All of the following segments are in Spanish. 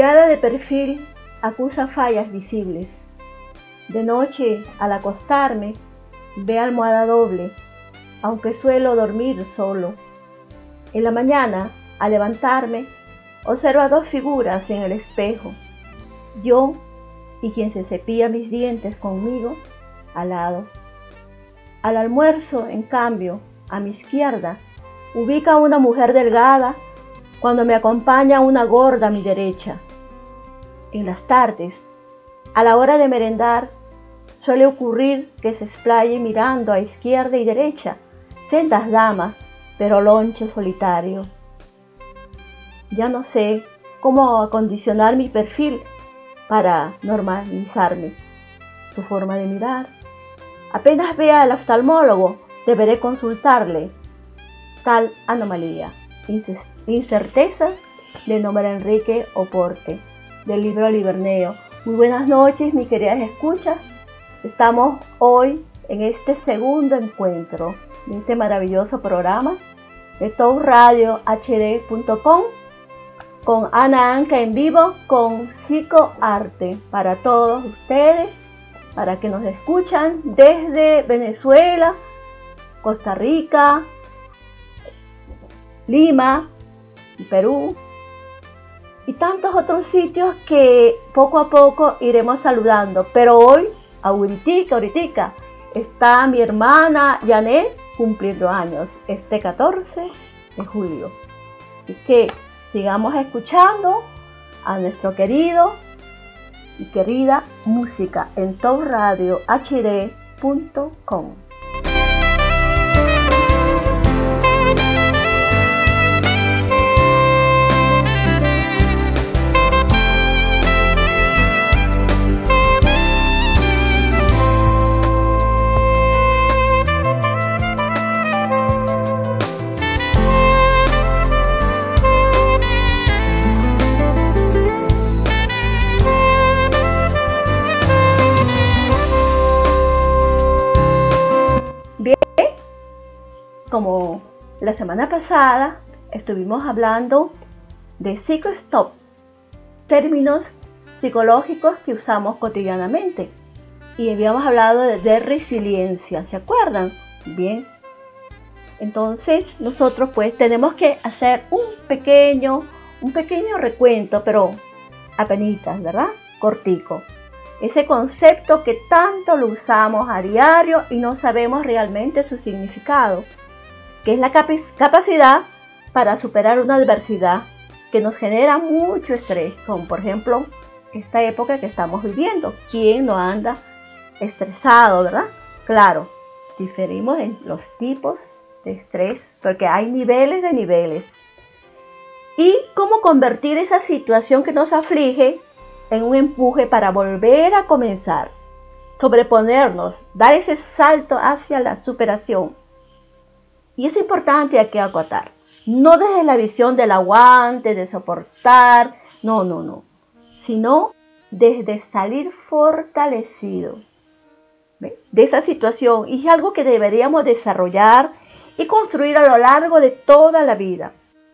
mirada de perfil acusa fallas visibles. De noche, al acostarme, ve almohada doble, aunque suelo dormir solo. En la mañana, al levantarme, observo dos figuras en el espejo. Yo y quien se cepilla mis dientes conmigo al lado. Al almuerzo, en cambio, a mi izquierda, ubica a una mujer delgada cuando me acompaña una gorda a mi derecha. En las tardes, a la hora de merendar, suele ocurrir que se explaye mirando a izquierda y derecha, sendas damas, pero lonche solitario. Ya no sé cómo acondicionar mi perfil para normalizarme. Su forma de mirar. Apenas vea al oftalmólogo, deberé consultarle tal anomalía. Incertezas de nombre Enrique Oporte, del libro Liberneo. Muy buenas noches, mis queridas escuchas. Estamos hoy en este segundo encuentro de este maravilloso programa de topradiohd.com con Ana Anca en vivo con psicoarte para todos ustedes, para que nos escuchan desde Venezuela, Costa Rica, Lima, Perú y tantos otros sitios que poco a poco iremos saludando. Pero hoy, ahoritica, está mi hermana Janet cumpliendo años este 14 de julio. Así que sigamos escuchando a nuestro querido y querida música en topradiohd.com. Como la semana pasada estuvimos hablando de psicostop, términos psicológicos que usamos cotidianamente, y habíamos hablado de resiliencia, ¿se acuerdan? Bien, entonces nosotros pues tenemos que hacer un pequeño recuento, pero apenitas, ¿verdad? Cortico. Ese concepto que tanto lo usamos a diario y no sabemos realmente su significado, que es la capacidad para superar una adversidad que nos genera mucho estrés, como por ejemplo esta época que estamos viviendo. ¿Quién no anda estresado, verdad? Claro, diferimos en los tipos de estrés porque hay niveles de niveles. Y cómo convertir esa situación que nos aflige en un empuje para volver a comenzar, sobreponernos, dar ese salto hacia la superación. Y es importante aquí acotar, no desde la visión del aguante, de soportar, no, sino desde salir fortalecido de esa situación. Y es algo que deberíamos desarrollar y construir a lo largo de toda la vida.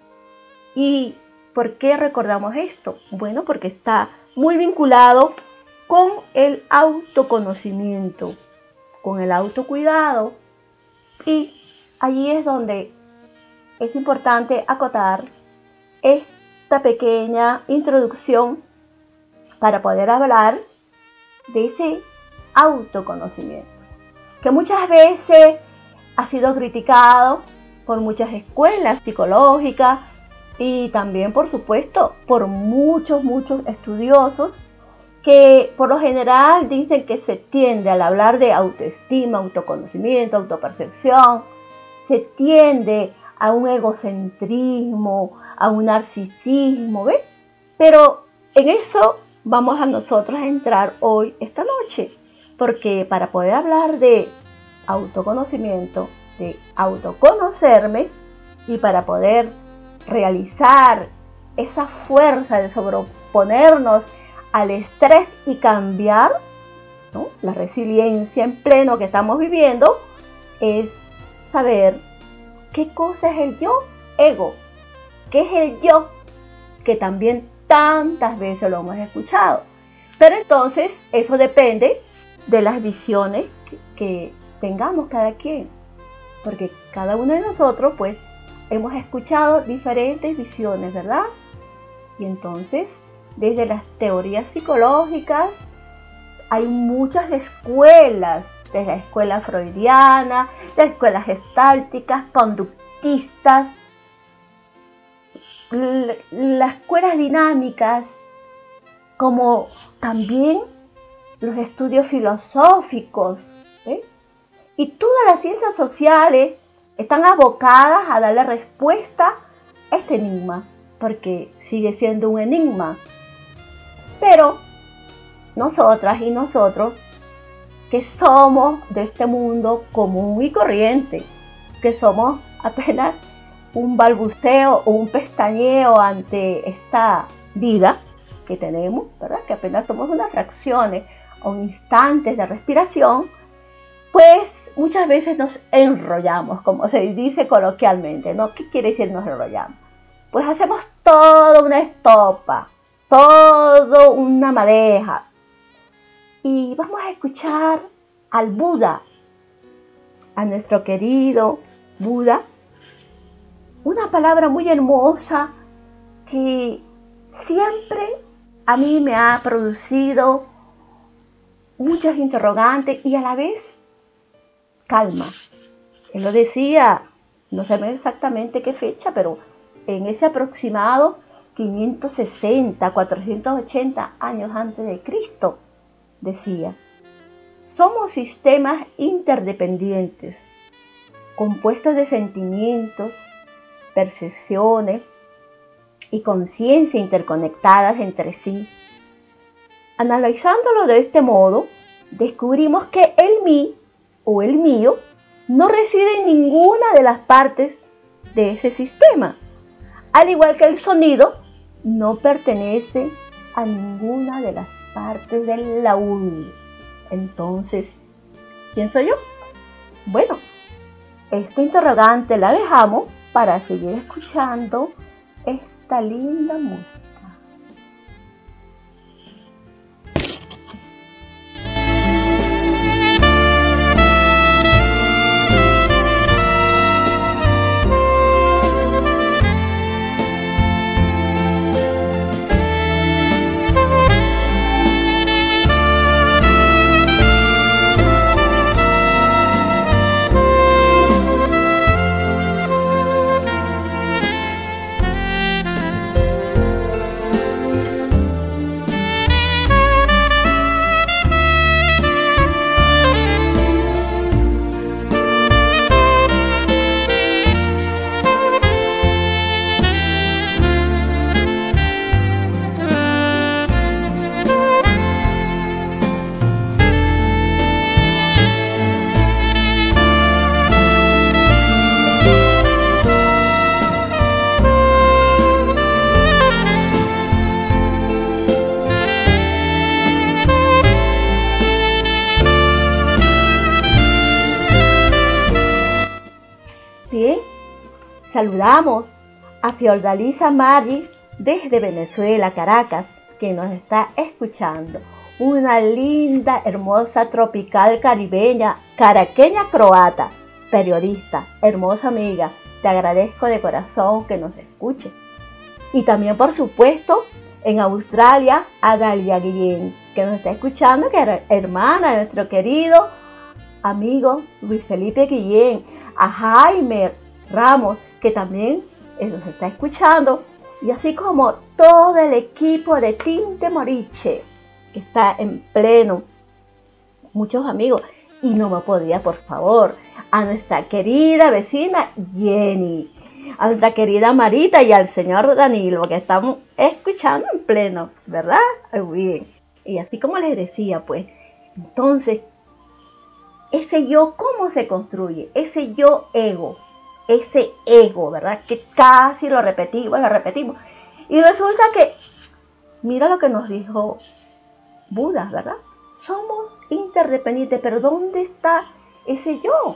¿Y por qué recordamos esto? Bueno, porque está muy vinculado con el autoconocimiento, con el autocuidado, y allí es donde es importante acotar esta pequeña introducción para poder hablar de ese autoconocimiento, que muchas veces ha sido criticado por muchas escuelas psicológicas y también, por supuesto, por muchos estudiosos que por lo general dicen que se tiende al hablar de autoestima, autoconocimiento, autopercepción, se tiende a un egocentrismo, a un narcisismo, ¿ves? Pero en eso vamos a nosotros a entrar hoy, esta noche, porque para poder hablar de autoconocimiento, de autoconocerme, y para poder realizar esa fuerza de sobreponernos al estrés y cambiar, ¿no?, la resiliencia en pleno que estamos viviendo, es saber qué cosa es el yo ego, qué es el yo que también tantas veces lo hemos escuchado. Pero entonces eso depende de las visiones que tengamos cada quien, porque cada uno de nosotros pues hemos escuchado diferentes visiones, ¿verdad? Y entonces desde las teorías psicológicas hay muchas escuelas, desde la escuela freudiana, las escuelas gestálticas, conductistas, las escuelas dinámicas, como también los estudios filosóficos, ¿eh? Y todas las ciencias sociales están abocadas a darle respuesta a este enigma, porque sigue siendo un enigma. Pero nosotras y nosotros, que somos de este mundo común y corriente, que somos apenas un balbuceo o un pestañeo ante esta vida que tenemos, ¿verdad? Que apenas somos unas fracciones o instantes de respiración, pues muchas veces nos enrollamos, como se dice coloquialmente, ¿no? ¿Qué quiere decir nos enrollamos? Pues hacemos toda una estopa, toda una madeja, y vamos a escuchar al Buda, a nuestro querido Buda, una palabra muy hermosa que siempre a mí me ha producido muchas interrogantes y a la vez calma. Él lo decía, no sé exactamente qué fecha, pero en ese aproximado 560, 480 años antes de Cristo, decía: somos sistemas interdependientes, compuestos de sentimientos, percepciones y conciencia interconectadas entre sí. Analizándolo de este modo, descubrimos que el mí o el mío no reside en ninguna de las partes de ese sistema, al igual que el sonido no pertenece a ninguna de las partes del laúd. Entonces, ¿quién soy yo? Bueno, esta interrogante la dejamos para seguir escuchando esta linda música. Bien, saludamos a Fiordalisa Maggi desde Venezuela, Caracas, que nos está escuchando. Una linda, hermosa, tropical caribeña, caraqueña croata, periodista, hermosa amiga. Te agradezco de corazón que nos escuche. Y también, por supuesto, en Australia, a Dalia Guillén, que nos está escuchando, que es hermana de nuestro querido amigo Luis Felipe Guillén, a Jaime Ramos, que también nos está escuchando, y así como todo el equipo de Tinte Moriche, que está en pleno, muchos amigos, y no me podía, por favor, a nuestra querida vecina Jenny, a nuestra querida Marita y al señor Danilo, que estamos escuchando en pleno, ¿verdad? Muy bien. Y así como les decía, pues, entonces, ese yo, ¿cómo se construye? Ese yo ego, ¿verdad? Que casi lo repetimos. Y resulta que, mira lo que nos dijo Buda, ¿verdad? Somos interdependientes, pero ¿dónde está ese yo?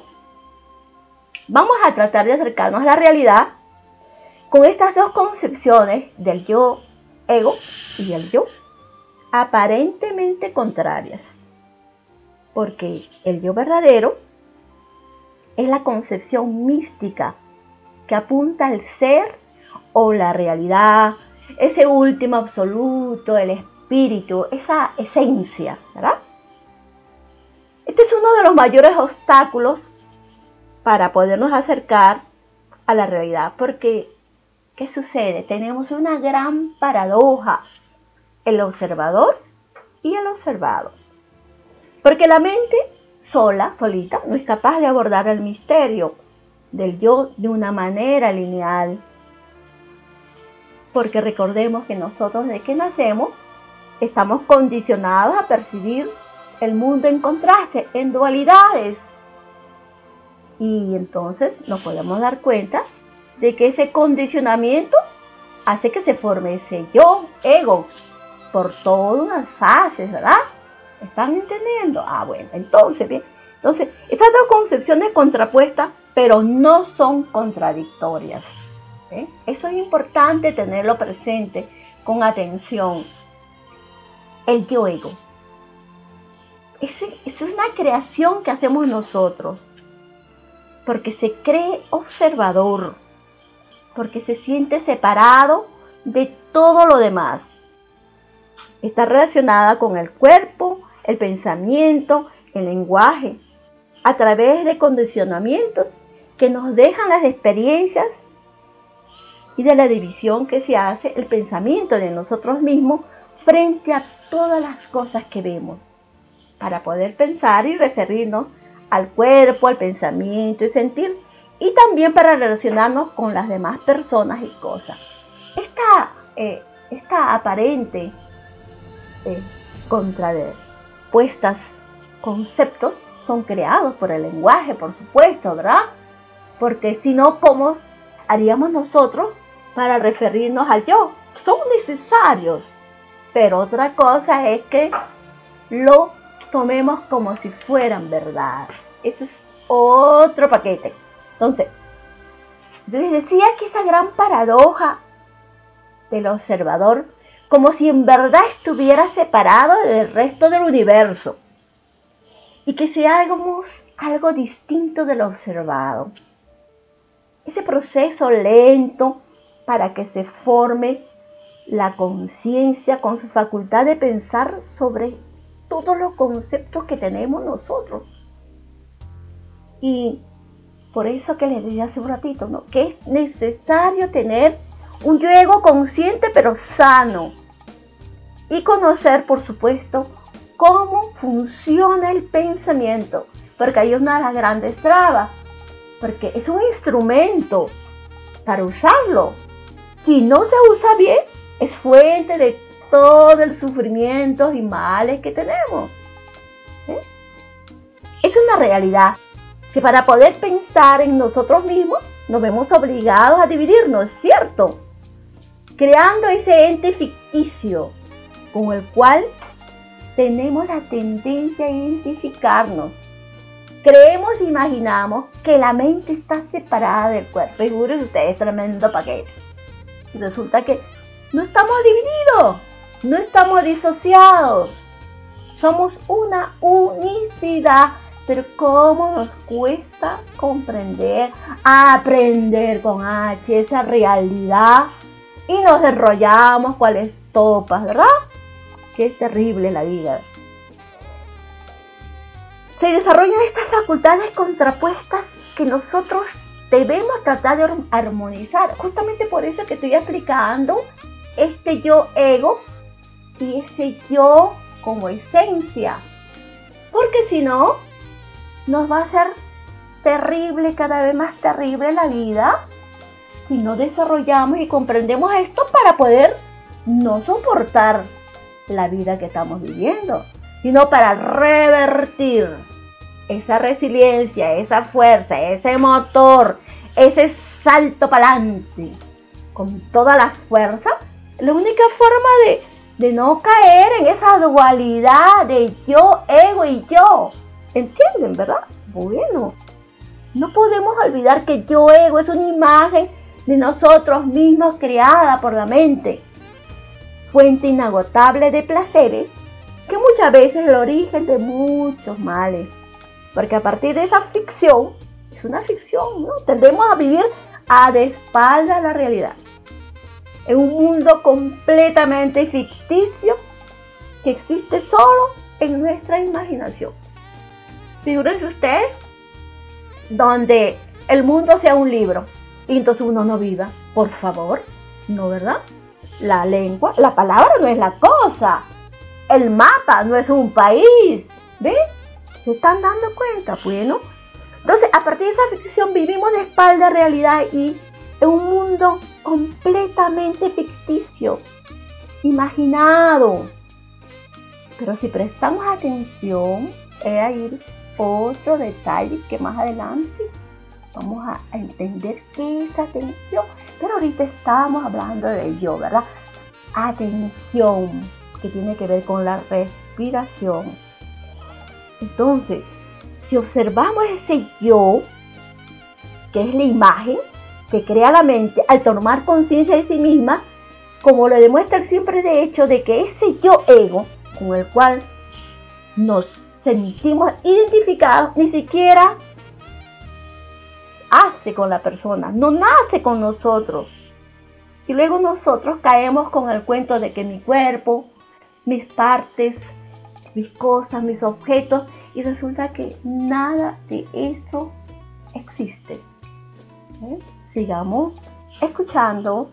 Vamos a tratar de acercarnos a la realidad con estas dos concepciones del yo ego y el yo, aparentemente contrarias. Porque el yo verdadero es la concepción mística que apunta al ser o la realidad, ese último absoluto, el espíritu, esa esencia, ¿verdad? Este es uno de los mayores obstáculos para podernos acercar a la realidad, porque ¿qué sucede? Tenemos una gran paradoja, el observador y el observado. Porque la mente solita, no es capaz de abordar el misterio del yo de una manera lineal. Porque recordemos que nosotros desde que nacemos estamos condicionados a percibir el mundo en contraste, en dualidades. Y entonces nos podemos dar cuenta de que ese condicionamiento hace que se forme ese yo, ego, por todas unas fases, ¿verdad? ¿Están entendiendo? Bueno, entonces, bien. Entonces, estas dos concepciones contrapuestas, pero no son contradictorias. Eso es importante tenerlo presente con atención. El yo ego. Esa es una creación que hacemos nosotros. Porque se cree observador. Porque se siente separado de todo lo demás. Está relacionada con el cuerpo, el pensamiento, el lenguaje, a través de condicionamientos que nos dejan las experiencias y de la división que se hace el pensamiento de nosotros mismos frente a todas las cosas que vemos, para poder pensar y referirnos al cuerpo, al pensamiento y sentir, y también para relacionarnos con las demás personas y cosas. Esta aparente contrapuestas conceptos son creados por el lenguaje, por supuesto, ¿verdad? Porque si no, ¿cómo haríamos nosotros para referirnos al yo? Son necesarios, pero otra cosa es que lo tomemos como si fueran verdad. Eso es otro paquete. Entonces, les decía que esa gran paradoja del observador, como si en verdad estuviera separado del resto del universo y que seamos algo distinto del observado. Ese proceso lento para que se forme la conciencia con su facultad de pensar sobre todos los conceptos que tenemos nosotros. Y por eso que les dije hace un ratito, ¿no? Que es necesario tener un yo ego consciente pero sano. Y conocer, por supuesto, cómo funciona el pensamiento. Porque ahí es una de las grandes trabas. Porque es un instrumento para usarlo. Si no se usa bien, es fuente de todo el sufrimiento y males que tenemos. Es una realidad que para poder pensar en nosotros mismos nos vemos obligados a dividirnos, ¿cierto? Creando ese ente ficticio con el cual tenemos la tendencia a identificarnos. Creemos e imaginamos que la mente está separada del cuerpo. Figúrense ustedes, tremendo paquete. Y resulta que no estamos divididos, no estamos disociados. Somos una unicidad. Pero cómo nos cuesta comprender, aprender con H esa realidad. Y nos enrollamos cuales topas, ¿verdad? Qué terrible la vida. Se desarrollan estas facultades contrapuestas que nosotros debemos tratar de armonizar. Justamente por eso que estoy explicando este yo ego y ese yo como esencia. Porque si no, nos va a ser terrible, cada vez más terrible la vida si no desarrollamos y comprendemos esto para poder no soportar la vida que estamos viviendo, sino para revertir esa resiliencia, esa fuerza, ese motor, ese salto para adelante con toda la fuerza. La única forma de no caer en esa dualidad de yo, ego y yo. ¿Entienden, verdad? Bueno, no podemos olvidar que yo, ego, es una imagen de nosotros mismos creada por la mente. fuente inagotable de placeres, que muchas veces es el origen de muchos males. Porque a partir de esa ficción, es una ficción, ¿no? Tendemos a vivir a de espaldas la realidad. En un mundo completamente ficticio que existe solo en nuestra imaginación. Figúrense ustedes donde el mundo sea un libro y entonces uno no viva. Por favor, ¿no, verdad? La lengua, la palabra no es la cosa. El mapa no es un país. ¿Ven? ¿Se están dando cuenta? Bueno, entonces a partir de esa ficción vivimos de espalda realidad y en un mundo completamente ficticio, imaginado. Pero si prestamos atención, es ahí otro detalle que más adelante vamos a entender qué es atención. Pero ahorita estábamos hablando del yo, ¿verdad? Atención, que tiene que ver con la respiración. Entonces, si observamos ese yo, que es la imagen que crea la mente al tomar conciencia de sí misma, como lo demuestra el simple hecho de que ese yo ego con el cual nos sentimos identificados ni siquiera hace con la persona, no nace con nosotros. Y luego nosotros caemos con el cuento de que mi cuerpo, mis partes, mis cosas, mis objetos, y resulta que nada de eso existe. Sigamos escuchando.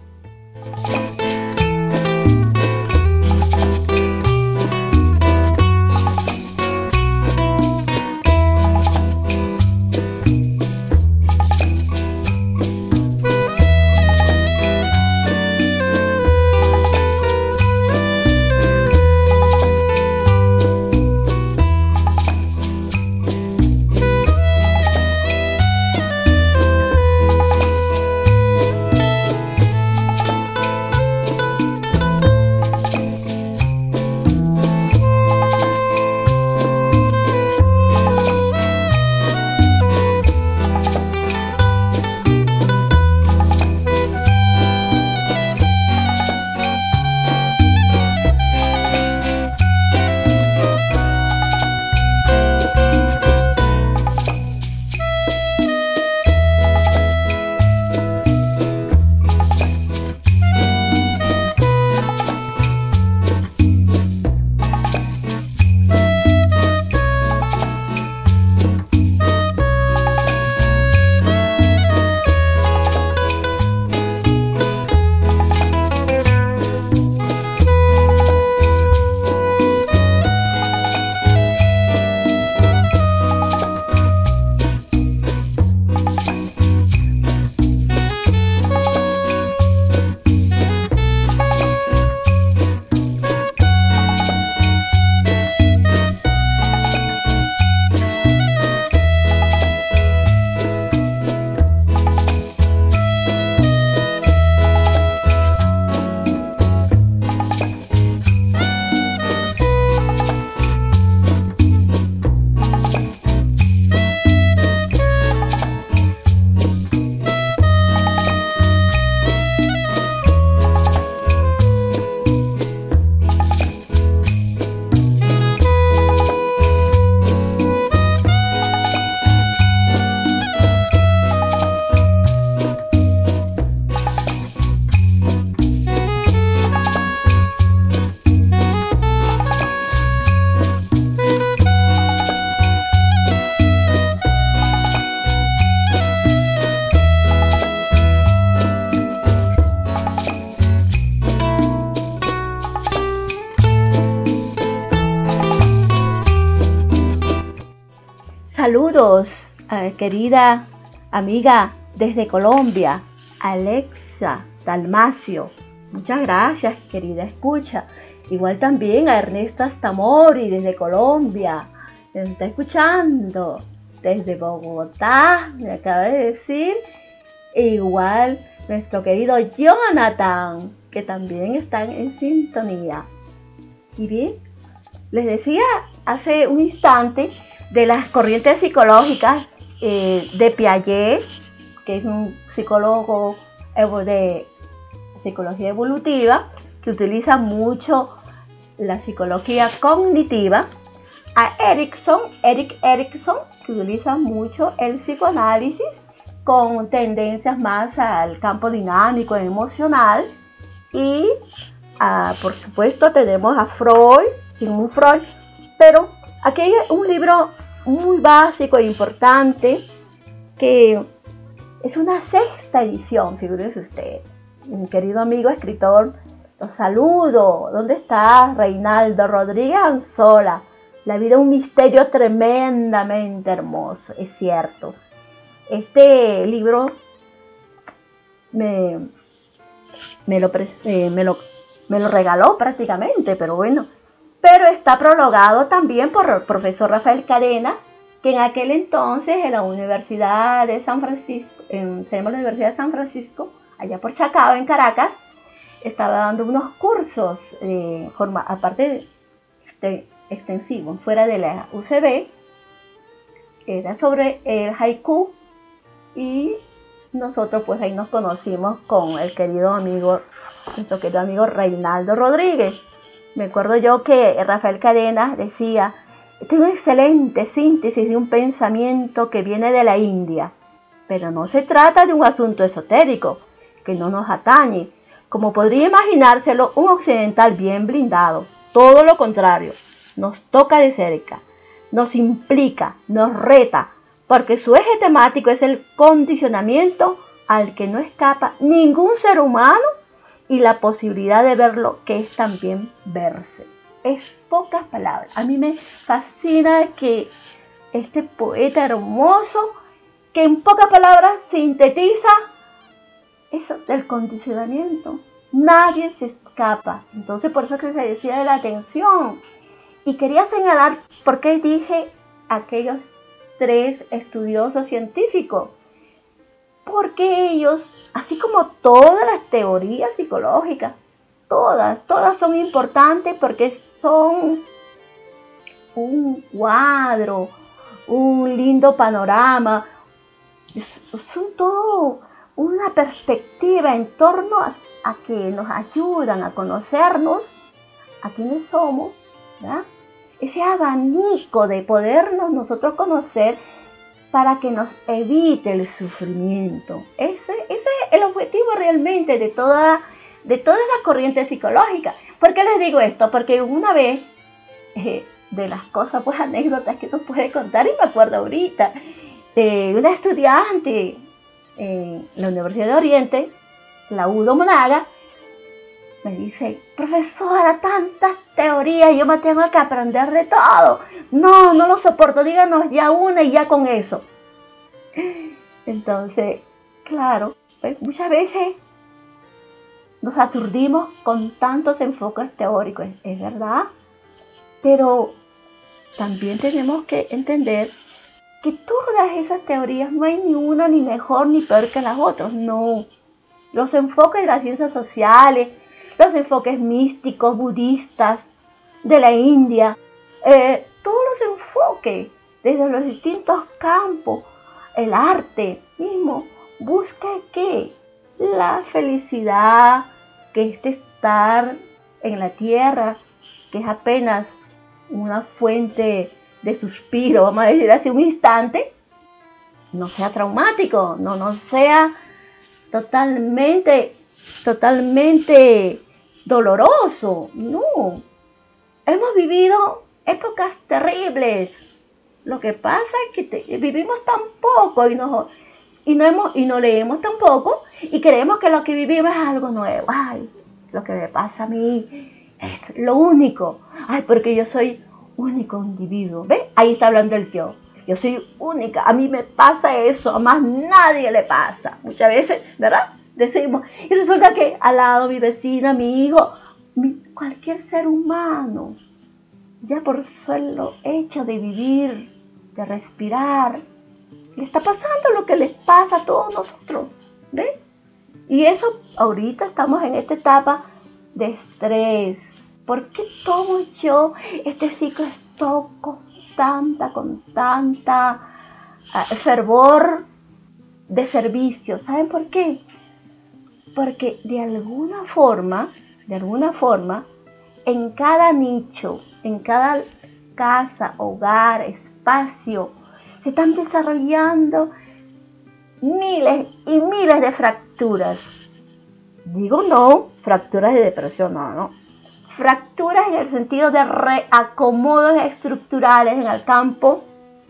Saludos, querida amiga desde Colombia, Alexa Dalmacio. Muchas gracias, querida escucha. Igual también a Ernesto Astamori desde Colombia. Me está escuchando desde Bogotá, me acaba de decir. E igual nuestro querido Jonathan, que también están en sintonía. Y bien, les decía hace un instante de las corrientes psicológicas de Piaget, que es un psicólogo de psicología evolutiva, que utiliza mucho la psicología cognitiva, a Erik Erikson, que utiliza mucho el psicoanálisis con tendencias más al campo dinámico e emocional, y por supuesto tenemos a Sigmund Freud, pero aquí hay un libro muy básico e importante que es una 6ª edición, figúrese usted. Mi querido amigo escritor, los saludo. ¿Dónde está Reinaldo Rodríguez Anzola? La vida es un misterio tremendamente hermoso, es cierto. Este libro me lo regaló prácticamente, pero bueno. Pero está prologado también por el profesor Rafael Cadena, que en aquel entonces en la Universidad de San Francisco, allá por Chacao, en Caracas, estaba dando unos cursos, aparte extensivos, fuera de la UCB, que era sobre el haiku, y nosotros pues ahí nos conocimos con nuestro querido amigo Reinaldo Rodríguez. Me acuerdo yo que Rafael Cadena decía: "Este es una excelente síntesis de un pensamiento que viene de la India, pero no se trata de un asunto esotérico que no nos atañe, como podría imaginárselo un occidental bien blindado. Todo lo contrario, nos toca de cerca, nos implica, nos reta, porque su eje temático es el condicionamiento al que no escapa ningún ser humano y la posibilidad de ver lo que es también verse". Es pocas palabras. A mí me fascina que este poeta hermoso, que en pocas palabras sintetiza eso del condicionamiento. Nadie se escapa. Entonces por eso que se decía de la atención. Y quería señalar por qué dije aquellos 3 estudiosos científicos. Porque ellos, así como todas las teorías psicológicas, todas son importantes porque son un cuadro, un lindo panorama, son todo una perspectiva en torno a que nos ayudan a conocernos, a quiénes somos, ¿verdad? Ese abanico de podernos nosotros conocer para que nos evite el sufrimiento. Ese es el objetivo realmente de toda la corriente psicológica. ¿Por qué les digo esto? Porque una vez, de las cosas, pues anécdotas que nos puede contar, y me acuerdo ahorita, de una estudiante en la Universidad de Oriente, la Udo Monaga, me dice: "Profesora, tantas teorías, yo me tengo que aprender de todo. No lo soporto, díganos ya una y ya con eso". Entonces, claro, pues muchas veces nos aturdimos con tantos enfoques teóricos, es verdad, pero también tenemos que entender que todas esas teorías no hay ni una ni mejor ni peor que las otras, no. Los enfoques de las ciencias sociales, los enfoques místicos, budistas, de la India, todos los enfoques desde los distintos campos, el arte mismo, busca ¿qué? La felicidad, que es estar en la tierra, que es apenas una fuente de suspiro, vamos a decir así, un instante, no sea traumático, no sea totalmente doloroso, no. Hemos vivido épocas terribles. Lo que pasa es que vivimos tan poco y no leemos tan poco y creemos que lo que vivimos es algo nuevo. Ay, lo que me pasa a mí es lo único. Ay, porque yo soy único individuo. ¿Ve? Ahí está hablando el yo. Yo soy única, a mí me pasa eso, a más nadie le pasa. Muchas veces, ¿verdad? Decimos, y resulta que al lado mi vecina, mi hijo, cualquier ser humano, ya por solo hecho de vivir, de respirar, le está pasando lo que les pasa a todos nosotros, ¿ves? Y eso, ahorita estamos en esta etapa de estrés. ¿Por qué tomo yo este ciclo estoy con tanta fervor de servicio? ¿Saben por qué? Porque de alguna forma de alguna forma, en cada nicho, en cada casa, hogar, espacio, se están desarrollando miles y miles de fracturas. Digo no, fracturas de depresión, no. Fracturas en el sentido de reacomodos estructurales en el campo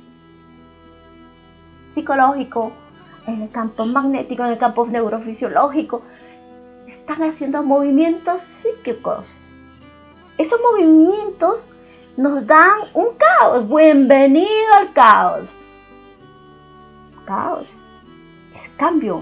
psicológico, en el campo magnético, en el campo neurofisiológico. Están haciendo movimientos psíquicos. Esos movimientos nos dan un caos. Bienvenido al caos. Caos es cambio.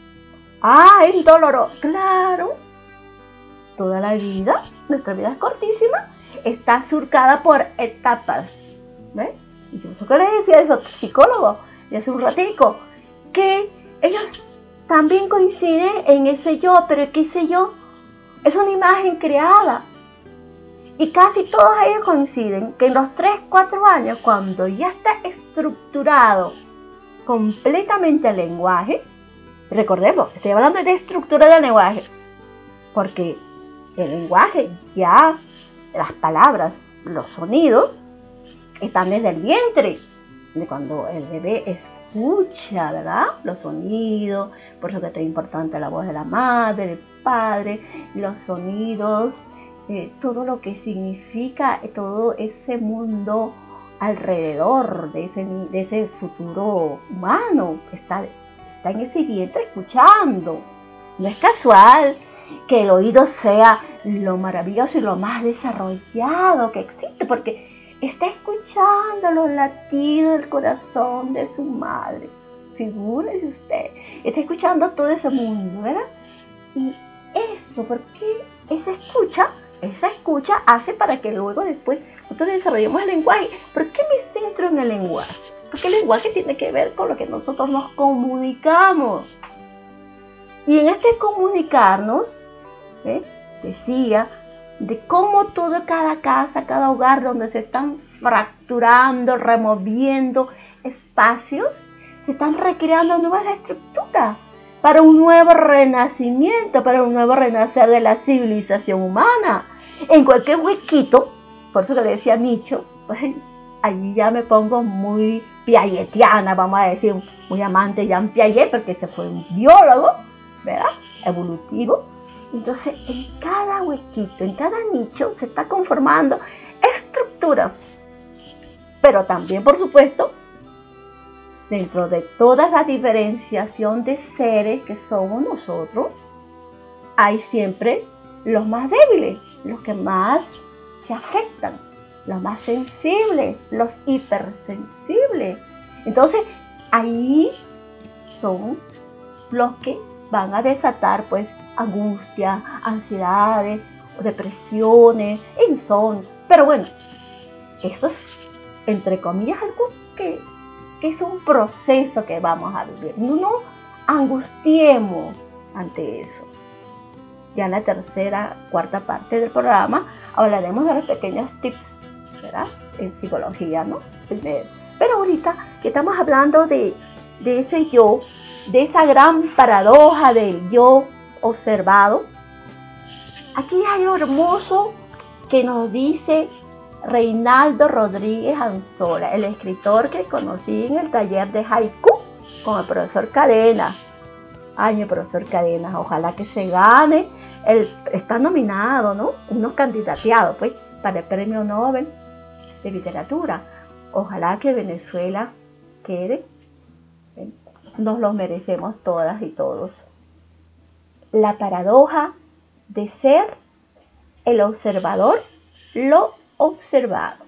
Es doloroso. Claro. Toda la vida, nuestra vida es cortísima, está surcada por etapas. ¿Ves? Y yo que les decía a esos psicólogos de hace un ratico, que ellos también coinciden en ese yo, pero que ese yo es una imagen creada. Y casi todos ellos coinciden que en los 3-4 años, cuando ya está estructurado completamente el lenguaje, recordemos, estoy hablando de estructura del lenguaje, porque el lenguaje ya, las palabras, los sonidos, están desde el vientre, de cuando el bebé escucha, ¿verdad? Los sonidos, por eso que es tan importante la voz de la madre, del padre, los sonidos, todo lo que significa todo ese mundo alrededor de ese futuro humano, está en ese vientre escuchando. No es casual que el oído sea lo maravilloso y lo más desarrollado que existe, porque está escuchando los latidos del corazón de su madre. Figúrese usted, está escuchando todo ese mundo, ¿verdad? Y eso, porque esa escucha hace para que luego después nosotros desarrollemos el lenguaje. ¿Por qué me centro en el lenguaje? Porque el lenguaje tiene que ver con lo que nosotros nos comunicamos. Y en este comunicarnos, decía, de cómo cada casa, cada hogar donde se están fracturando, removiendo espacios, se están recreando nuevas estructuras para un nuevo renacimiento, para un nuevo renacer de la civilización humana. En cualquier huequito, por eso que le decía nicho, pues allí ya me pongo muy piagetiana, vamos a decir, muy amante de Jean Piaget, porque ese fue un biólogo, ¿verdad? Evolutivo. Entonces, en cada huequito, en cada nicho, se está conformando estructuras. Pero también, por supuesto, dentro de toda la diferenciación de seres que somos nosotros, hay siempre los más débiles, los que más se afectan, los más sensibles, los hipersensibles. Entonces, ahí son los que van a desatar, pues, angustia, ansiedades, depresiones, insomnio. Pero bueno, eso es, entre comillas, algo que es un proceso que vamos a vivir. No nos angustiemos ante eso. Ya en la tercera, cuarta parte del programa hablaremos de los pequeños tips, ¿verdad? En psicología, ¿no? Pero ahorita que estamos hablando de ese yo, de esa gran paradoja del yo observado, aquí hay algo hermoso que nos dice Reinaldo Rodríguez Anzola, el escritor que conocí en el taller de haiku con el profesor Cadenas. Ay, mi profesor Cadenas, ojalá que se gane, está nominado, ¿no? Unos candidateados, pues, para el Premio Nobel de Literatura. Ojalá que Venezuela quede, nos lo merecemos todas y todos. La paradoja de ser el observador, lo observado.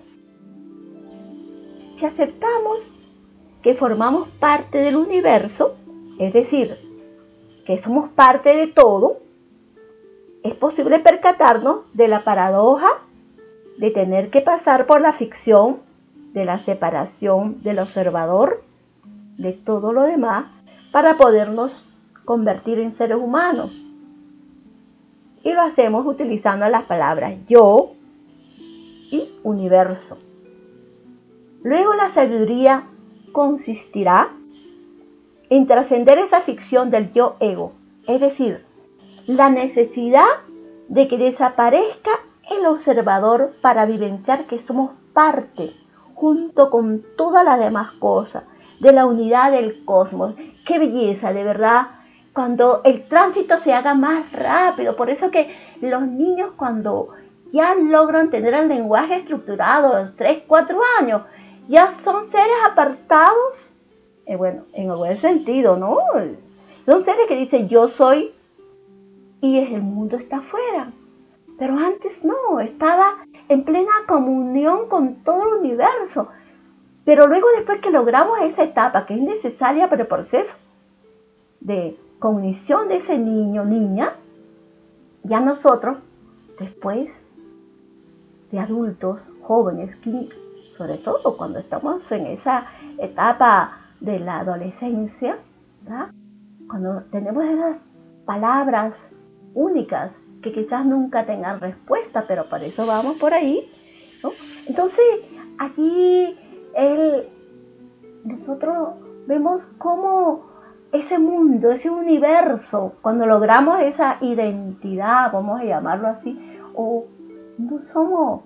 Si aceptamos que formamos parte del universo, es decir, que somos parte de todo, es posible percatarnos de la paradoja de tener que pasar por la ficción de la separación del observador de todo lo demás para podernos convertir en seres humanos. Y lo hacemos utilizando las palabras yo y universo. Luego la sabiduría consistirá en trascender esa ficción del yo ego, es decir, la necesidad de que desaparezca el observador para vivenciar que somos parte, junto con todas las demás cosas, de la unidad del cosmos. ¡Qué belleza, de verdad! Cuando el tránsito se haga más rápido. Por eso que los niños, cuando ya logran tener el lenguaje estructurado a los 3, 4 años, ya son seres apartados, bueno, en el buen sentido, ¿no? Son seres que dicen yo soy y el mundo está afuera. Pero antes no, estaba en plena comunión con todo el universo. Pero luego, después que logramos esa etapa que es necesaria para el proceso de cognición de ese niño, niña, ya nosotros, después de adultos, jóvenes, sobre todo cuando estamos en esa etapa de la adolescencia, ¿verdad? Cuando tenemos esas palabras únicas que quizás nunca tengan respuesta, pero por eso vamos por ahí, ¿no? Entonces, aquí nosotros vemos cómo ese mundo, ese universo, cuando logramos esa identidad, vamos a llamarlo así, o no somos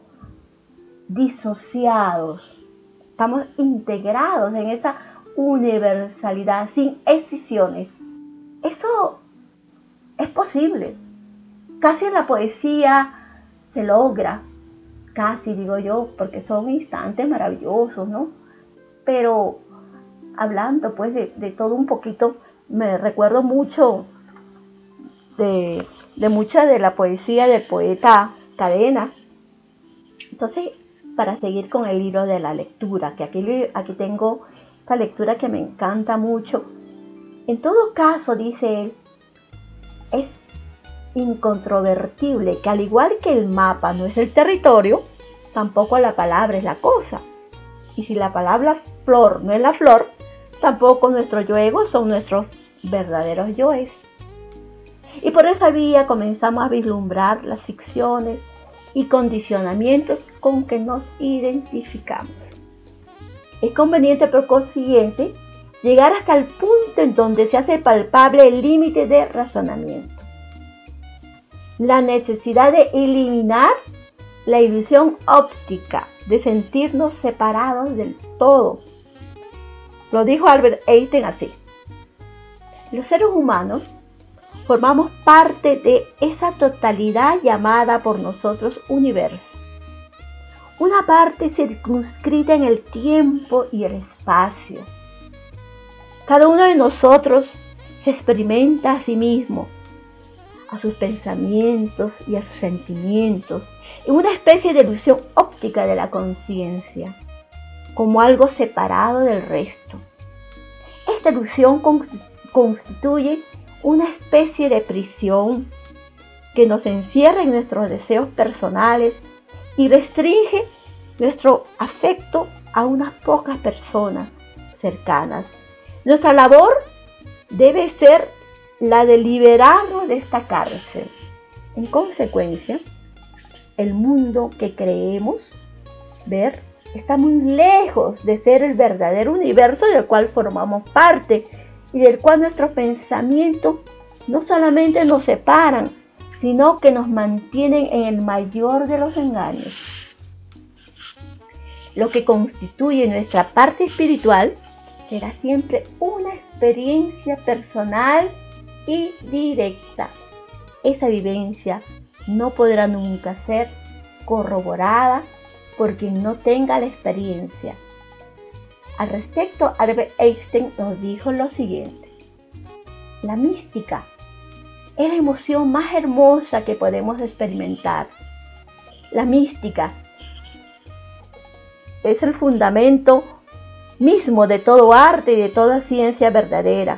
disociados, estamos integrados en esa universalidad, sin excisiones. Eso es posible. Casi en la poesía se logra, casi digo yo, porque son instantes maravillosos, ¿no? Pero hablando pues de todo un poquito, me recuerdo mucho de mucha de la poesía del poeta Cadena. Entonces, para seguir con el hilo de la lectura, que aquí tengo esta lectura que me encanta mucho. En todo caso, dice él, es incontrovertible que al igual que el mapa no es el territorio, tampoco la palabra es la cosa. Y si la palabra flor no es la flor, tampoco nuestros yoegos son nuestros verdaderos yoes. Y por esa vía comenzamos a vislumbrar las ficciones y condicionamientos con que nos identificamos. Es conveniente, por consiguiente, llegar hasta el punto en donde se hace palpable el límite de razonamiento. La necesidad de eliminar la ilusión óptica de sentirnos separados del todo. Lo dijo Albert Einstein así: los seres humanos formamos parte de esa totalidad llamada por nosotros universo. Una parte circunscrita en el tiempo y el espacio. Cada uno de nosotros se experimenta a sí mismo, a sus pensamientos y a sus sentimientos, en una especie de ilusión óptica de la conciencia, como algo separado del resto. Esta ilusión constituye una especie de prisión que nos encierra en nuestros deseos personales y restringe nuestro afecto a unas pocas personas cercanas. Nuestra labor debe ser la de liberarnos de esta cárcel. En consecuencia, el mundo que creemos ver está muy lejos de ser el verdadero universo del cual formamos parte y del cual nuestros pensamientos no solamente nos separan, sino que nos mantienen en el mayor de los engaños. Lo que constituye nuestra parte espiritual será siempre una experiencia personal y directa. Esa vivencia no podrá nunca ser corroborada por quien no tenga la experiencia. Al respecto, Albert Einstein nos dijo lo siguiente: la mística es la emoción más hermosa que podemos experimentar. La mística es el fundamento mismo de todo arte y de toda ciencia verdadera.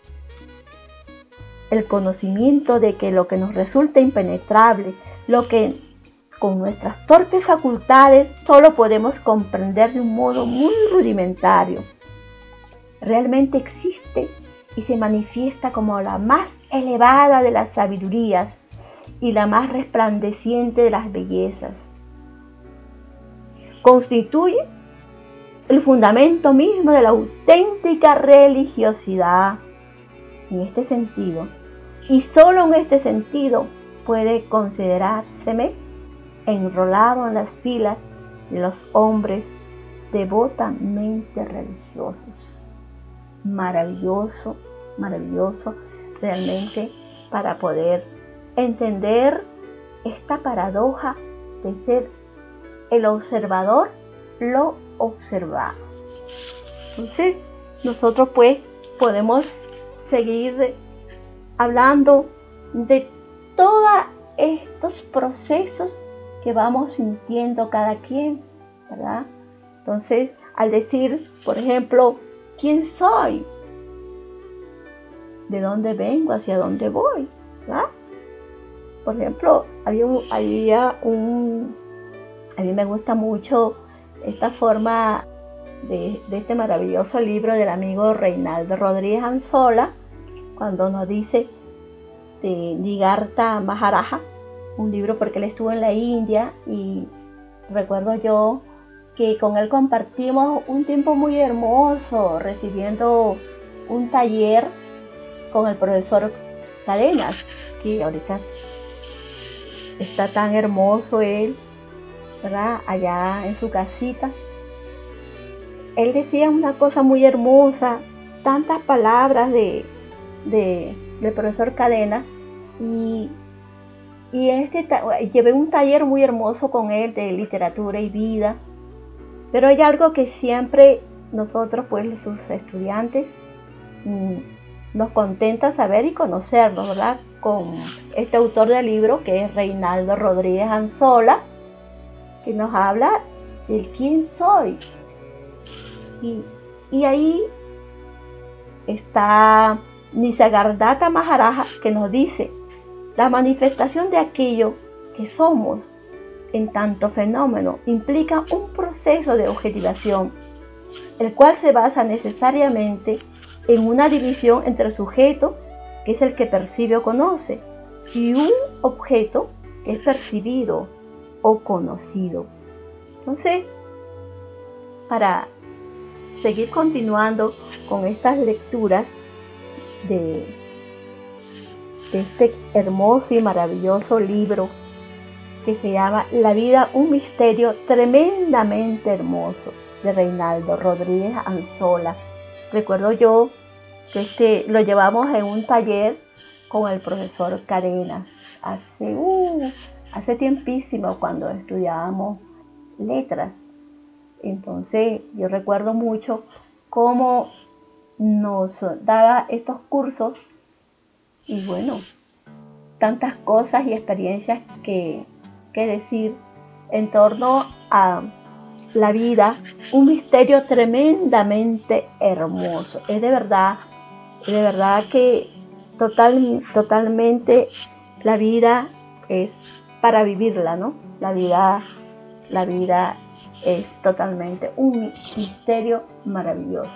El conocimiento de que lo que nos resulta impenetrable, lo que con nuestras torpes facultades solo podemos comprender de un modo muy rudimentario, realmente existe y se manifiesta como la más elevada de las sabidurías y la más resplandeciente de las bellezas. Constituye el fundamento mismo de la auténtica religiosidad. En este sentido, y solo en este sentido, puede considerárseme enrolado en las filas de los hombres devotamente religiosos. Maravilloso, maravilloso realmente para poder entender esta paradoja de ser el observador lo observado. Entonces, nosotros pues podemos seguir hablando de todos estos procesos que vamos sintiendo cada quien, ¿verdad? Entonces, al decir, por ejemplo, ¿quién soy? ¿De dónde vengo? ¿Hacia dónde voy? ¿Verdad? Por ejemplo, a mí me gusta mucho esta forma de este maravilloso libro del amigo Reinaldo Rodríguez Anzola, cuando nos dice de Nigartha Maharaja, un libro porque él estuvo en la India, y recuerdo yo que con él compartimos un tiempo muy hermoso recibiendo un taller con el profesor Cadenas, que ahorita está tan hermoso él, ¿verdad? Allá en su casita. Él decía una cosa muy hermosa, tantas palabras del profesor Cadenas, y llevé un taller muy hermoso con él de literatura y vida, pero hay algo que siempre nosotros, pues sus estudiantes, nos contenta saber y conocernos, ¿verdad? Con este autor del libro, que es Reinaldo Rodríguez Anzola, que nos habla del quién soy. Y ahí está Nisargadatta Maharaja, que nos dice: la manifestación de aquello que somos en tanto fenómeno implica un proceso de objetivación, el cual se basa necesariamente en una división entre el sujeto, que es el que percibe o conoce, y un objeto, que es percibido o conocido. Entonces, para seguir continuando con estas lecturas de este hermoso y maravilloso libro que se llama La vida, un misterio tremendamente hermoso, de Reinaldo Rodríguez Anzola. Recuerdo yo que lo llevamos en un taller con el profesor Cadenas hace tiempísimo, cuando estudiábamos letras. Entonces yo recuerdo mucho cómo nos daba estos cursos, y bueno, tantas cosas y experiencias que decir en torno a la vida, un misterio tremendamente hermoso. Es de verdad que totalmente la vida es para vivirla, ¿no? La vida es totalmente un misterio maravilloso.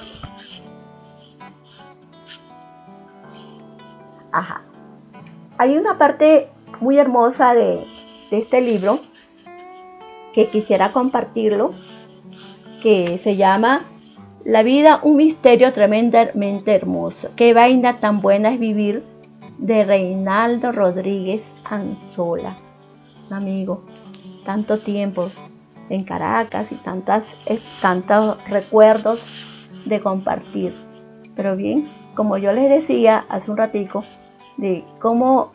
Ajá. Hay una parte muy hermosa de este libro que quisiera compartirlo, que se llama La vida, un misterio tremendamente hermoso. Qué vaina tan buena es vivir, de Reinaldo Rodríguez Anzola. Amigo, tanto tiempo en Caracas y tantos recuerdos de compartir. Pero bien, como yo les decía hace un ratico, de cómo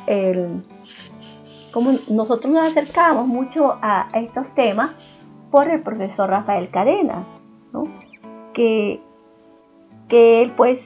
nosotros nos acercamos mucho a estos temas por el profesor Rafael Cadenas, ¿no? Que él pues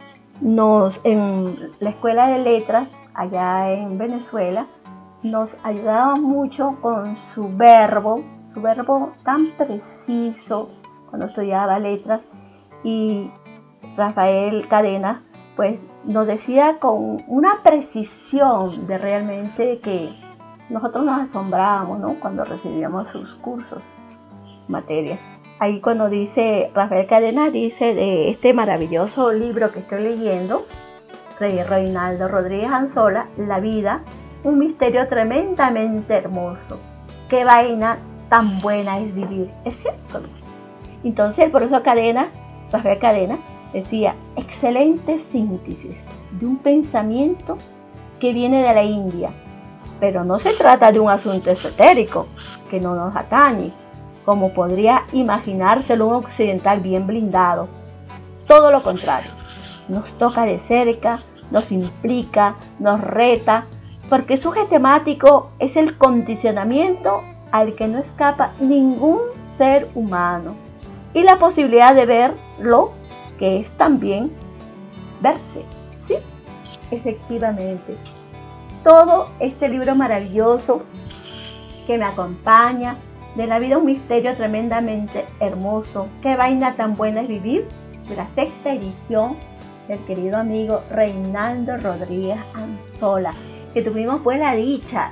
en la escuela de letras allá en Venezuela nos ayudaba mucho con su verbo tan preciso cuando estudiaba letras, y Rafael Cadenas pues nos decía con una precisión de realmente que nosotros nos asombrábamos, ¿no? Cuando recibíamos sus cursos, materias. Ahí cuando dice Rafael Cadenas, dice de este maravilloso libro que estoy leyendo, Reinaldo Rodríguez Anzola, La vida, un misterio tremendamente hermoso. Qué vaina tan buena es vivir. Es cierto, ¿no? Entonces el profesor Cadenas, Rafael Cadenas, decía: excelente síntesis de un pensamiento que viene de la India, Pero no se trata de un asunto esotérico que no nos atañe, como podría imaginárselo un occidental bien blindado. Todo lo contrario, nos toca de cerca, nos implica, nos reta, porque su eje temático es el condicionamiento al que no escapa ningún ser humano y la posibilidad de verlo, que es también verse. Sí, efectivamente. Todo este libro maravilloso que me acompaña, de la vida un misterio tremendamente hermoso. Qué vaina tan buena es vivir, de la 6ª edición del querido amigo Reinaldo Rodríguez Anzola, que tuvimos pues la dicha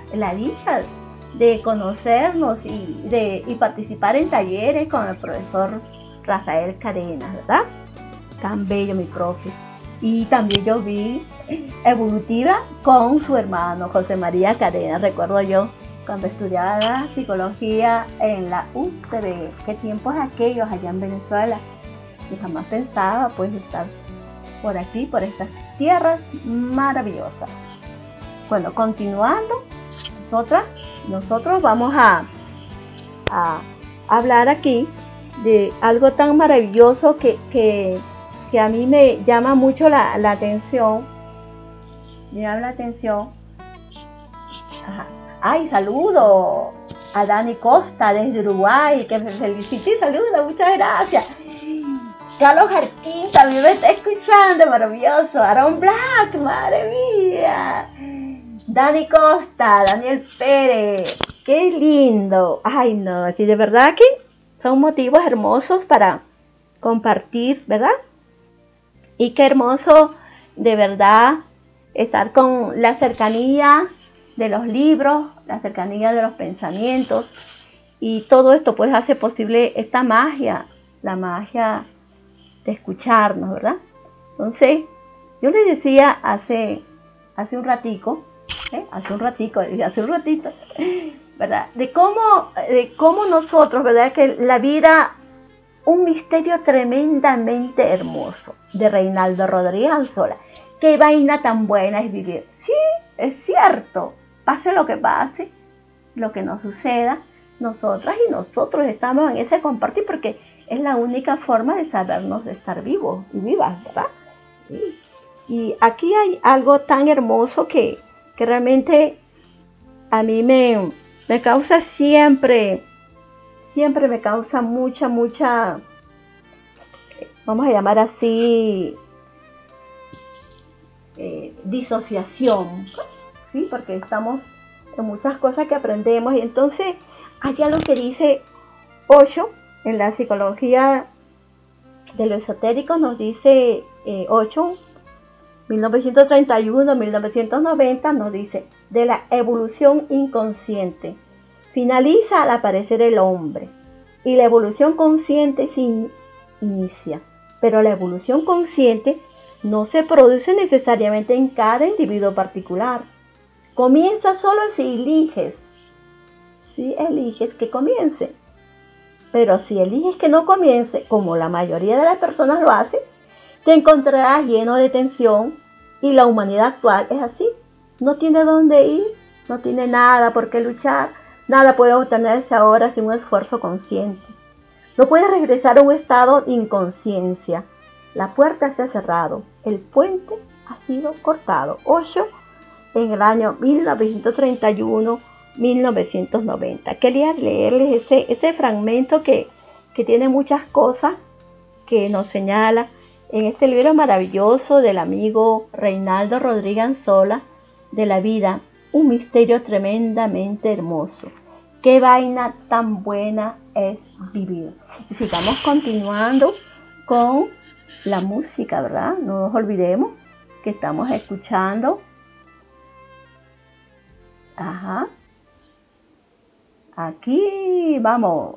de conocernos y participar en talleres con el profesor Rafael Cadenas, ¿verdad? Tan bello mi profe. Y también yo vi Evolutiva con su hermano José María Cadenas. Recuerdo yo cuando estudiaba psicología en la UCB, qué tiempos aquellos allá en Venezuela, y jamás pensaba pues estar por aquí, por estas tierras maravillosas. Bueno, continuando, nosotros vamos a hablar aquí de algo tan maravilloso que a mí me llama mucho la atención. Me llama la atención. Ajá. ¡Ay, saludo a Dani Costa desde Uruguay! Que me felicité, saludo, muchas gracias. Carlos Jarquín también me está escuchando, maravilloso. Aaron Black, madre mía. Dani Costa, Daniel Pérez, qué lindo. Ay, no, sí, de verdad que son motivos hermosos para compartir, ¿verdad? Y qué hermoso, de verdad, estar con la cercanía de los libros, la cercanía de los pensamientos, y todo esto pues hace posible esta magia, la magia de escucharnos, ¿verdad? Entonces, yo les decía hace un ratito, ¿verdad? De cómo nosotros, ¿verdad? Que la vida, un misterio tremendamente hermoso, de Reinaldo Rodríguez Anzola. Qué vaina tan buena es vivir. Sí, es cierto. Pase lo que pase, lo que nos suceda, nosotras y nosotros estamos en ese compartir, porque es la única forma de sabernos de estar vivos y vivas, ¿verdad? Sí. Y aquí hay algo tan hermoso que realmente a mí me causa siempre me causa mucha, vamos a llamar así, disociación, ¿sí? Porque estamos en muchas cosas que aprendemos, y entonces hay algo que dice Osho en la psicología de lo esotérico, nos dice Osho, 1931-1990, nos dice: de la evolución inconsciente finaliza al aparecer el hombre, y la evolución consciente se inicia, pero la evolución consciente no se produce necesariamente en cada individuo particular. Comienza solo si eliges que comience. Pero si eliges que no comience, como la mayoría de las personas lo hacen, te encontrarás lleno de tensión, y la humanidad actual es así. No tiene dónde ir, no tiene nada por qué luchar, nada puede obtenerse ahora sin un esfuerzo consciente. No puedes regresar a un estado de inconsciencia. La puerta se ha cerrado, el puente ha sido cortado. Osho, en el año 1931-1990. Quería leerles ese fragmento que tiene muchas cosas que nos señala en este libro maravilloso del amigo Reinaldo Rodríguez Anzola, de la vida, un misterio tremendamente hermoso. Qué vaina tan buena es vivir. Y sigamos continuando con la música, ¿verdad? No nos olvidemos que estamos escuchando. Ajá. Aquí vamos.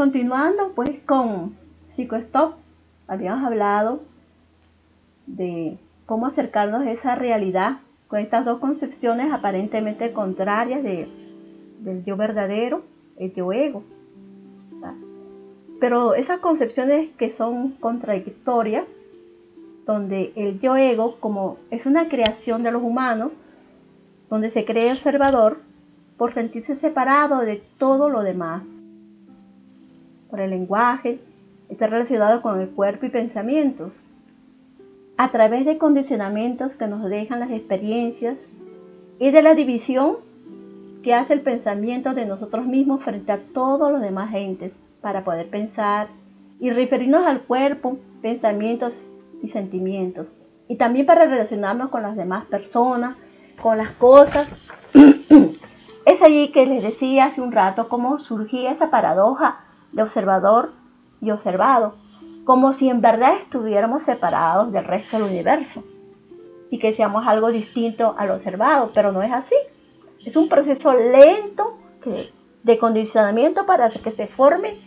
continuando pues con PsicoStop, habíamos hablado de cómo acercarnos a esa realidad con estas dos concepciones aparentemente contrarias del yo verdadero, el yo ego. Pero esas concepciones que son contradictorias, donde el yo ego, como es una creación de los humanos, donde se cree observador por sentirse separado de todo lo demás, por el lenguaje, está relacionado con el cuerpo y pensamientos, a través de condicionamientos que nos dejan las experiencias y de la división que hace el pensamiento de nosotros mismos frente a todos los demás entes, para poder pensar y referirnos al cuerpo, pensamientos y sentimientos, y también para relacionarnos con las demás personas, con las cosas. Es allí que les decía hace un rato cómo surgía esa paradoja de observador y observado, como si en verdad estuviéramos separados del resto del universo y que seamos algo distinto al observado, pero no es así. Es un proceso lento de condicionamiento para que se forme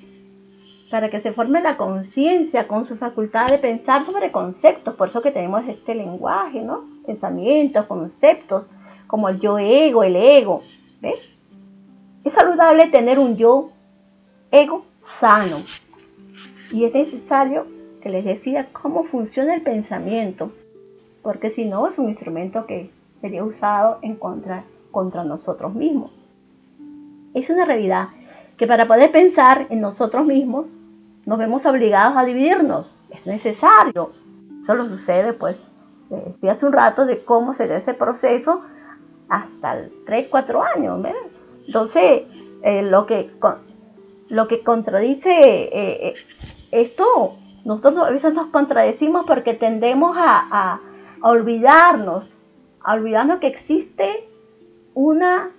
la conciencia con su facultad de pensar sobre conceptos. Por eso que tenemos este lenguaje, ¿no? Pensamientos, conceptos, como el yo ego, el ego. ¿Ves? Es saludable tener un yo ego sano. Y es necesario que les decía cómo funciona el pensamiento, porque si no es un instrumento que sería usado en contra nosotros mismos. Es una realidad que para poder pensar en nosotros mismos nos vemos obligados a dividirnos. Es necesario. Eso lo sucede, pues, decía hace un rato de cómo se da ese proceso hasta 3-4 años, ¿verdad? Entonces, lo que contradice esto, nosotros a veces nos contradecimos porque tendemos a olvidarnos que existe una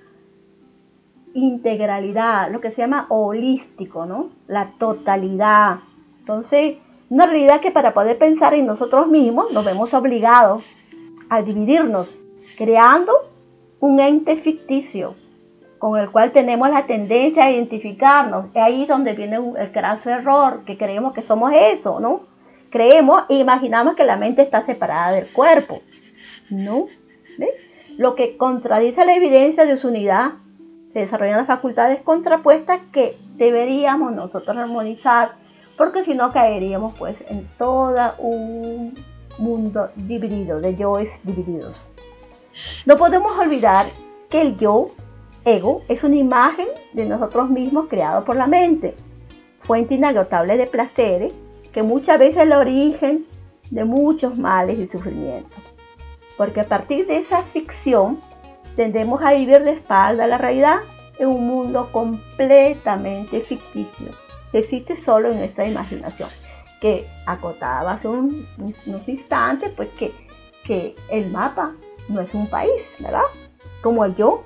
integralidad, lo que se llama holístico, ¿no? La totalidad. Entonces, una realidad que para poder pensar en nosotros mismos nos vemos obligados a dividirnos, creando un ente ficticio con el cual tenemos la tendencia a identificarnos. Es ahí donde viene el craso error, que creemos que somos eso, ¿no? Creemos e imaginamos que la mente está separada del cuerpo, ¿no? ¿Ves? Lo que contradice la evidencia de su unidad. Se desarrollan las facultades contrapuestas que deberíamos nosotros armonizar, porque si no caeríamos pues en todo un mundo dividido, de yoes divididos. No podemos olvidar que el yo, ego, es una imagen de nosotros mismos creado por la mente, fuente inagotable de placeres, que muchas veces es el origen de muchos males y sufrimientos. Porque a partir de esa ficción, tendemos a vivir de espalda a la realidad en un mundo completamente ficticio, que existe solo en nuestra imaginación, que acotaba hace unos instantes, pues que el mapa no es un país, ¿verdad? Como el yo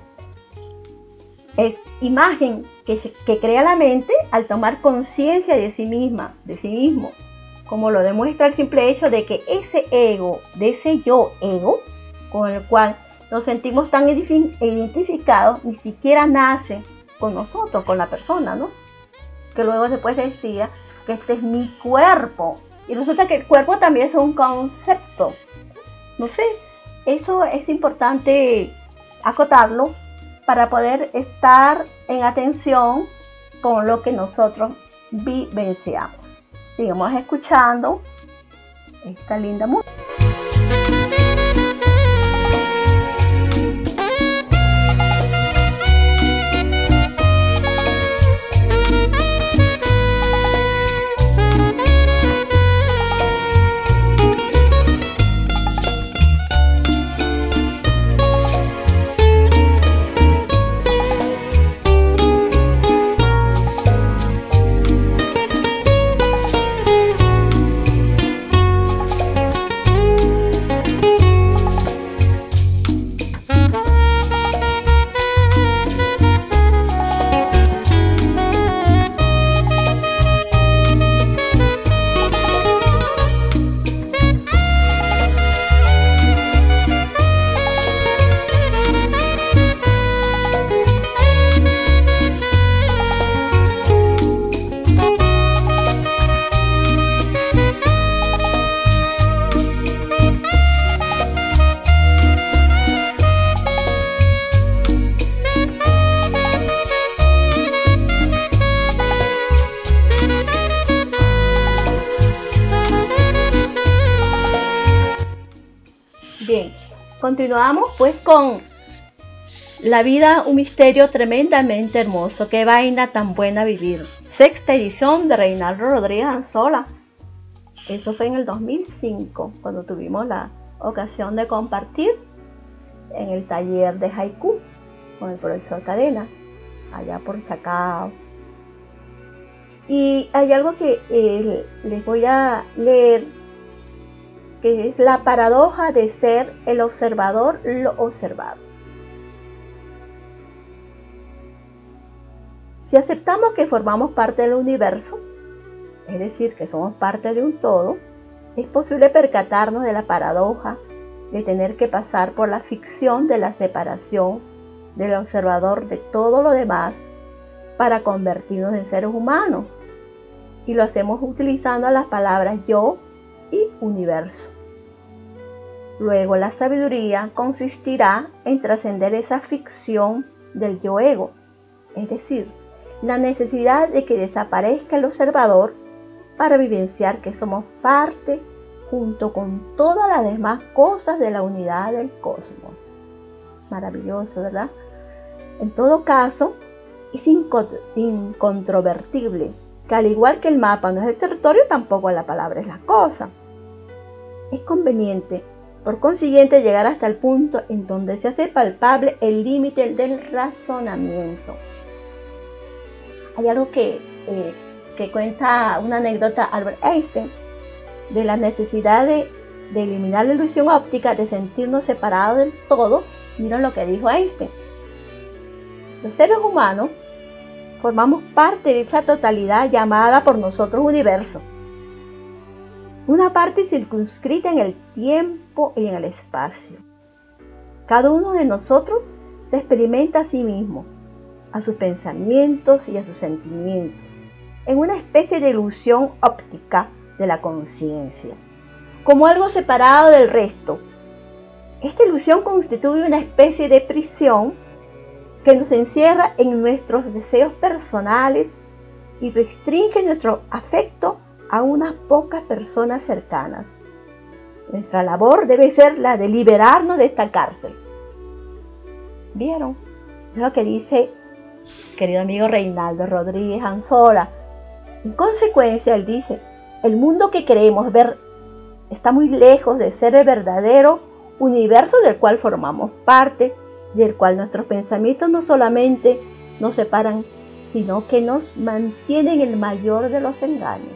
es imagen que crea la mente al tomar conciencia de sí misma, de sí mismo, como lo demuestra el simple hecho de que ese ego, de ese yo ego, con el cual nos sentimos tan identificados, ni siquiera nace con nosotros, con la persona, ¿no? Que luego después decía que este es mi cuerpo. Y resulta que el cuerpo también es un concepto. No sé, eso es importante acotarlo para poder estar en atención con lo que nosotros vivenciamos. Sigamos escuchando esta linda música. Continuamos pues con La vida, un misterio tremendamente hermoso. Qué vaina tan buena vivir. Sexta edición de Reinaldo Rodríguez Anzola. Eso fue en el 2005, cuando tuvimos la ocasión de compartir en el taller de haiku con el profesor Cadena, allá por Chacao. Y hay algo que les voy a leer, que es la paradoja de ser el observador lo observado. Si aceptamos que formamos parte del universo, es decir, que somos parte de un todo, es posible percatarnos de la paradoja de tener que pasar por la ficción de la separación del observador de todo lo demás para convertirnos en seres humanos. Y lo hacemos utilizando las palabras yo y universo. Luego la sabiduría consistirá en trascender esa ficción del yo-ego, es decir, la necesidad de que desaparezca el observador para vivenciar que somos parte junto con todas las demás cosas de la unidad del cosmos. Maravilloso, ¿verdad? En todo caso, es incontrovertible que al igual que el mapa no es el territorio, tampoco la palabra es la cosa. Es conveniente, por consiguiente, llegar hasta el punto en donde se hace palpable el límite del razonamiento. Hay algo que cuenta una anécdota Albert Einstein de la necesidad de eliminar la ilusión óptica de sentirnos separados del todo. Miren lo que dijo Einstein. Los seres humanos formamos parte de esa totalidad llamada por nosotros universo. Una parte circunscrita en el tiempo y en el espacio. Cada uno de nosotros se experimenta a sí mismo, a sus pensamientos y a sus sentimientos, en una especie de ilusión óptica de la conciencia, como algo separado del resto. Esta ilusión constituye una especie de prisión que nos encierra en nuestros deseos personales y restringe nuestro afecto a unas pocas personas cercanas. Nuestra labor debe ser la de liberarnos de esta cárcel. ¿Vieron? Es lo que dice querido amigo Reinaldo Rodríguez Anzola. En consecuencia, él dice, el mundo que queremos ver está muy lejos de ser el verdadero universo del cual formamos parte, del cual nuestros pensamientos no solamente nos separan, sino que nos mantienen el mayor de los engaños.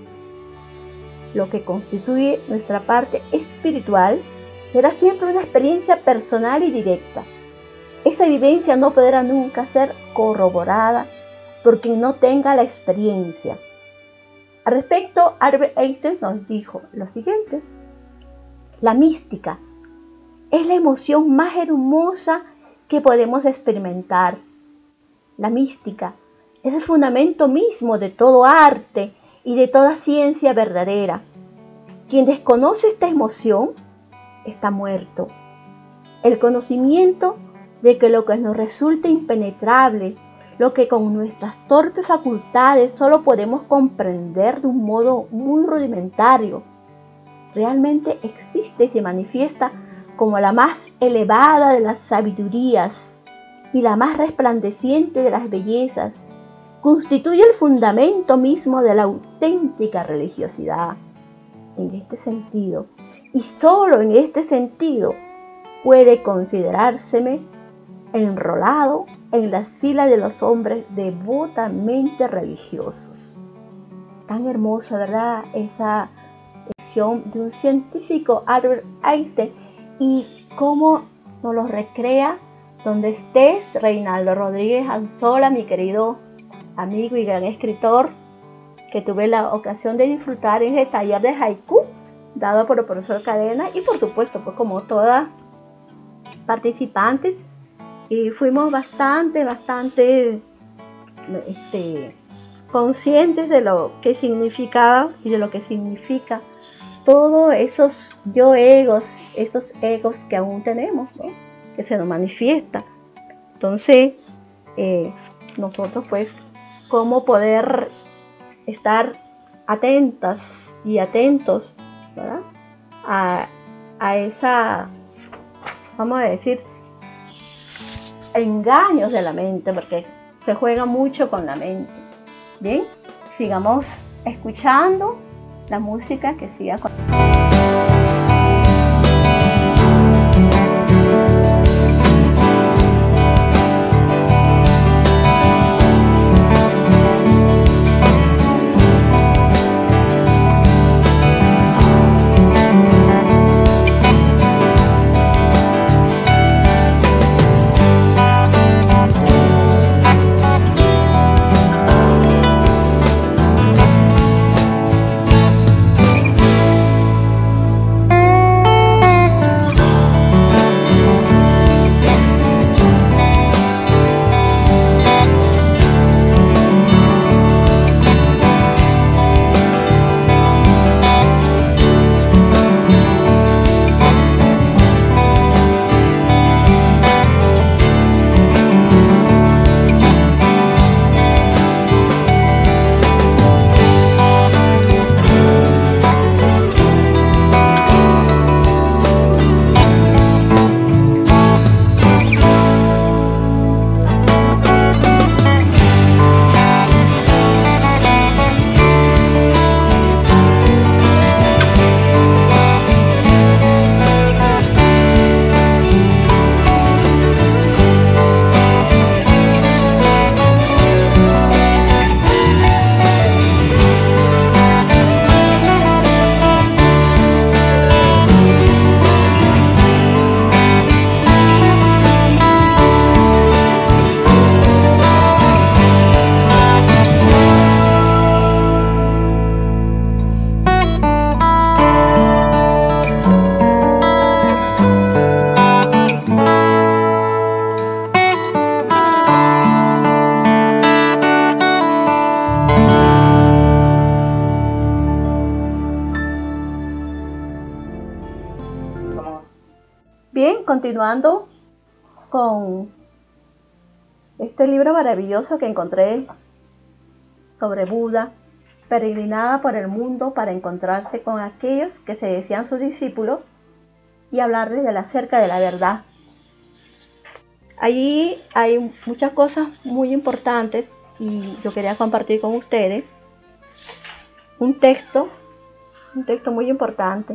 Lo que constituye nuestra parte espiritual será siempre una experiencia personal y directa. Esa vivencia no podrá nunca ser corroborada por quien no tenga la experiencia. Al respecto, Albert Einstein nos dijo lo siguiente: la mística es la emoción más hermosa que podemos experimentar. La mística es el fundamento mismo de todo arte y de toda ciencia verdadera. Quien desconoce esta emoción está muerto. El conocimiento de que lo que nos resulta impenetrable, lo que con nuestras torpes facultades solo podemos comprender de un modo muy rudimentario, realmente existe y se manifiesta como la más elevada de las sabidurías y la más resplandeciente de las bellezas, constituye el fundamento mismo de la auténtica religiosidad. En este sentido, y solo en este sentido, puede considerárseme enrolado en la fila de los hombres devotamente religiosos. Tan hermosa, ¿verdad? Esa expresión de un científico, Albert Einstein, y cómo nos lo recrea donde estés, Reinaldo Rodríguez Anzola, mi querido amigo y gran escritor, que tuve la ocasión de disfrutar en el taller de haiku dado por el profesor Cadena, y por supuesto, pues como todas participantes, y fuimos bastante conscientes de lo que significaba y de lo que significa todos esos yo-egos, esos egos que aún tenemos, ¿no? Que se nos manifiesta. Entonces, nosotros pues, cómo poder estar atentas y atentos, ¿verdad? a vamos a decir, engaños de la mente, porque se juega mucho con la mente. Bien, sigamos escuchando la música que siga con... Bien, continuando con este libro maravilloso que encontré sobre Buda, peregrinaba por el mundo para encontrarse con aquellos que se decían sus discípulos y hablarles acerca de la verdad. Allí hay muchas cosas muy importantes y yo quería compartir con ustedes un texto muy importante.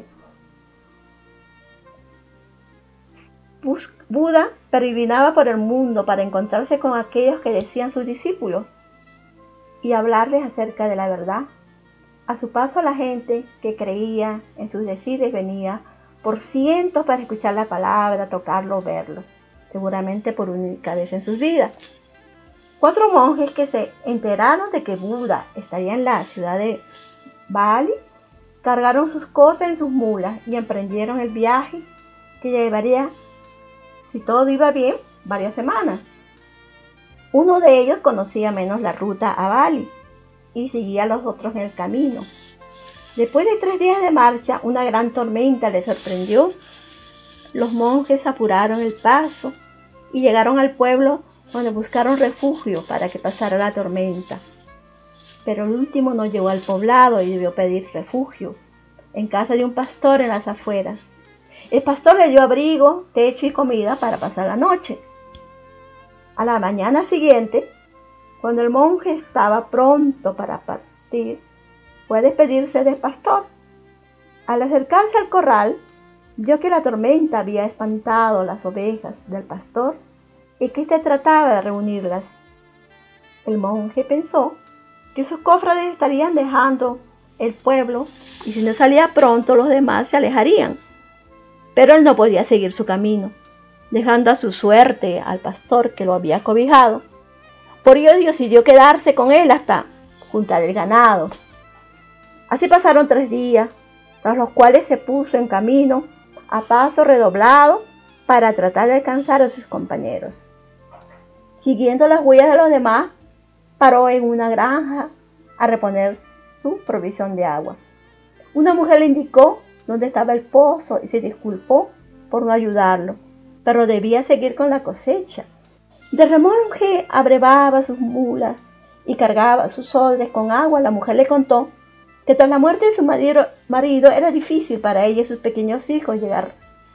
Buda peregrinaba por el mundo para encontrarse con aquellos que decían sus discípulos y hablarles acerca de la verdad. A su paso, la gente que creía en sus decides venía por cientos para escuchar la palabra, tocarlo, verlo, seguramente por única vez en sus vidas. 4 monjes que se enteraron de que Buda estaría en la ciudad de Bali, cargaron sus cosas en sus mulas y emprendieron el viaje que llevaría, si todo iba bien, varias semanas. Uno de ellos conocía menos la ruta a Bali y seguía a los otros en el camino. Después de 3 días de marcha, una gran tormenta les sorprendió. Los monjes apuraron el paso y llegaron al pueblo donde buscaron refugio para que pasara la tormenta. Pero el último no llegó al poblado y debió pedir refugio en casa de un pastor en las afueras. El pastor le dio abrigo, techo y comida para pasar la noche. A la mañana siguiente, cuando el monje estaba pronto para partir, fue a despedirse del pastor. Al acercarse al corral, vio que la tormenta había espantado las ovejas del pastor y que éste trataba de reunirlas. El monje pensó que sus cofrades estarían dejando el pueblo y si no salía pronto los demás se alejarían. Pero él no podía seguir su camino, dejando a su suerte al pastor que lo había cobijado. Por ello decidió quedarse con él hasta juntar el ganado. Así pasaron 3 días, tras los cuales se puso en camino a paso redoblado para tratar de alcanzar a sus compañeros. Siguiendo las huellas de los demás, paró en una granja a reponer su provisión de agua. Una mujer le indicó dónde estaba el pozo y se disculpó por no ayudarlo, pero debía seguir con la cosecha. De remolque abrevaba sus mulas y cargaba sus odres con agua. La mujer le contó que tras la muerte de su marido era difícil para ella y sus pequeños hijos llegar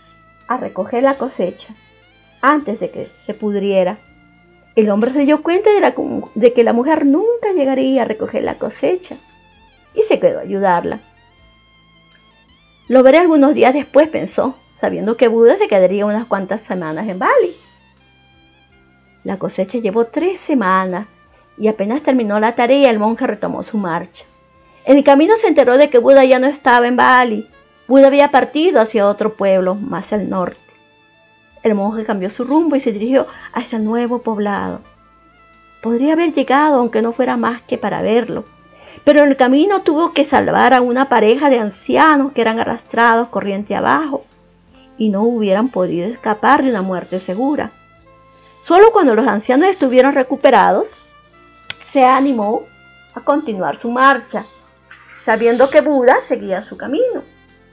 a recoger la cosecha antes de que se pudriera. El hombre se dio cuenta de que la mujer nunca llegaría a recoger la cosecha y se quedó a ayudarla. Lo veré algunos días después, pensó, sabiendo que Buda se quedaría unas cuantas semanas en Bali. La cosecha llevó 3 semanas y apenas terminó la tarea, el monje retomó su marcha. En el camino se enteró de que Buda ya no estaba en Bali. Buda había partido hacia otro pueblo más al norte. El monje cambió su rumbo y se dirigió hacia el nuevo poblado. Podría haber llegado, aunque no fuera más que para verlo, pero en el camino tuvo que salvar a una pareja de ancianos que eran arrastrados corriente abajo y no hubieran podido escapar de una muerte segura. Solo cuando los ancianos estuvieron recuperados, se animó a continuar su marcha, sabiendo que Buda seguía su camino.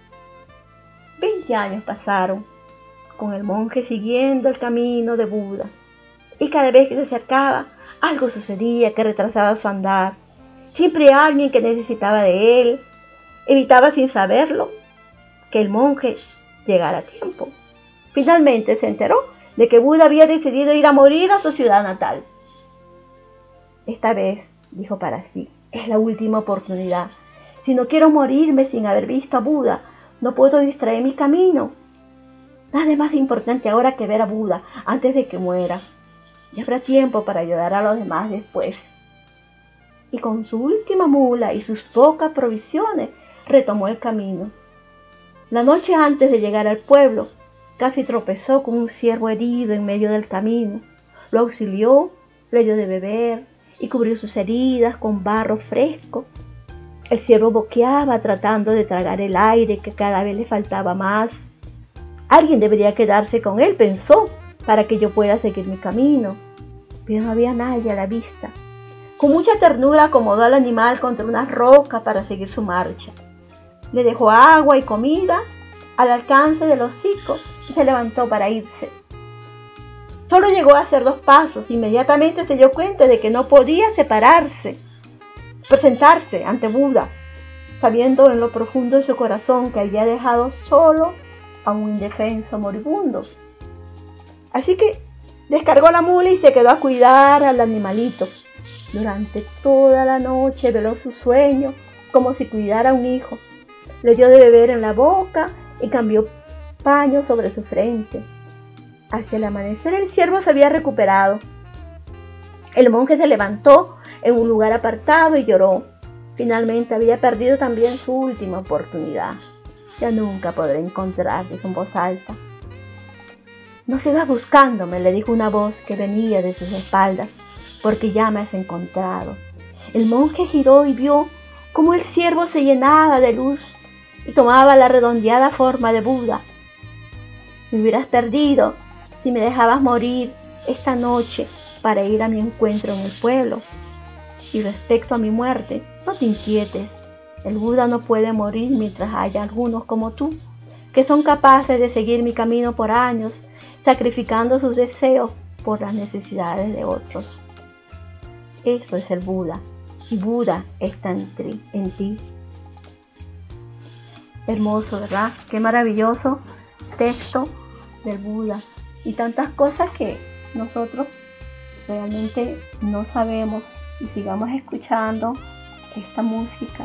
20 años pasaron, con el monje siguiendo el camino de Buda, y cada vez que se acercaba, algo sucedía que retrasaba su andar. Siempre alguien que necesitaba de él, evitaba sin saberlo que el monje llegara a tiempo. Finalmente se enteró de que Buda había decidido ir a morir a su ciudad natal. Esta vez, dijo para sí, es la última oportunidad. Si no quiero morirme sin haber visto a Buda, no puedo distraer mi camino. Nada más importante ahora que ver a Buda antes de que muera. Y habrá tiempo para ayudar a los demás después. Y con su última mula y sus pocas provisiones, retomó el camino. La noche antes de llegar al pueblo, casi tropezó con un ciervo herido en medio del camino. Lo auxilió, le dio de beber y cubrió sus heridas con barro fresco. El ciervo boqueaba tratando de tragar el aire que cada vez le faltaba más. Alguien debería quedarse con él, pensó, para que yo pueda seguir mi camino. Pero no había nadie a la vista. Con mucha ternura acomodó al animal contra una roca para seguir su marcha. Le dejó agua y comida al alcance del hocico y se levantó para irse. Solo llegó a hacer 2 pasos. Inmediatamente se dio cuenta de que no podía presentarse ante Buda, sabiendo en lo profundo de su corazón que había dejado solo a un indefenso moribundo. Así que descargó la mula y se quedó a cuidar al animalito. Durante toda la noche veló su sueño como si cuidara a un hijo. Le dio de beber en la boca y cambió paño sobre su frente. Hacia el amanecer el ciervo se había recuperado. El monje se levantó en un lugar apartado y lloró. Finalmente había perdido también su última oportunidad. Ya nunca podré encontrar, dijo en voz alta. No sigas buscándome, le dijo una voz que venía de sus espaldas, porque ya me has encontrado. El monje giró y vio cómo el ciervo se llenaba de luz y tomaba la redondeada forma de Buda. Me hubieras perdido si me dejabas morir esta noche para ir a mi encuentro en el pueblo. Y respecto a mi muerte, no te inquietes. El Buda no puede morir mientras haya algunos como tú, que son capaces de seguir mi camino por años, sacrificando sus deseos por las necesidades de otros. Eso es el Buda, y Buda está en ti. Hermoso, ¿verdad? Qué maravilloso texto del Buda. Y tantas cosas que nosotros realmente no sabemos. Y sigamos escuchando esta música.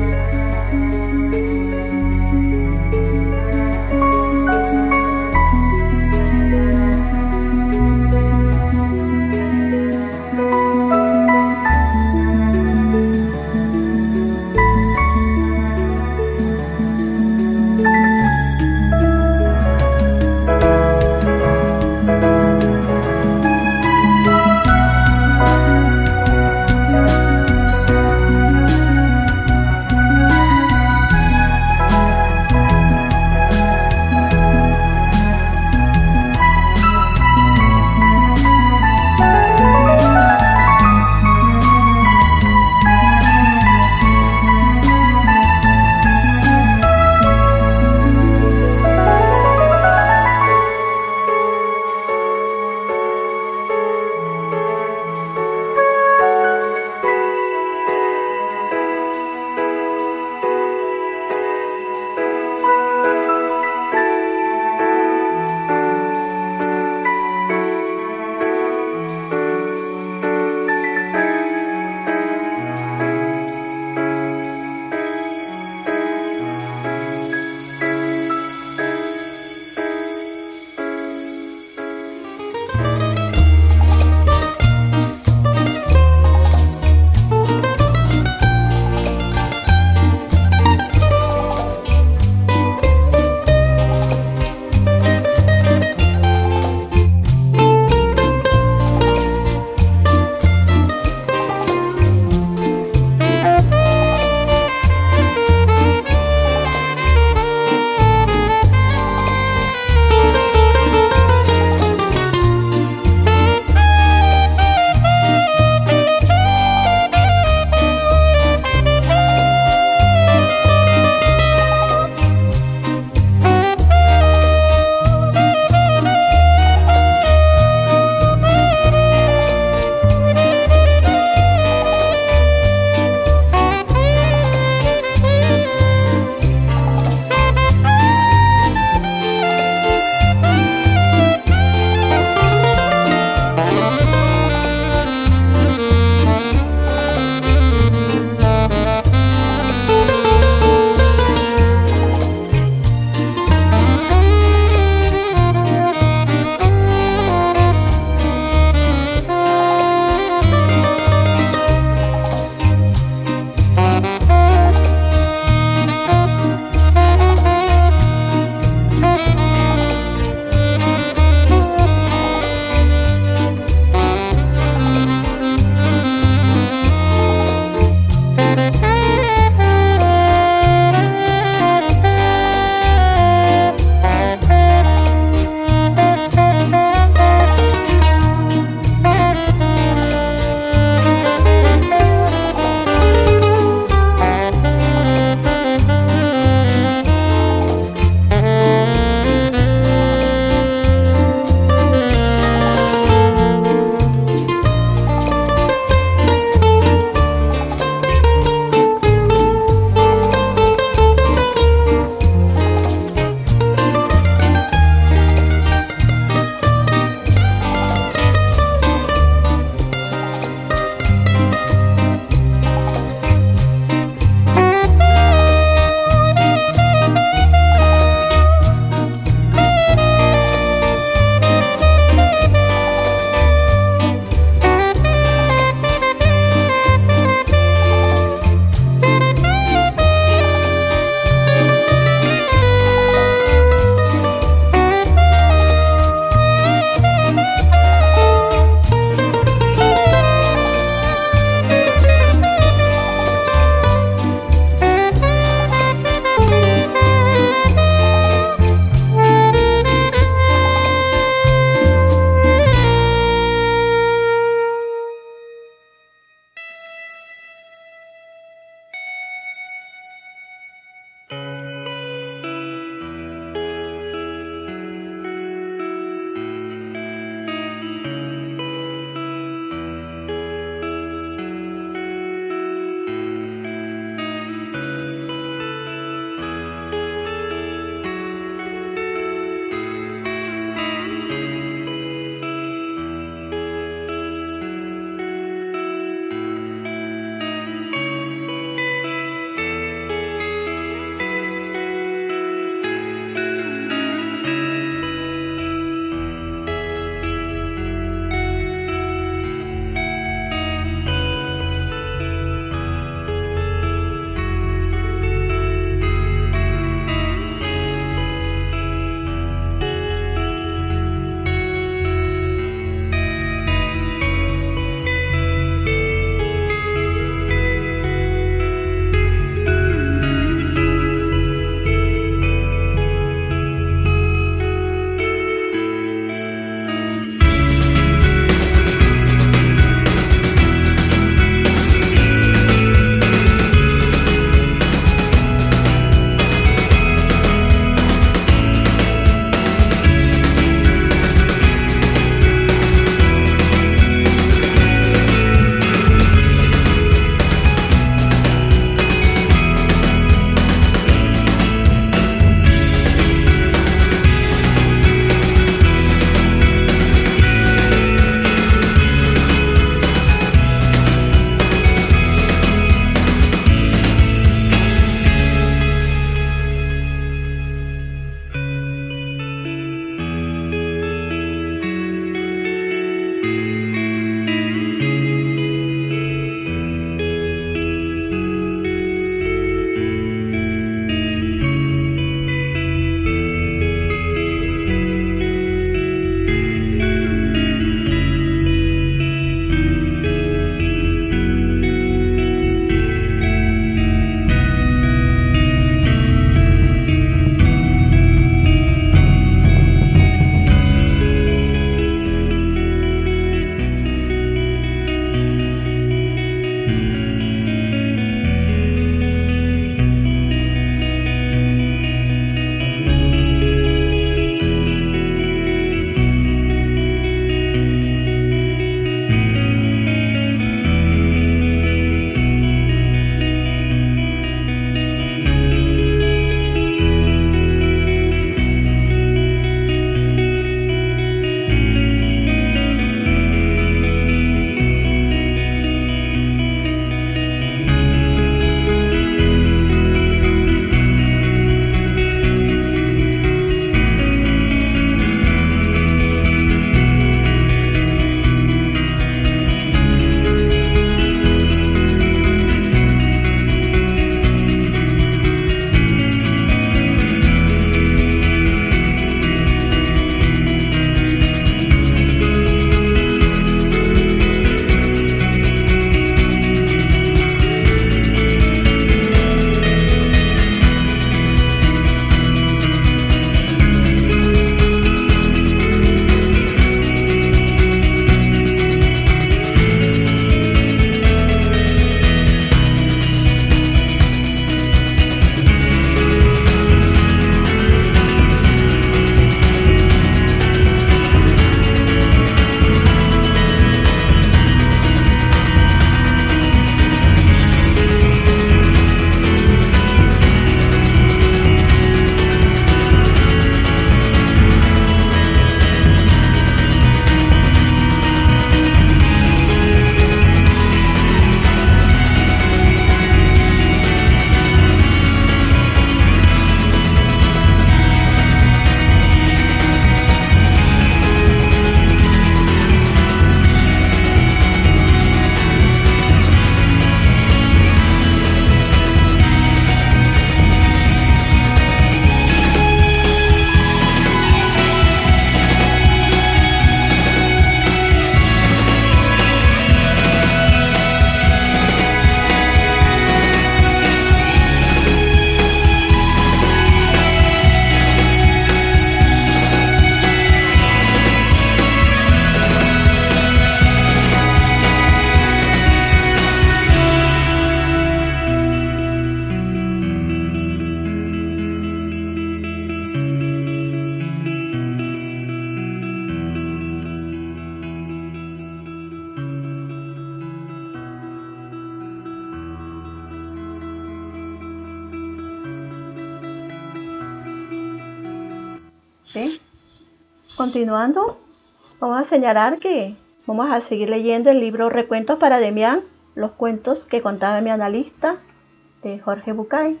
¿sí? Continuando, vamos a señalar que vamos a seguir leyendo el libro Recuentos para Demián, los cuentos que contaba mi analista, de Jorge Bucay.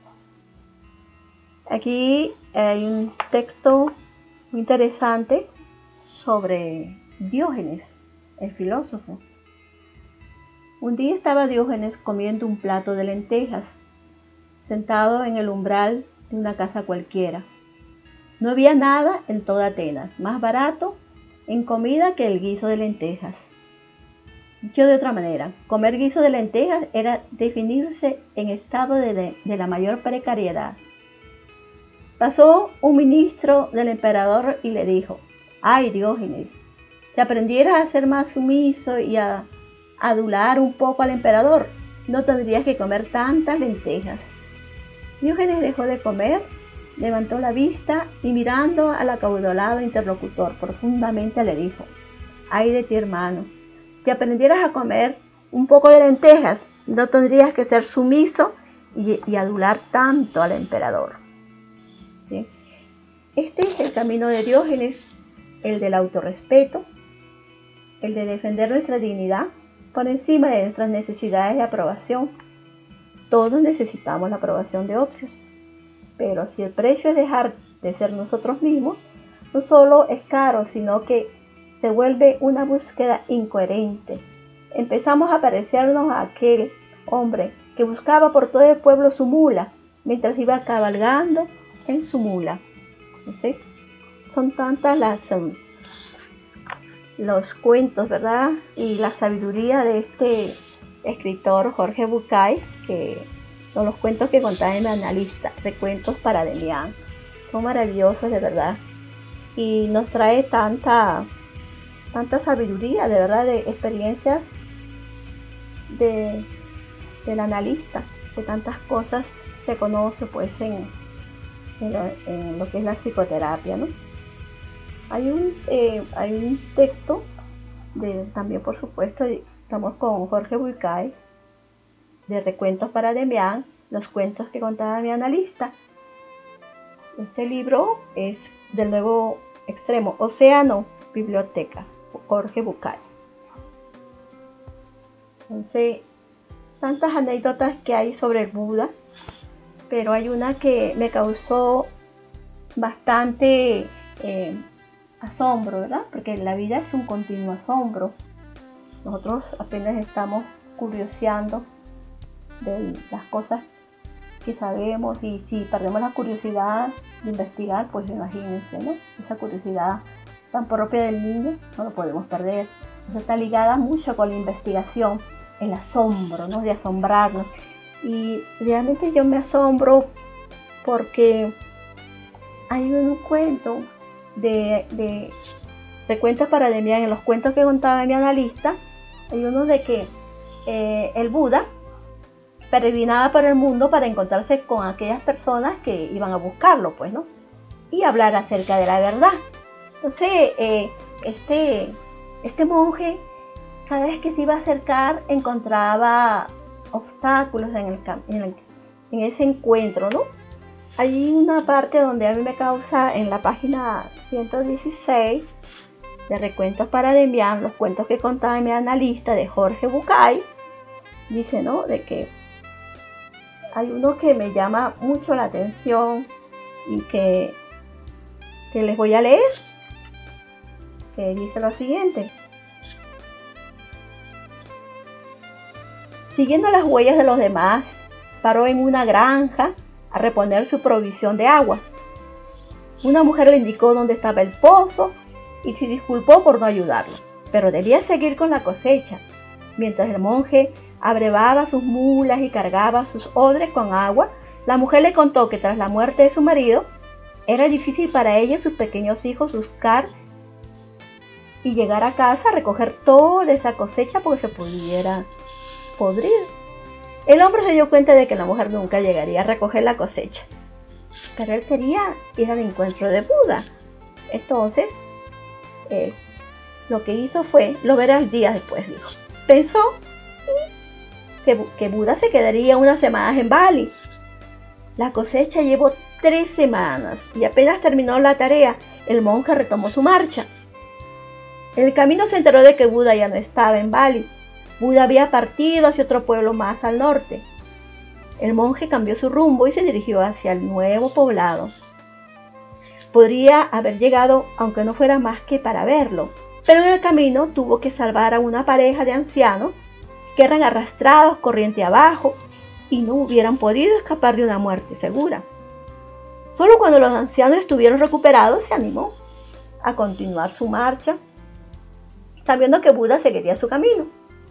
Aquí hay un texto muy interesante sobre Diógenes, el filósofo. Un día estaba Diógenes comiendo un plato de lentejas, sentado en el umbral de una casa cualquiera. No había nada en toda Atenas más barato en comida que el guiso de lentejas. Dicho de otra manera, comer guiso de lentejas era definirse en estado de la mayor precariedad. Pasó un ministro del emperador y le dijo: «Ay, Diógenes, si aprendieras a ser más sumiso y a adular un poco al emperador, no tendrías que comer tantas lentejas». Diógenes dejó de comer, levantó la vista y mirando al acaudalado interlocutor profundamente le dijo: «Ay de ti, hermano, si aprendieras a comer un poco de lentejas, no tendrías que ser sumiso y adular tanto al emperador». ¿Sí? Este es el camino de Diógenes, el del autorrespeto, el de defender nuestra dignidad por encima de nuestras necesidades de aprobación. Todos necesitamos la aprobación de otros, pero si el precio es dejar de ser nosotros mismos, no solo es caro, sino que se vuelve una búsqueda incoherente. Empezamos a parecernos a aquel hombre que buscaba por todo el pueblo su mula, mientras iba cabalgando en su mula. ¿Sí? Son tantas los cuentos, ¿verdad? Y la sabiduría de este escritor Jorge Bucay, que son los cuentos que contaba mi analista, Recuentos para Demián. Son maravillosos, de verdad. Y nos trae tanta sabiduría, de verdad, de experiencias del analista, de tantas cosas se conoce pues en lo que es la psicoterapia, ¿no? Hay un texto también, por supuesto, estamos con Jorge Bucay, de Recuentos para Demián, los cuentos que contaba mi analista. Este libro es del Nuevo Extremo, Océano Biblioteca, Jorge Bucay. Entonces, tantas anécdotas que hay sobre el Buda, pero hay una que me causó bastante asombro, ¿verdad? Porque la vida es un continuo asombro. Nosotros apenas estamos curioseando de las cosas que sabemos, y si perdemos la curiosidad de investigar, pues imagínense, ¿no? Esa curiosidad tan propia del niño no lo podemos perder. Eso está ligada mucho con la investigación, el asombro, ¿no? De asombrarnos. Y realmente yo me asombro porque hay un cuento de Recuentos para Demián. En los cuentos que contaba mi analista, hay uno de que el Buda peregrinaba por el mundo para encontrarse con aquellas personas que iban a buscarlo, pues, ¿no? Y hablar acerca de la verdad. Entonces, este monje, cada vez que se iba a acercar, encontraba obstáculos en ese encuentro, ¿no? Hay una parte donde a mí me causa, en la página 116 de Recuentos para Demián, los cuentos que contaba mi analista, de Jorge Bucay, dice, ¿no? De que hay uno que me llama mucho la atención y que les voy a leer, que dice lo siguiente: siguiendo las huellas de los demás, paró en una granja a reponer su provisión de agua. Una mujer le indicó dónde estaba el pozo y se disculpó por no ayudarlo, pero debía seguir con la cosecha. Mientras el monje abrevaba sus mulas y cargaba sus odres con agua, la mujer le contó que tras la muerte de su marido, era difícil para ella y sus pequeños hijos buscar y llegar a casa a recoger toda esa cosecha porque se pudiera podrir. El hombre se dio cuenta de que la mujer nunca llegaría a recoger la cosecha, pero él quería ir al encuentro de Buda. Entonces, lo que hizo fue, lo verás días después, dijo. Pensó que Buda se quedaría unas semanas en Bali. La cosecha llevó 3 semanas y apenas terminó la tarea, el monje retomó su marcha. En el camino se enteró de que Buda ya no estaba en Bali. Buda había partido hacia otro pueblo más al norte. El monje cambió su rumbo y se dirigió hacia el nuevo poblado. Podría haber llegado aunque no fuera más que para verlo, pero en el camino tuvo que salvar a una pareja de ancianos que eran arrastrados corriente abajo y no hubieran podido escapar de una muerte segura. Solo cuando los ancianos estuvieron recuperados se animó a continuar su marcha, sabiendo que Buda seguiría su camino.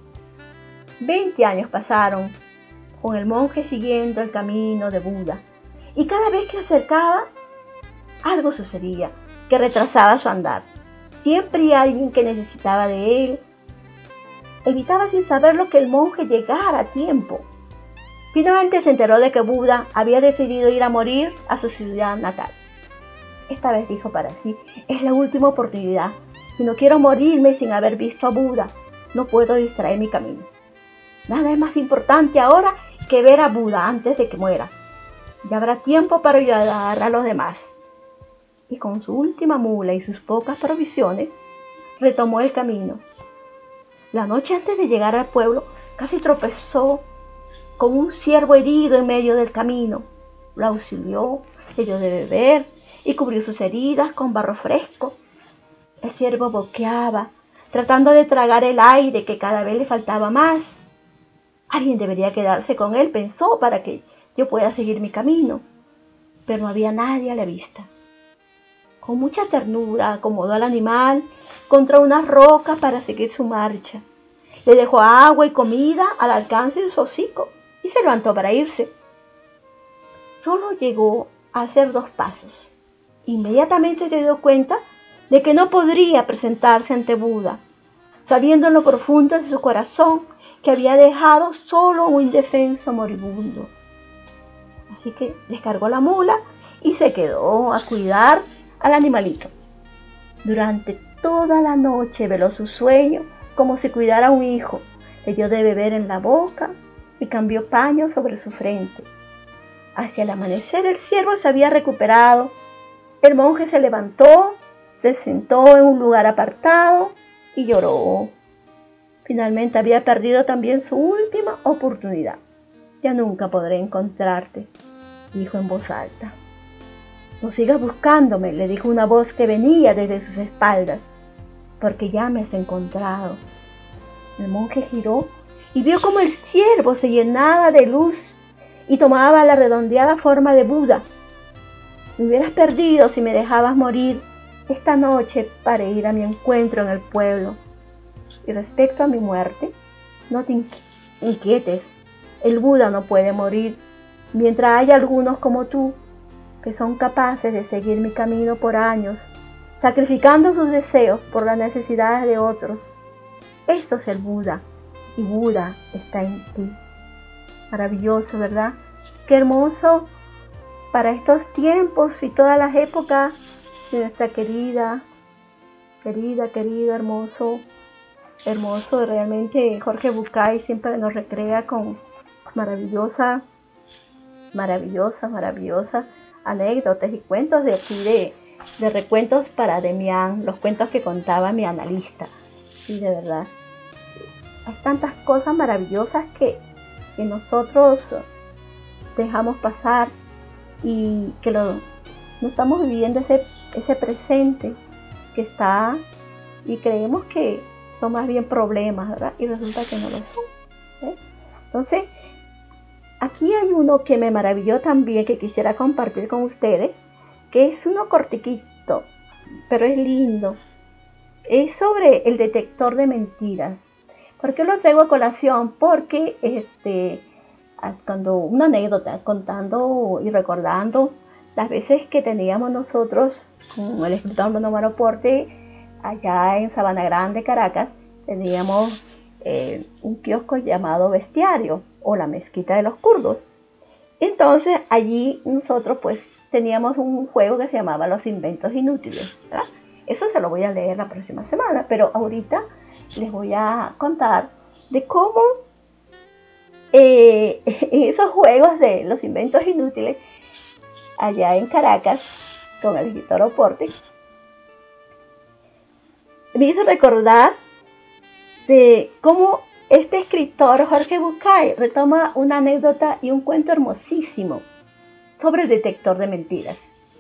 20 años pasaron con el monje siguiendo el camino de Buda, y cada vez que se acercaba, algo sucedía que retrasaba su andar. Siempre alguien que necesitaba de él. Evitaba sin saberlo que el monje llegara a tiempo. Finalmente se enteró de que Buda había decidido ir a morir a su ciudad natal. Esta vez dijo para sí: es la última oportunidad. Si no quiero morirme sin haber visto a Buda, no puedo distraer mi camino. Nada es más importante ahora que ver a Buda antes de que muera. Ya habrá tiempo para ayudar a los demás. Y con su última mula y sus pocas provisiones, retomó el camino. La noche antes de llegar al pueblo, casi tropezó con un ciervo herido en medio del camino. Lo auxilió, le dio de beber y cubrió sus heridas con barro fresco. El ciervo boqueaba, tratando de tragar el aire que cada vez le faltaba más. Alguien debería quedarse con él, pensó, para que yo pueda seguir mi camino. Pero no había nadie a la vista. Con mucha ternura acomodó al animal contra unas rocas para seguir su marcha. Le dejó agua y comida al alcance de su hocico y se levantó para irse. Solo llegó a hacer 2 pasos. Inmediatamente se dio cuenta de que no podría presentarse ante Buda, sabiendo en lo profundo de su corazón que había dejado solo un indefenso moribundo. Así que descargó la mula y se quedó a cuidar al animalito. Durante toda la noche veló su sueño como si cuidara a un hijo. Le dio de beber en la boca y cambió paños sobre su frente. Hacia el amanecer el ciervo se había recuperado. El monje se levantó, se sentó en un lugar apartado y lloró. Finalmente había perdido también su última oportunidad. Ya nunca podré encontrarte, dijo en voz alta. No sigas buscándome, le dijo una voz que venía desde sus espaldas, porque ya me has encontrado. El monje giró y vio cómo el ciervo se llenaba de luz y tomaba la redondeada forma de Buda. Me hubieras perdido si me dejabas morir esta noche para ir a mi encuentro en el pueblo. Y respecto a mi muerte, no te inquietes. El Buda no puede morir mientras haya algunos como tú que son capaces de seguir mi camino por años, sacrificando sus deseos por las necesidades de otros. Eso es el Buda, y Buda está en ti. Maravilloso, ¿verdad? Qué hermoso para estos tiempos y todas las épocas de nuestra querido, hermoso, realmente Jorge Bucay siempre nos recrea con maravillosas anécdotas y cuentos de aquí de recuentos para Demián, los cuentos que contaba mi analista. Y de verdad, hay tantas cosas maravillosas que nosotros dejamos pasar y que no estamos viviendo ese presente que está y creemos que son más bien problemas, ¿verdad? Y resulta que no lo son, ¿eh? Entonces, aquí hay uno que me maravilló también, que quisiera compartir con ustedes, que es uno cortiquito, pero es lindo. Es sobre el detector de mentiras. ¿Por qué lo traigo a colación? Porque cuando una anécdota, contando y recordando las veces que teníamos nosotros con el escritor Manuel Porte allá en Sabana Grande, Caracas, teníamos un kiosco llamado Bestiario o la Mezquita de los Kurdos. Entonces allí nosotros pues teníamos un juego que se llamaba Los Inventos Inútiles, ¿verdad? Eso se lo voy a leer la próxima semana, pero ahorita les voy a contar de cómo en esos juegos de Los Inventos Inútiles allá en Caracas con el escritor Oporte, me hizo recordar de cómo este escritor, Jorge Bucay, retoma una anécdota y un cuento hermosísimo sobre el detector de mentiras.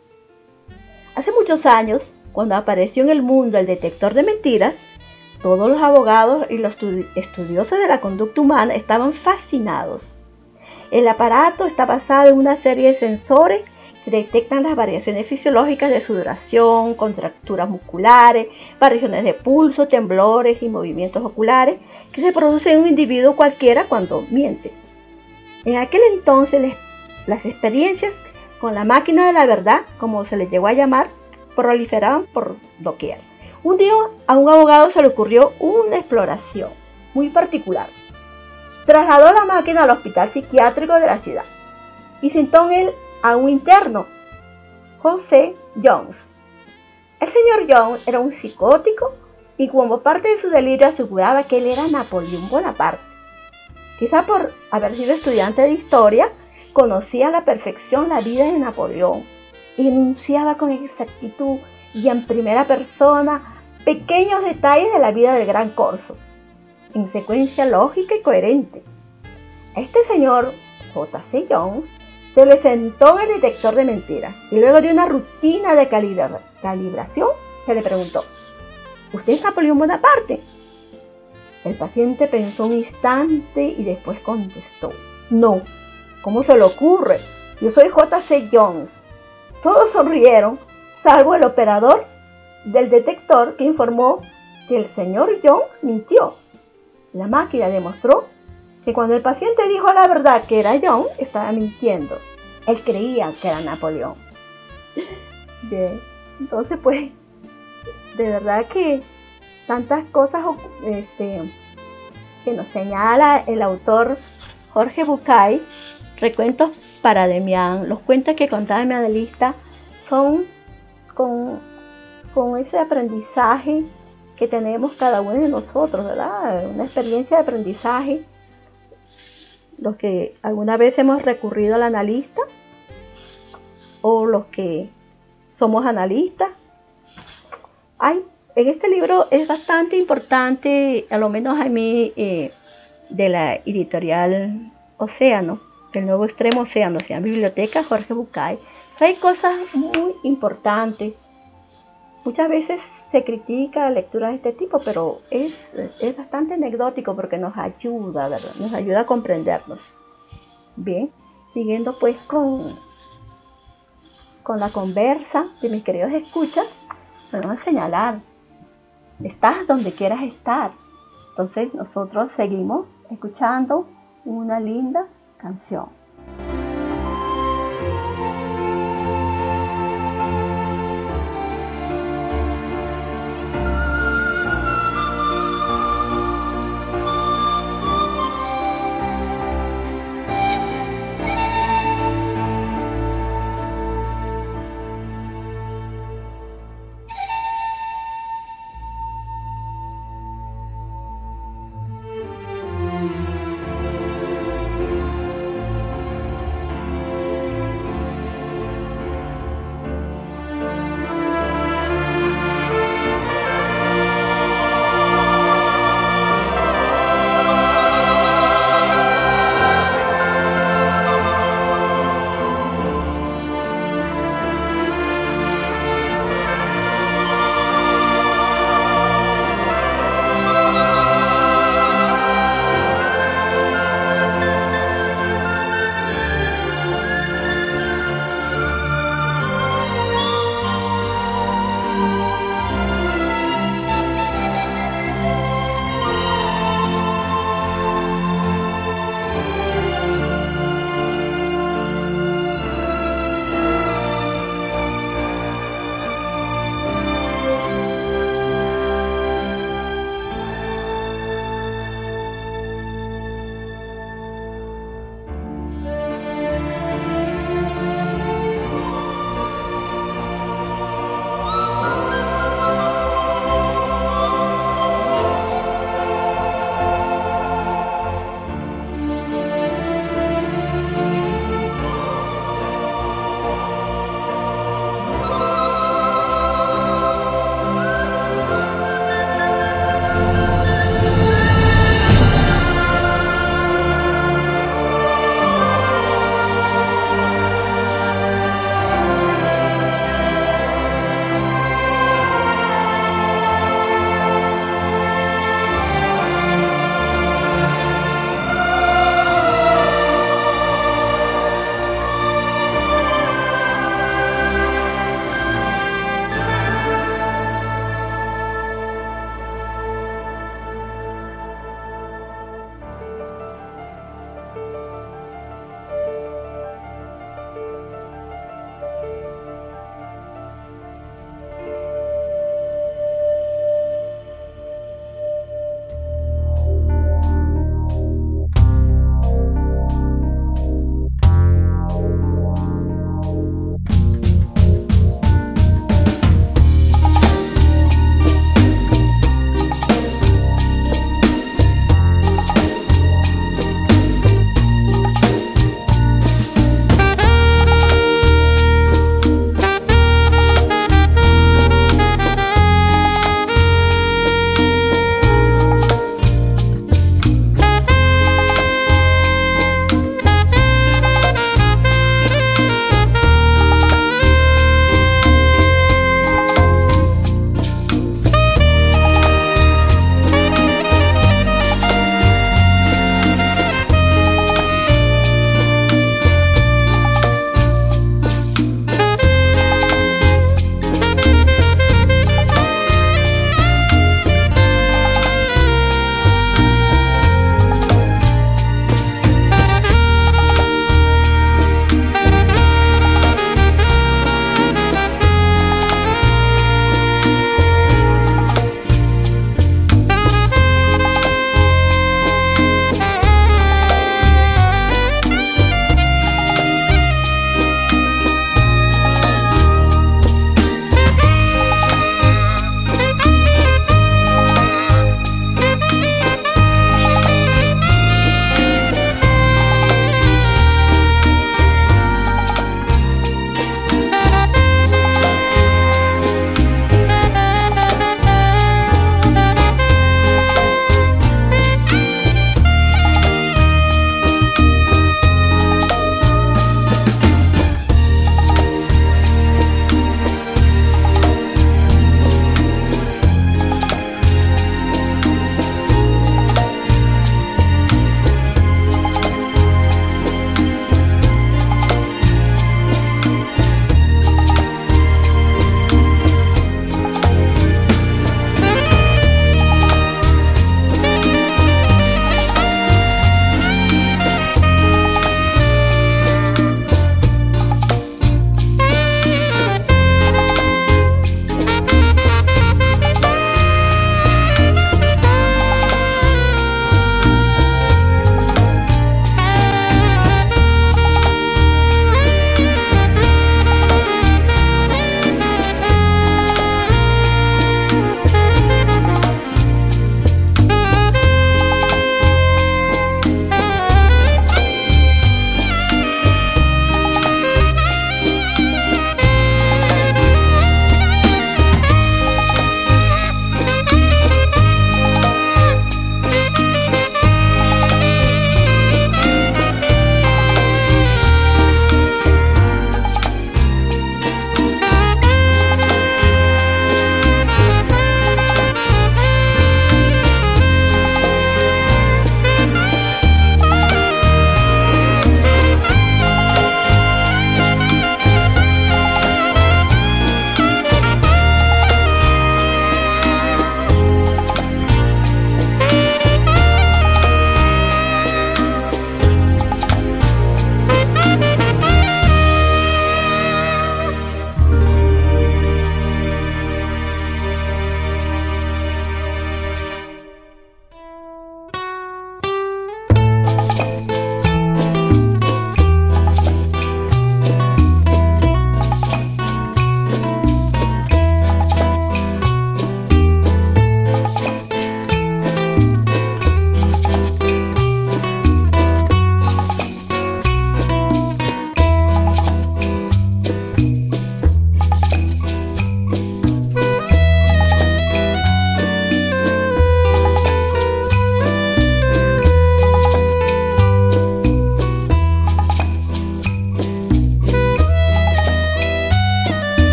Hace muchos años, cuando apareció en el mundo el detector de mentiras, todos los abogados y los estudiosos de la conducta humana estaban fascinados. El aparato está basado en una serie de sensores que detectan las variaciones fisiológicas de sudoración, contracturas musculares, variaciones de pulso, temblores y movimientos oculares que se producen en un individuo cualquiera cuando miente. En aquel entonces, las experiencias con la máquina de la verdad, como se le llegó a llamar, proliferaban por doquier. Un día a un abogado se le ocurrió una exploración muy particular. Trasladó la máquina al hospital psiquiátrico de la ciudad y sentó en él a un interno, José Jones. El señor Jones era un psicótico y como parte de su delirio aseguraba que él era Napoleón Bonaparte. Quizá por haber sido estudiante de historia, conocía a la perfección la vida de Napoleón y enunciaba con exactitud y en primera persona pequeños detalles de la vida del gran Corso, en secuencia lógica y coherente. A este señor, J.C. Jones, se le sentó en el detector de mentiras y luego de una rutina de calibración se le preguntó: ¿usted es Napoleón Bonaparte? El paciente pensó un instante y después contestó: no, ¿cómo se le ocurre? Yo soy J.C. Jones. Todos sonrieron, salvo el operador del detector, que informó que el señor Jones mintió. La máquina demostró que cuando el paciente dijo la verdad que era Jones, estaba mintiendo. Él creía que era Napoleón. Bien, entonces pues, de verdad que tantas cosas que nos señala el autor Jorge Bucay. Recuentos para Demián. Los cuentos que contaba mi analista son con ese aprendizaje que tenemos cada uno de nosotros, ¿verdad? Una experiencia de aprendizaje. Los que alguna vez hemos recurrido al analista o los que somos analistas. En este libro es bastante importante, a lo menos a mí, de la editorial Océano, el nuevo extremo Océano, se llama Biblioteca Jorge Bucay. Trae cosas muy importantes. Muchas veces se critica lecturas de este tipo, pero es bastante anecdótico porque nos ayuda, ¿verdad? Nos ayuda a comprendernos. Bien, siguiendo pues con la conversa de mis queridos escuchas, vamos a señalar: estás donde quieras estar. Entonces nosotros seguimos escuchando una linda canción.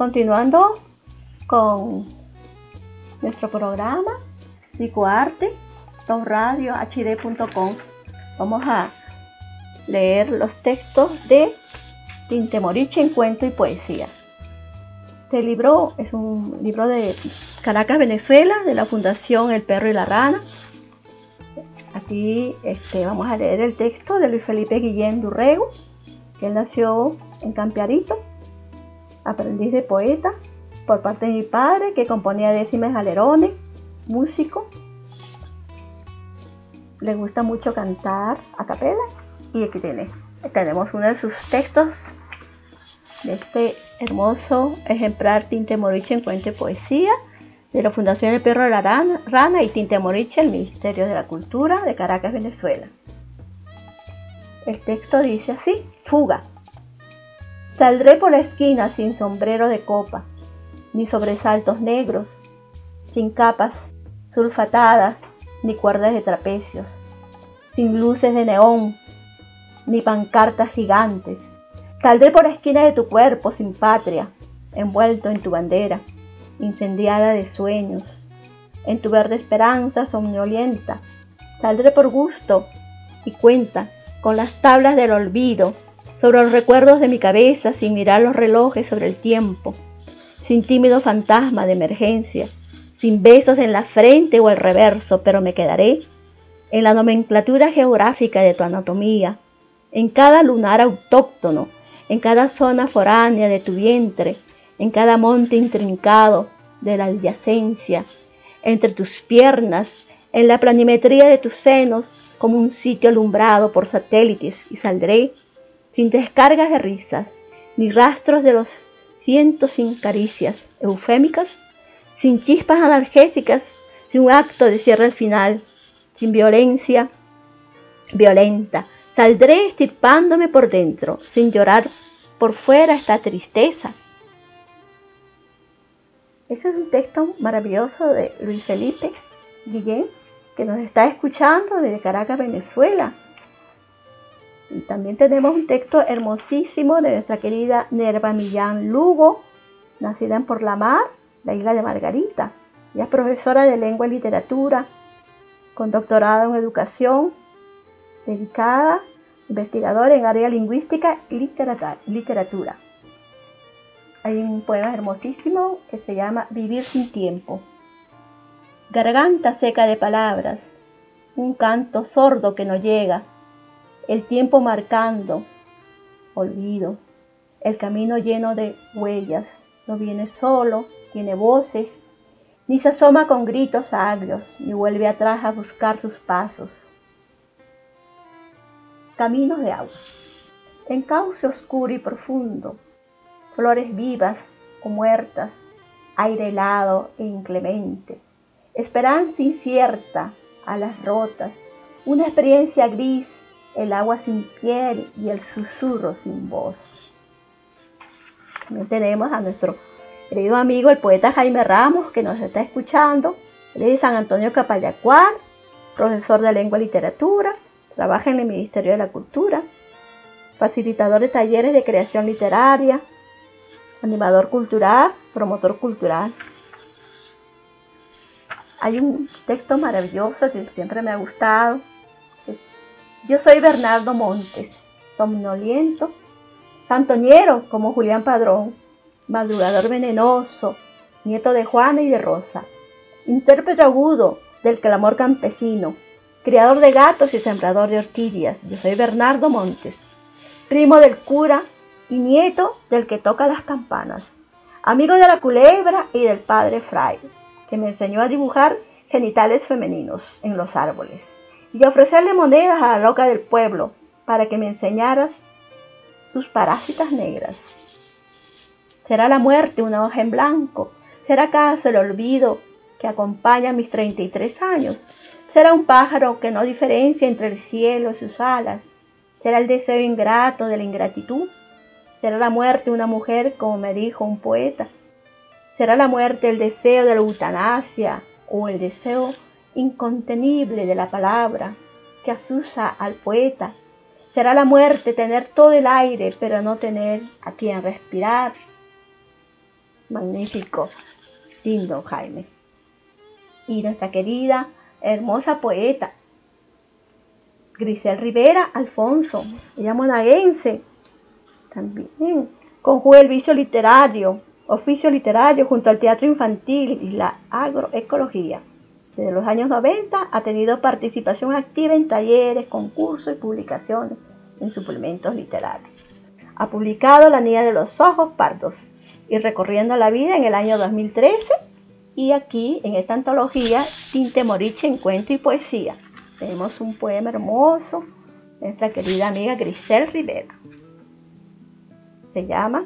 Continuando con nuestro programa Psicoarte, topradio.hd.com, vamos a leer los textos de Tintemoriche en cuento y poesía. Este libro es un libro de Caracas, Venezuela, de la Fundación El Perro y la Rana. Aquí vamos a leer el texto de Luis Felipe Guillén Durrego, que él nació en Campiarito, aprendiz de poeta por parte de mi padre, que componía décimas alerones, músico. Le gusta mucho cantar a capela, y aquí tenemos uno de sus textos de este hermoso ejemplar Tintemoriche en cuento y poesía de la Fundación El Perro de la Rana y Tintemoriche, el Ministerio de la Cultura de Caracas, Venezuela. El texto dice así: Fuga. Saldré por la esquina sin sombrero de copa, ni sobresaltos negros, sin capas sulfatadas, ni cuerdas de trapecios, sin luces de neón, ni pancartas gigantes. Saldré por la esquina de tu cuerpo sin patria, envuelto en tu bandera, incendiada de sueños, en tu verde esperanza somnolienta. Saldré por gusto y cuenta con las tablas del olvido sobre los recuerdos de mi cabeza, sin mirar los relojes sobre el tiempo, sin tímido fantasma de emergencia, sin besos en la frente o el reverso, pero me quedaré en la nomenclatura geográfica de tu anatomía, en cada lunar autóctono, en cada zona foránea de tu vientre, en cada monte intrincado de la adyacencia, entre tus piernas, en la planimetría de tus senos, como un sitio alumbrado por satélites, y saldré sin descargas de risas, ni rastros de los cientos, sin caricias eufémicas, sin chispas analgésicas, sin un acto de cierre al final, sin violencia violenta. Saldré estirpándome por dentro, sin llorar por fuera esta tristeza. Ese es un texto maravilloso de Luis Felipe Guillén, que nos está escuchando desde Caracas, Venezuela. Y también tenemos un texto hermosísimo de nuestra querida Nerva Millán Lugo, nacida en Porlamar, la isla de Margarita. Ella es profesora de lengua y literatura, con doctorado en educación, dedicada, investigadora en área lingüística y literatura. Hay un poema hermosísimo que se llama Vivir sin tiempo. Garganta seca de palabras, un canto sordo que no llega, el tiempo marcando, olvido, el camino lleno de huellas, no viene solo, tiene voces, ni se asoma con gritos agrios, ni vuelve atrás a buscar sus pasos. Caminos de agua. En cauce oscuro y profundo, flores vivas o muertas, aire helado e inclemente, esperanza incierta, alas rotas, una experiencia gris, el agua sin piel y el susurro sin voz. También tenemos a nuestro querido amigo el poeta Jaime Ramos, que nos está escuchando. Él es de San Antonio Capayacuar, profesor de lengua y literatura, trabaja en el Ministerio de la Cultura, facilitador de talleres de creación literaria, animador cultural, promotor cultural. Hay un texto maravilloso que siempre me ha gustado. Yo soy Bernardo Montes, somnoliento, santoñero como Julián Padrón, madrugador venenoso, nieto de Juana y de Rosa, intérprete agudo del clamor campesino, criador de gatos y sembrador de orquídeas. Yo soy Bernardo Montes, primo del cura y nieto del que toca las campanas, amigo de la culebra y del padre Fray, que me enseñó a dibujar genitales femeninos en los árboles y a ofrecerle monedas a la loca del pueblo para que me enseñaras sus parásitas negras. ¿Será la muerte una hoja en blanco? ¿Será acaso el olvido que acompaña mis 33 años? ¿Será un pájaro que no diferencia entre el cielo y sus alas? ¿Será el deseo ingrato de la ingratitud? ¿Será la muerte una mujer, como me dijo un poeta? ¿Será la muerte el deseo de la eutanasia o el deseo incontenible de la palabra que asusa al poeta? ¿Será la muerte tener todo el aire pero no tener a quien respirar? Magnífico, lindo Jaime. Y nuestra querida, hermosa poeta, Grisel Rivera Alfonso, ella monaguense, también conjuga el oficio literario junto al teatro infantil y la agroecología. Desde los años 90 ha tenido participación activa en talleres, concursos y publicaciones en suplementos literarios. Ha publicado La niña de los ojos pardos y Recorriendo la vida en el año 2013, y aquí en esta antología Tinte Moriche en cuento y poesía tenemos un poema hermoso de nuestra querida amiga Grisel Rivera. Se llama,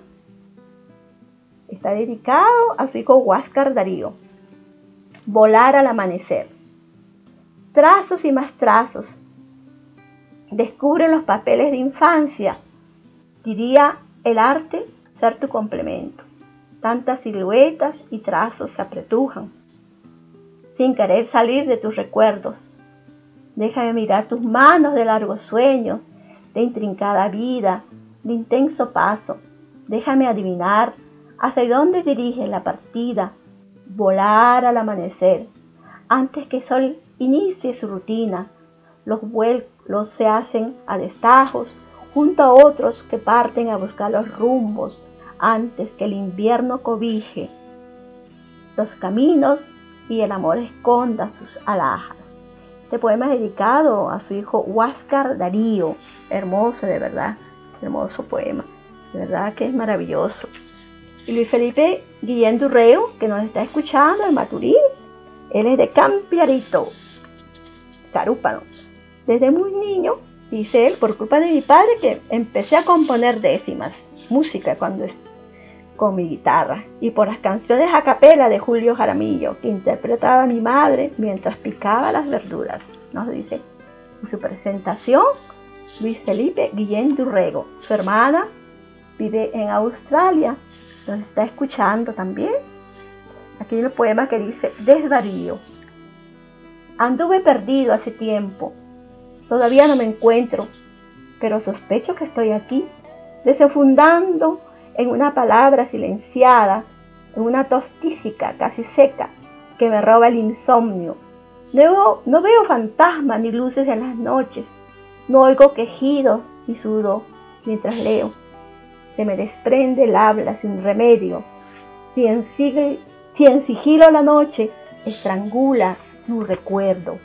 está dedicado a su hijo Huáscar Darío. Volar al amanecer. Trazos y más trazos descubren los papeles de infancia. Diría el arte ser tu complemento. Tantas siluetas y trazos se apretujan, sin querer salir de tus recuerdos. Déjame mirar tus manos de largos sueños, de intrincada vida, de intenso paso. Déjame adivinar hacia dónde dirige la partida. Volar al amanecer, antes que el sol inicie su rutina. Los vuelos se hacen a destajos, junto a otros que parten a buscar los rumbos, antes que el invierno cobije los caminos y el amor esconda sus alhajas. Este poema es dedicado a su hijo Huáscar Darío. Hermoso, de verdad, hermoso poema, de verdad que es maravilloso. Y Luis Felipe Guillén Durreo, que nos está escuchando en Maturín, él es de Campiarito, Carúpano. Desde muy niño, dice él, por culpa de mi padre, que empecé a componer décimas, música con mi guitarra, y por las canciones a capela de Julio Jaramillo, que interpretaba mi madre mientras picaba las verduras, nos dice en su presentación Luis Felipe Guillén Durrego. Su hermana vive en Australia, nos está escuchando también. Aquí hay un poema que dice: Desvarío. Anduve perdido hace tiempo, todavía no me encuentro, pero sospecho que estoy aquí, desenfundando en una palabra silenciada, en una tos tísica casi seca que me roba el insomnio. No veo fantasmas ni luces en las noches, no oigo quejidos ni sudo mientras leo. Se me desprende el habla sin remedio, si en sigilo la noche estrangula tu recuerdo.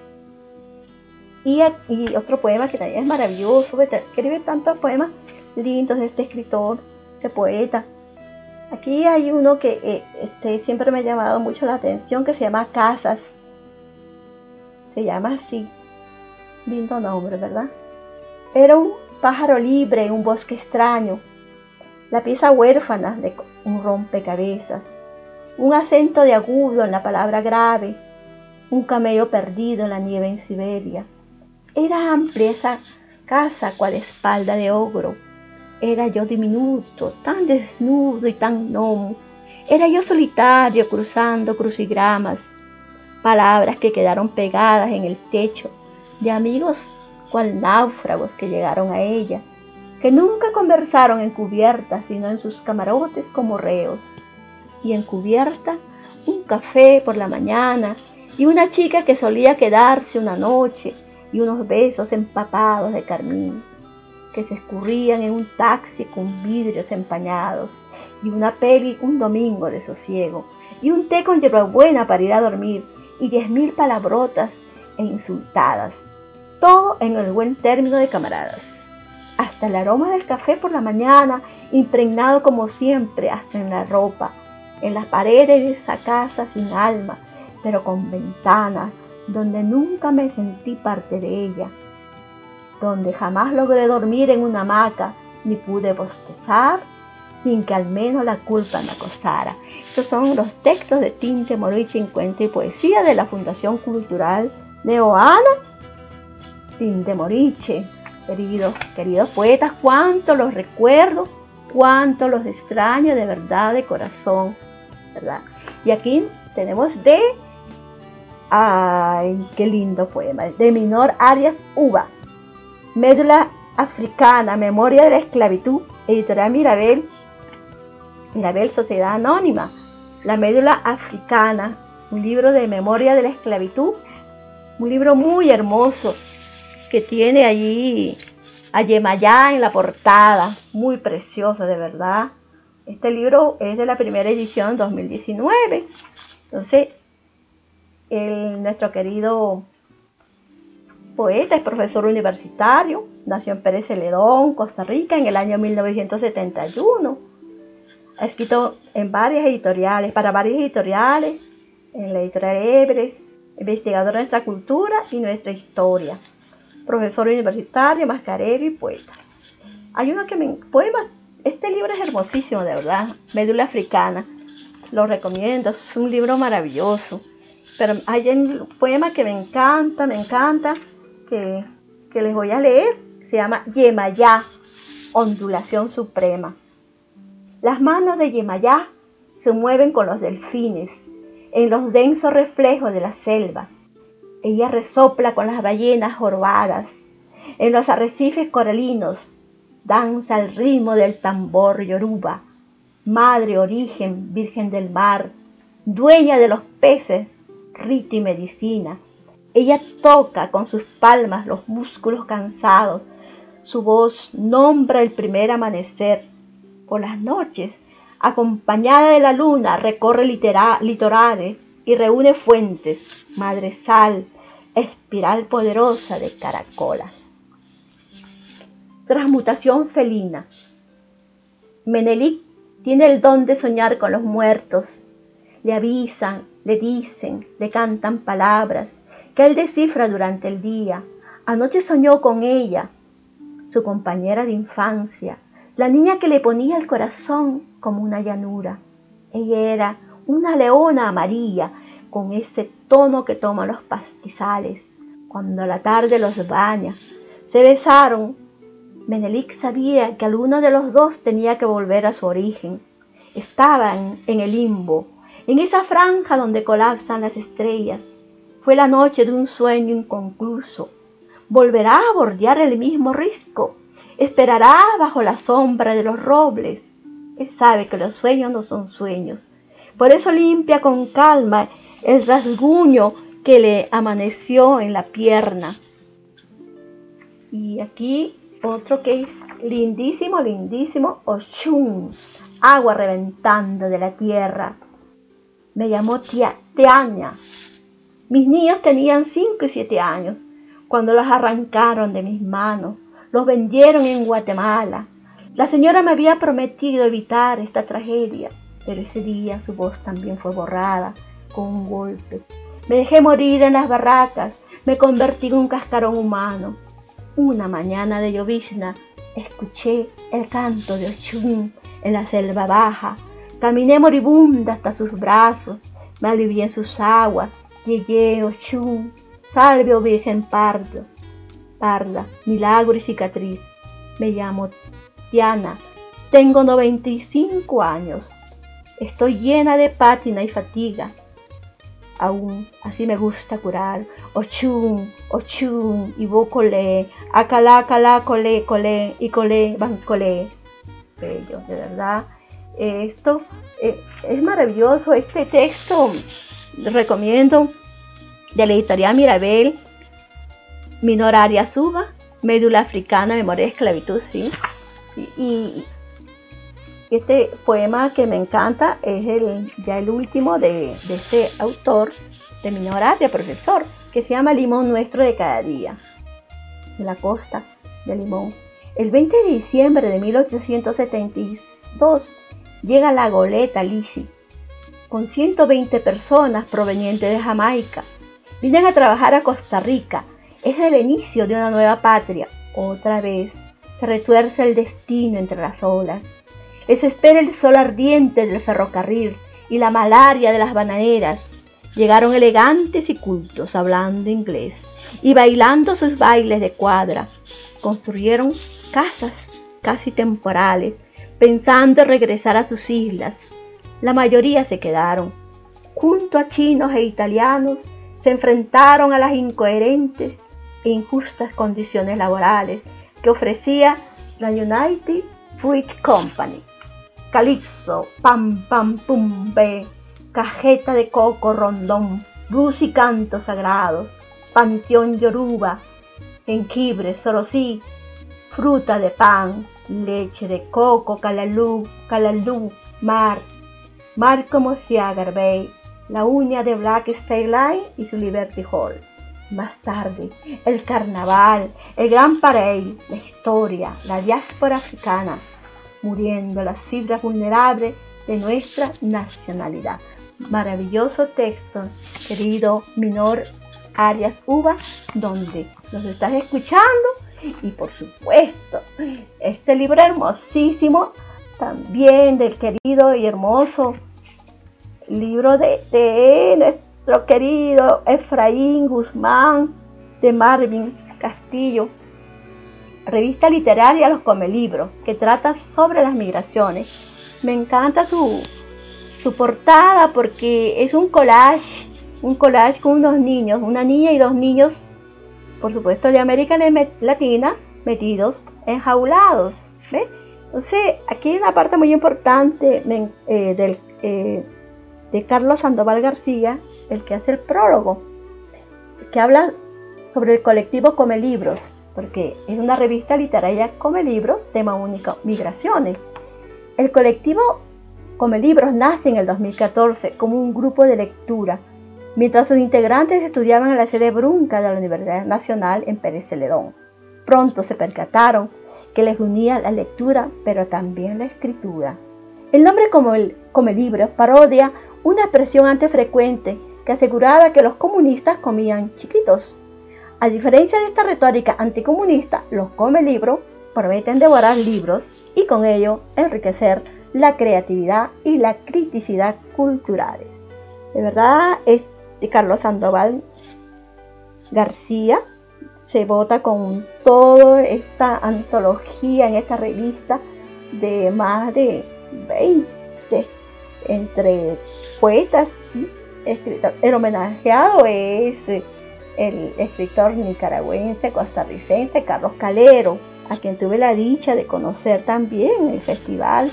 Y otro poema que también es maravilloso, escribe tantos poemas lindos de este escritor, este poeta. Aquí hay uno que siempre me ha llamado mucho la atención, que se llama Casas. Se llama así, lindo nombre, ¿verdad? Era un pájaro libre en un bosque extraño, la pieza huérfana de un rompecabezas, un acento de agudo en la palabra grave, un camello perdido en la nieve en Siberia. Era amplia esa casa cual espalda de ogro. Era yo diminuto, tan desnudo y tan gnomo. Era yo solitario cruzando crucigramas, palabras que quedaron pegadas en el techo, de amigos cual náufragos que llegaron a ella, que nunca conversaron en cubierta, sino en sus camarotes como reos. Y en cubierta, un café por la mañana, y una chica que solía quedarse una noche, y unos besos empapados de carmín, que se escurrían en un taxi con vidrios empañados, y una peli un domingo de sosiego, y un té con hierbabuena para ir a dormir, y 10.000 palabrotas e insultadas, todo en el buen término de camaradas. Hasta el aroma del café por la mañana, impregnado como siempre, hasta en la ropa, en las paredes de esa casa sin alma, pero con ventanas, donde nunca me sentí parte de ella, donde jamás logré dormir en una hamaca, ni pude bostezar sin que al menos la culpa me acosara. Estos son los textos de Tinte Moriche en cuento y poesía de la Fundación Cultural de Oana. Tinte Moriche, queridos poetas, cuánto los recuerdo, cuánto los extraño de verdad, de corazón, ¿verdad? Y aquí tenemos ¡ay, qué lindo poema! De Minor Arias Uva, Médula Africana, Memoria de la Esclavitud, Editorial Mirabel, Mirabel, Sociedad Anónima, La Médula Africana, un libro de memoria de la esclavitud, un libro muy hermoso que tiene allí a Yemayá en la portada, muy precioso de verdad. Este libro es de la primera edición 2019. Entonces, nuestro querido poeta es profesor universitario, nació en Pérez Celedón, Costa Rica, en el año 1971. Ha escrito en varias editoriales, para varias editoriales, en la editorial Everest, investigador de nuestra cultura y nuestra historia, profesor universitario, mascarero y poeta. Hay uno que poema, este libro es hermosísimo, de verdad, Médula Africana, lo recomiendo, es un libro maravilloso, pero hay un poema que me encanta, que les voy a leer, se llama Yemayá, ondulación suprema. Las manos de Yemayá se mueven con los delfines en los densos reflejos de la selva. Ella resopla con las ballenas jorobadas en los arrecifes coralinos. Danza al ritmo del tambor yoruba. Madre origen, virgen del mar, dueña de los peces, rito y medicina. Ella toca con sus palmas los músculos cansados. Su voz nombra el primer amanecer. Por las noches, acompañada de la luna, recorre litorales y reúne fuentes, madre sal, espiral poderosa de caracolas. Transmutación felina. Menelik tiene el don de soñar con los muertos. Le avisan, le dicen, le cantan palabras que él descifra durante el día. Anoche soñó con ella, su compañera de infancia, la niña que le ponía el corazón como una llanura. Ella era una leona amarilla con ese tono que toman los pastizales cuando la tarde los baña. Se besaron. Menelik sabía que alguno de los dos tenía que volver a su origen. Estaban en el limbo, en esa franja donde colapsan las estrellas. Fue la noche de un sueño inconcluso. Volverá a bordear el mismo risco. Esperará bajo la sombra de los robles. Él sabe que los sueños no son sueños. Por eso limpia con calma el rasguño que le amaneció en la pierna. Y aquí otro que es lindísimo, lindísimo, Ochun, agua reventando de la tierra. Me llamó Tiaña. Mis niños tenían 5 y 7 años cuando los arrancaron de mis manos. Los vendieron en Guatemala. La señora me había prometido evitar esta tragedia, pero ese día su voz también fue borrada con un golpe. Me dejé morir en las barracas, me convertí en un cascarón humano. Una mañana de llovizna escuché el canto de Ochun en la selva baja. Caminé moribunda hasta sus brazos, me alivié en sus aguas. Llegué, Ochun, salve, oh Virgen parda, milagro y cicatriz. Me llamo Tiana, tengo 95 años. Estoy llena de pátina y fatiga. Aún así me gusta curar. Ochun, Ochun, y vos colé, acalá, calá, colé, colé, y colé, van colé. Bello, de verdad. Esto es maravilloso. Este texto lo recomiendo, de la editorial Mirabel, Minor Arias Uva, Médula Africana, Memoria de Esclavitud, sí. Y este poema que me encanta es el último de este autor, de Minor Arias, profesor, que se llama Limón Nuestro de Cada Día, de la costa de Limón. El 20 de diciembre de 1872 llega la goleta Lisi, con 120 personas provenientes de Jamaica. Vienen a trabajar a Costa Rica. Es el inicio de una nueva patria. Otra vez se retuerce el destino entre las olas. Les espera el sol ardiente del ferrocarril y la malaria de las bananeras. Llegaron elegantes y cultos, hablando inglés y bailando sus bailes de cuadra. Construyeron casas casi temporales, pensando en regresar a sus islas. La mayoría se quedaron. Junto a chinos e italianos, se enfrentaron a las incoherentes e injustas condiciones laborales que ofrecía la United Fruit Company. calipso, pam pam pum be, cajeta de coco rondón, blues y cantos sagrados, panteón yoruba, jengibre, sorosí, fruta de pan, leche de coco, calalú, mar como Ciagar Bay, la uña de Black State Line y su Liberty Hall. Más tarde, el carnaval, el gran parade, la historia, la diáspora africana, muriendo las fibras vulnerables de nuestra nacionalidad. Maravilloso texto, querido Minor Arias Uva, donde nos estás escuchando. Y por supuesto, este libro hermosísimo, también del querido y hermoso libro de nuestro querido Efraín Guzmán, de Marvin Castillo, revista literaria Los Comelibros, que trata sobre las migraciones. Me encanta su portada porque es un collage con unos niños, una niña y dos niños, por supuesto de América Latina, metidos, enjaulados. ¿Ves? Entonces, aquí hay una parte muy importante de Carlos Sandoval García, el que hace el prólogo, que habla sobre el colectivo Comelibros, porque es una revista literaria Comelibros, tema único, migraciones. El colectivo Comelibros nace en el 2014 como un grupo de lectura, mientras sus integrantes estudiaban en la sede Brunca de la Universidad Nacional en Pérez Celedón. Pronto se percataron que les unía la lectura, pero también la escritura. El nombre Comelibros parodia una expresión antes frecuente que aseguraba que los comunistas comían chiquitos. A diferencia de esta retórica anticomunista, los Comelibros prometen devorar libros y con ello enriquecer la creatividad y la criticidad culturales. De verdad, Carlos Sandoval García se vota con toda esta antología en esta revista de más de 20 entre poetas y escritores. El homenajeado es el escritor nicaragüense costarricense Carlos Calero, a quien tuve la dicha de conocer también en el festival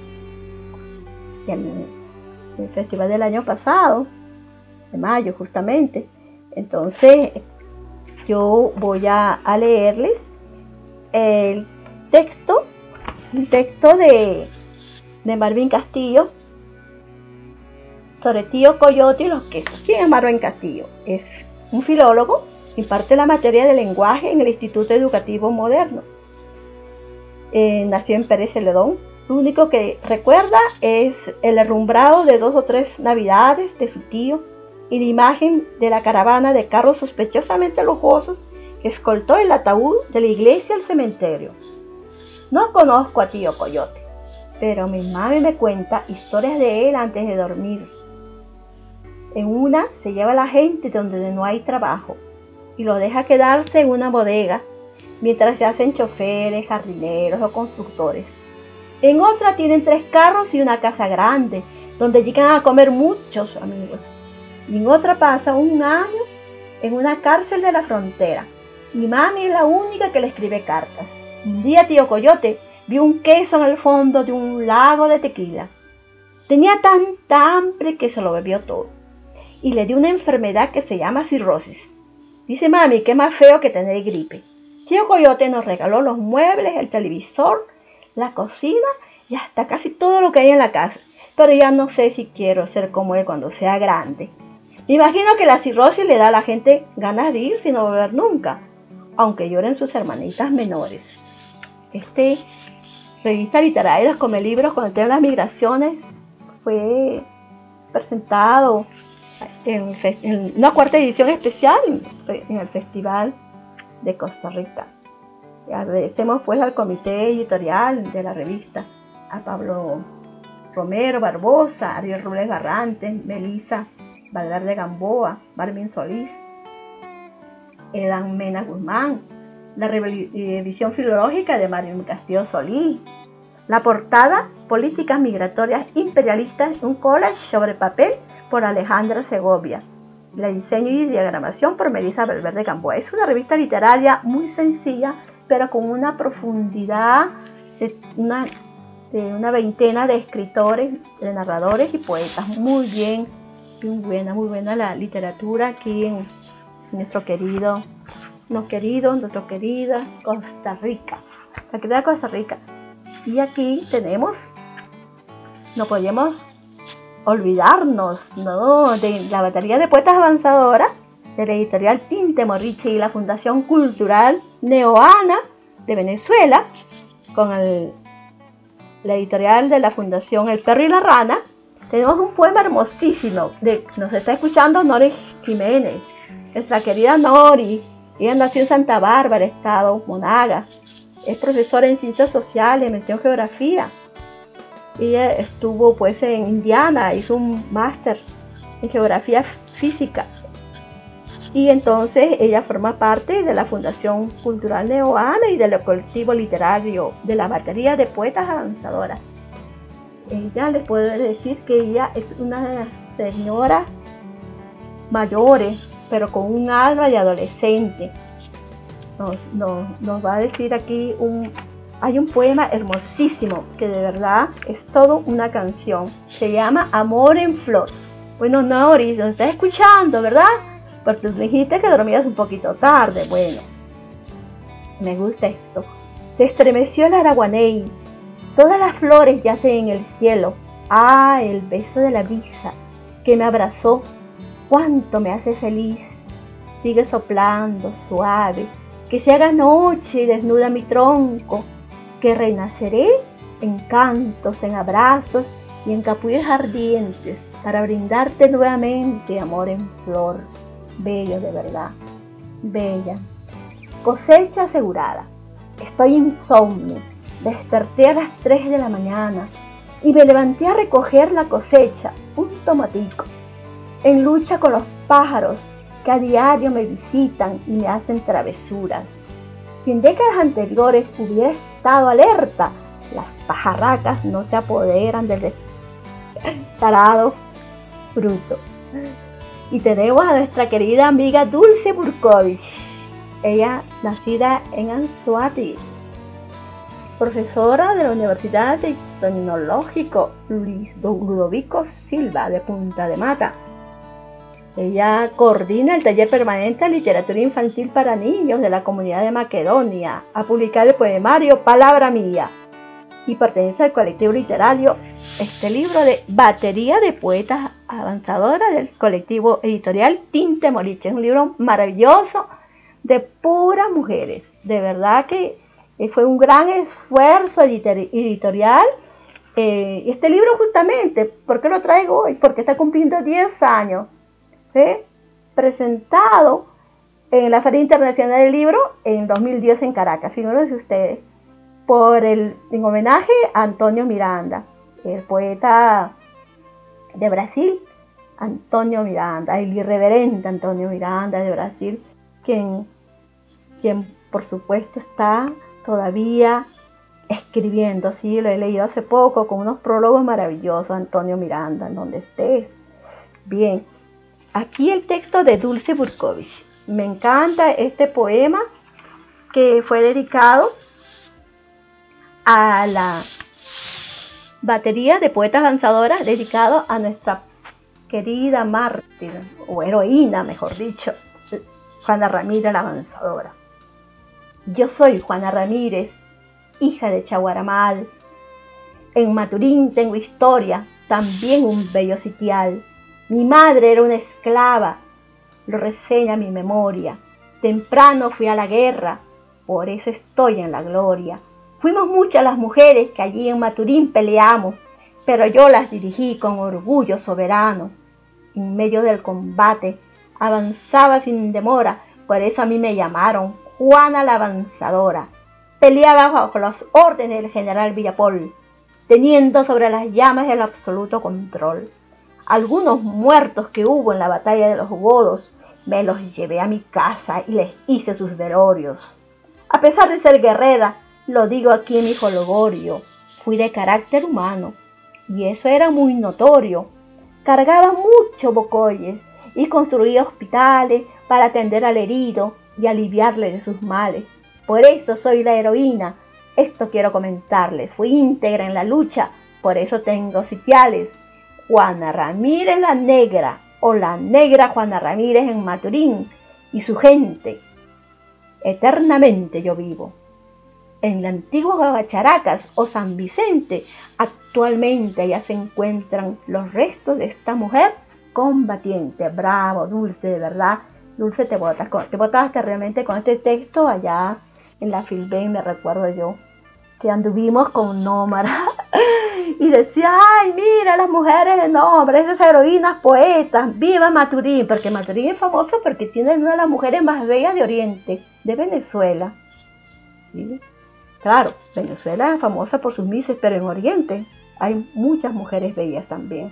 del año pasado, de mayo justamente. Entonces yo voy a leerles el texto, un texto de Marvin Castillo sobre Tío Coyote y los quesos. ¿Quién es Marvin Castillo? Es un filólogo, imparte la materia de lenguaje en el Instituto Educativo Moderno. Nació en Pérez Celedón. Lo único que recuerda es el herrumbrado de 2 o 3 navidades de su tío y la imagen de la caravana de carros sospechosamente lujosos que escoltó el ataúd de la iglesia al cementerio. No conozco a Tío Coyote, pero mi madre me cuenta historias de él antes de dormir. En una se lleva a la gente donde no hay trabajo y lo deja quedarse en una bodega mientras se hacen choferes, jardineros o constructores. En otra tienen 3 carros y una casa grande donde llegan a comer muchos amigos. Y en otra pasa un año en una cárcel de la frontera. Mi mami es la única que le escribe cartas. Un día Tío Coyote vio un queso en el fondo de un lago de tequila. Tenía tanta hambre que se lo bebió todo y le dio una enfermedad que se llama cirrosis. Dice mami que es más feo que tener gripe. Tío Coyote nos regaló los muebles, el televisor, la cocina y hasta casi todo lo que hay en la casa. Pero ya no sé si quiero ser como él cuando sea grande. Me imagino que la cirrosis le da a la gente ganas de ir sin no beber nunca, aunque lloren sus hermanitas menores. Revista literaria Los Comelibros con el tema de las migraciones fue presentado en una 4ª edición especial en el Festival de Costa Rica. Y agradecemos pues al comité editorial de la revista, a Pablo Romero Barbosa, Ariel Robles Barrantes, Melissa Valverde Gamboa, Marvin Solís, Edan Mena Guzmán, la revisión filológica de Marvin Castillo Solís, la portada Políticas Migratorias Imperialistas, un collage sobre papel por Alejandra Segovia, la diseño y diagramación por Melissa Valverde Gamboa. Es una revista literaria muy sencilla, pero con una profundidad, de una veintena de escritores, de narradores y poetas. Muy bien, muy buena la literatura aquí en nuestra querida Costa Rica, la querida Costa Rica. Y aquí tenemos, no podemos olvidarnos, ¿no?, de la batería de poetas avanzadoras de la editorial Tinte Moriche y la Fundación Cultural Neoana de Venezuela, con la editorial de la Fundación El Perro y la Rana. Tenemos un poema hermosísimo nos está escuchando Nori Jiménez, nuestra querida Nori. Ella nació en Santa Bárbara, estado Monagas. Es profesora en Ciencias Sociales, mención Geografía. Ella estuvo pues en Indiana, hizo un máster en Geografía Física. Y entonces ella forma parte de la Fundación Cultural Neoana y del colectivo literario de la batería de poetas avanzadoras. Ella les puedo decir que ella es una señora mayores, pero con un alma de adolescente. Nos va a decir aquí hay un poema hermosísimo que de verdad es todo una canción. Se llama Amor en Flor. Bueno, Nori, nos estás escuchando, ¿verdad? Porque tú dijiste que dormías un poquito tarde. Bueno, me gusta esto. Se estremeció el araguaney, todas las flores yacen en el cielo. Ah, el beso de la brisa que me abrazó, cuánto me hace feliz. Sigue soplando suave, que se haga noche y desnuda mi tronco, que renaceré en cantos, en abrazos y en capullos ardientes para brindarte nuevamente amor en flor. Bello de verdad, bella. Cosecha asegurada. Estoy insomnio. Desperté a las 3 de la mañana y me levanté a recoger la cosecha, un tomatico, en lucha con los pájaros que a diario me visitan y me hacen travesuras. Si en décadas anteriores hubiera estado alerta, las pajarracas no se apoderan del destarado fruto. Y tenemos a nuestra querida amiga Dulce Burkovich. Ella, nacida en Anzoátegui, profesora de la Universidad Tecnológico Ludovico Silva de Punta de Mata. Ella coordina el taller permanente de literatura infantil para niños de la comunidad de Macedonia. Ha publicado el poemario Palabra Mía y pertenece al colectivo literario este libro de batería de poetas avanzadoras del colectivo editorial Tinte Moriche. Es un libro maravilloso de puras mujeres. De verdad que fue un gran esfuerzo editorial. Este libro justamente, ¿por qué lo traigo hoy? Porque está cumpliendo 10 años. Presentado en la Feria Internacional del Libro en 2010 en Caracas, fíjense ustedes, en homenaje a Antonio Miranda, el poeta de Brasil, Antonio Miranda, el irreverente Antonio Miranda de Brasil, quien por supuesto está todavía escribiendo. Sí, lo he leído hace poco con unos prólogos maravillosos, Antonio Miranda, en donde estés. Bien, aquí el texto de Dulce Burkovich. Me encanta este poema que fue dedicado a la batería de poetas avanzadoras, dedicado a nuestra querida mártir, o heroína, mejor dicho, Juana Ramírez la Avanzadora. Yo soy Juana Ramírez, hija de Chaguaramal. En Maturín tengo historia, también un bello sitial. Mi madre era una esclava, lo reseña mi memoria. Temprano fui a la guerra, por eso estoy en la gloria. Fuimos muchas las mujeres que allí en Maturín peleamos, pero yo las dirigí con orgullo soberano. En medio del combate avanzaba sin demora, por eso a mí me llamaron Juana la Avanzadora. Peleaba bajo las órdenes del general Villapol, teniendo sobre las llamas el absoluto control. Algunos muertos que hubo en la batalla de los Godos, me los llevé a mi casa y les hice sus velorios. A pesar de ser guerrera, lo digo aquí en mi jolgorio, fui de carácter humano, y eso era muy notorio. Cargaba muchos bocoyes y construía hospitales para atender al herido y aliviarle de sus males. Por eso soy la heroína Esto quiero comentarles, fui íntegra en la lucha, por eso tengo sitiales. Juana Ramírez la Negra, o la Negra Juana Ramírez en Maturín, y su gente. Eternamente yo vivo. En la antigua Guacharacas o San Vicente, actualmente allá se encuentran los restos de esta mujer combatiente. Bravo, Dulce, de verdad. Dulce, te botaste realmente con este texto allá en la Filben, me recuerdo yo, que anduvimos con Nómara y decía, ay, mira las mujeres de nombre, esas heroínas poetas, viva Maturín, porque Maturín es famoso porque tiene una de las mujeres más bellas de Oriente, de Venezuela. ¿Sí? Claro, Venezuela es famosa por sus mises, pero en Oriente hay muchas mujeres bellas también.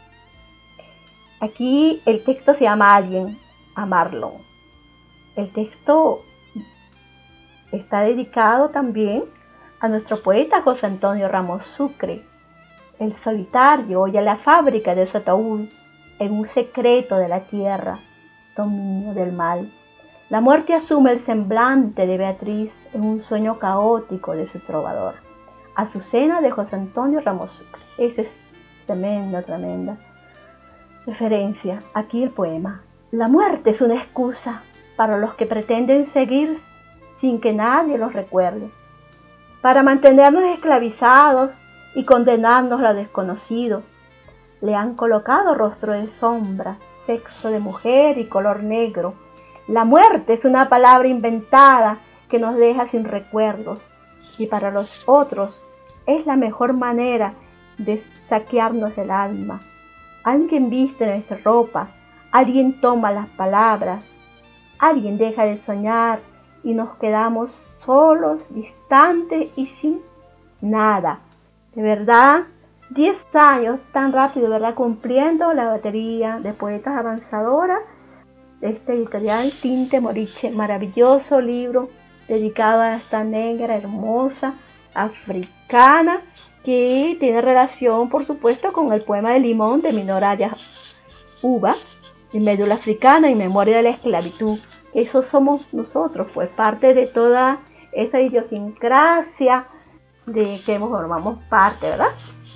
Aquí el texto se llama Alguien, amarlo. El texto está dedicado también a nuestro poeta José Antonio Ramos Sucre, el solitario y a la fábrica de su ataúd, en un secreto de la tierra, dominio del mal. La muerte asume el semblante de Beatriz en un sueño caótico de su trovador. Azucena de José Antonio Ramos Sucre. Esa es tremenda referencia. Aquí el poema. La muerte es una excusa para los que pretenden seguir sin que nadie los recuerde, para mantenernos esclavizados y condenarnos a desconocido. Le han colocado rostro de sombra, sexo de mujer y color negro. La muerte es una palabra inventada que nos deja sin recuerdos, y para los otros es la mejor manera de saquearnos el alma. Alguien viste nuestra ropa, alguien toma las palabras, alguien deja de soñar y nos quedamos solos, distantes y sin nada. De verdad, 10 años tan rápido, ¿verdad? Cumpliendo la batería de poetas avanzadoras de este editorial Tinte Moriche. Maravilloso libro dedicado a esta negra hermosa africana que tiene relación, por supuesto, con el poema de Limón de Minor Ayas Uba, en Médula Africana y Memoria de la Esclavitud. Eso somos nosotros, pues parte de toda esa idiosincrasia de que formamos parte, ¿verdad?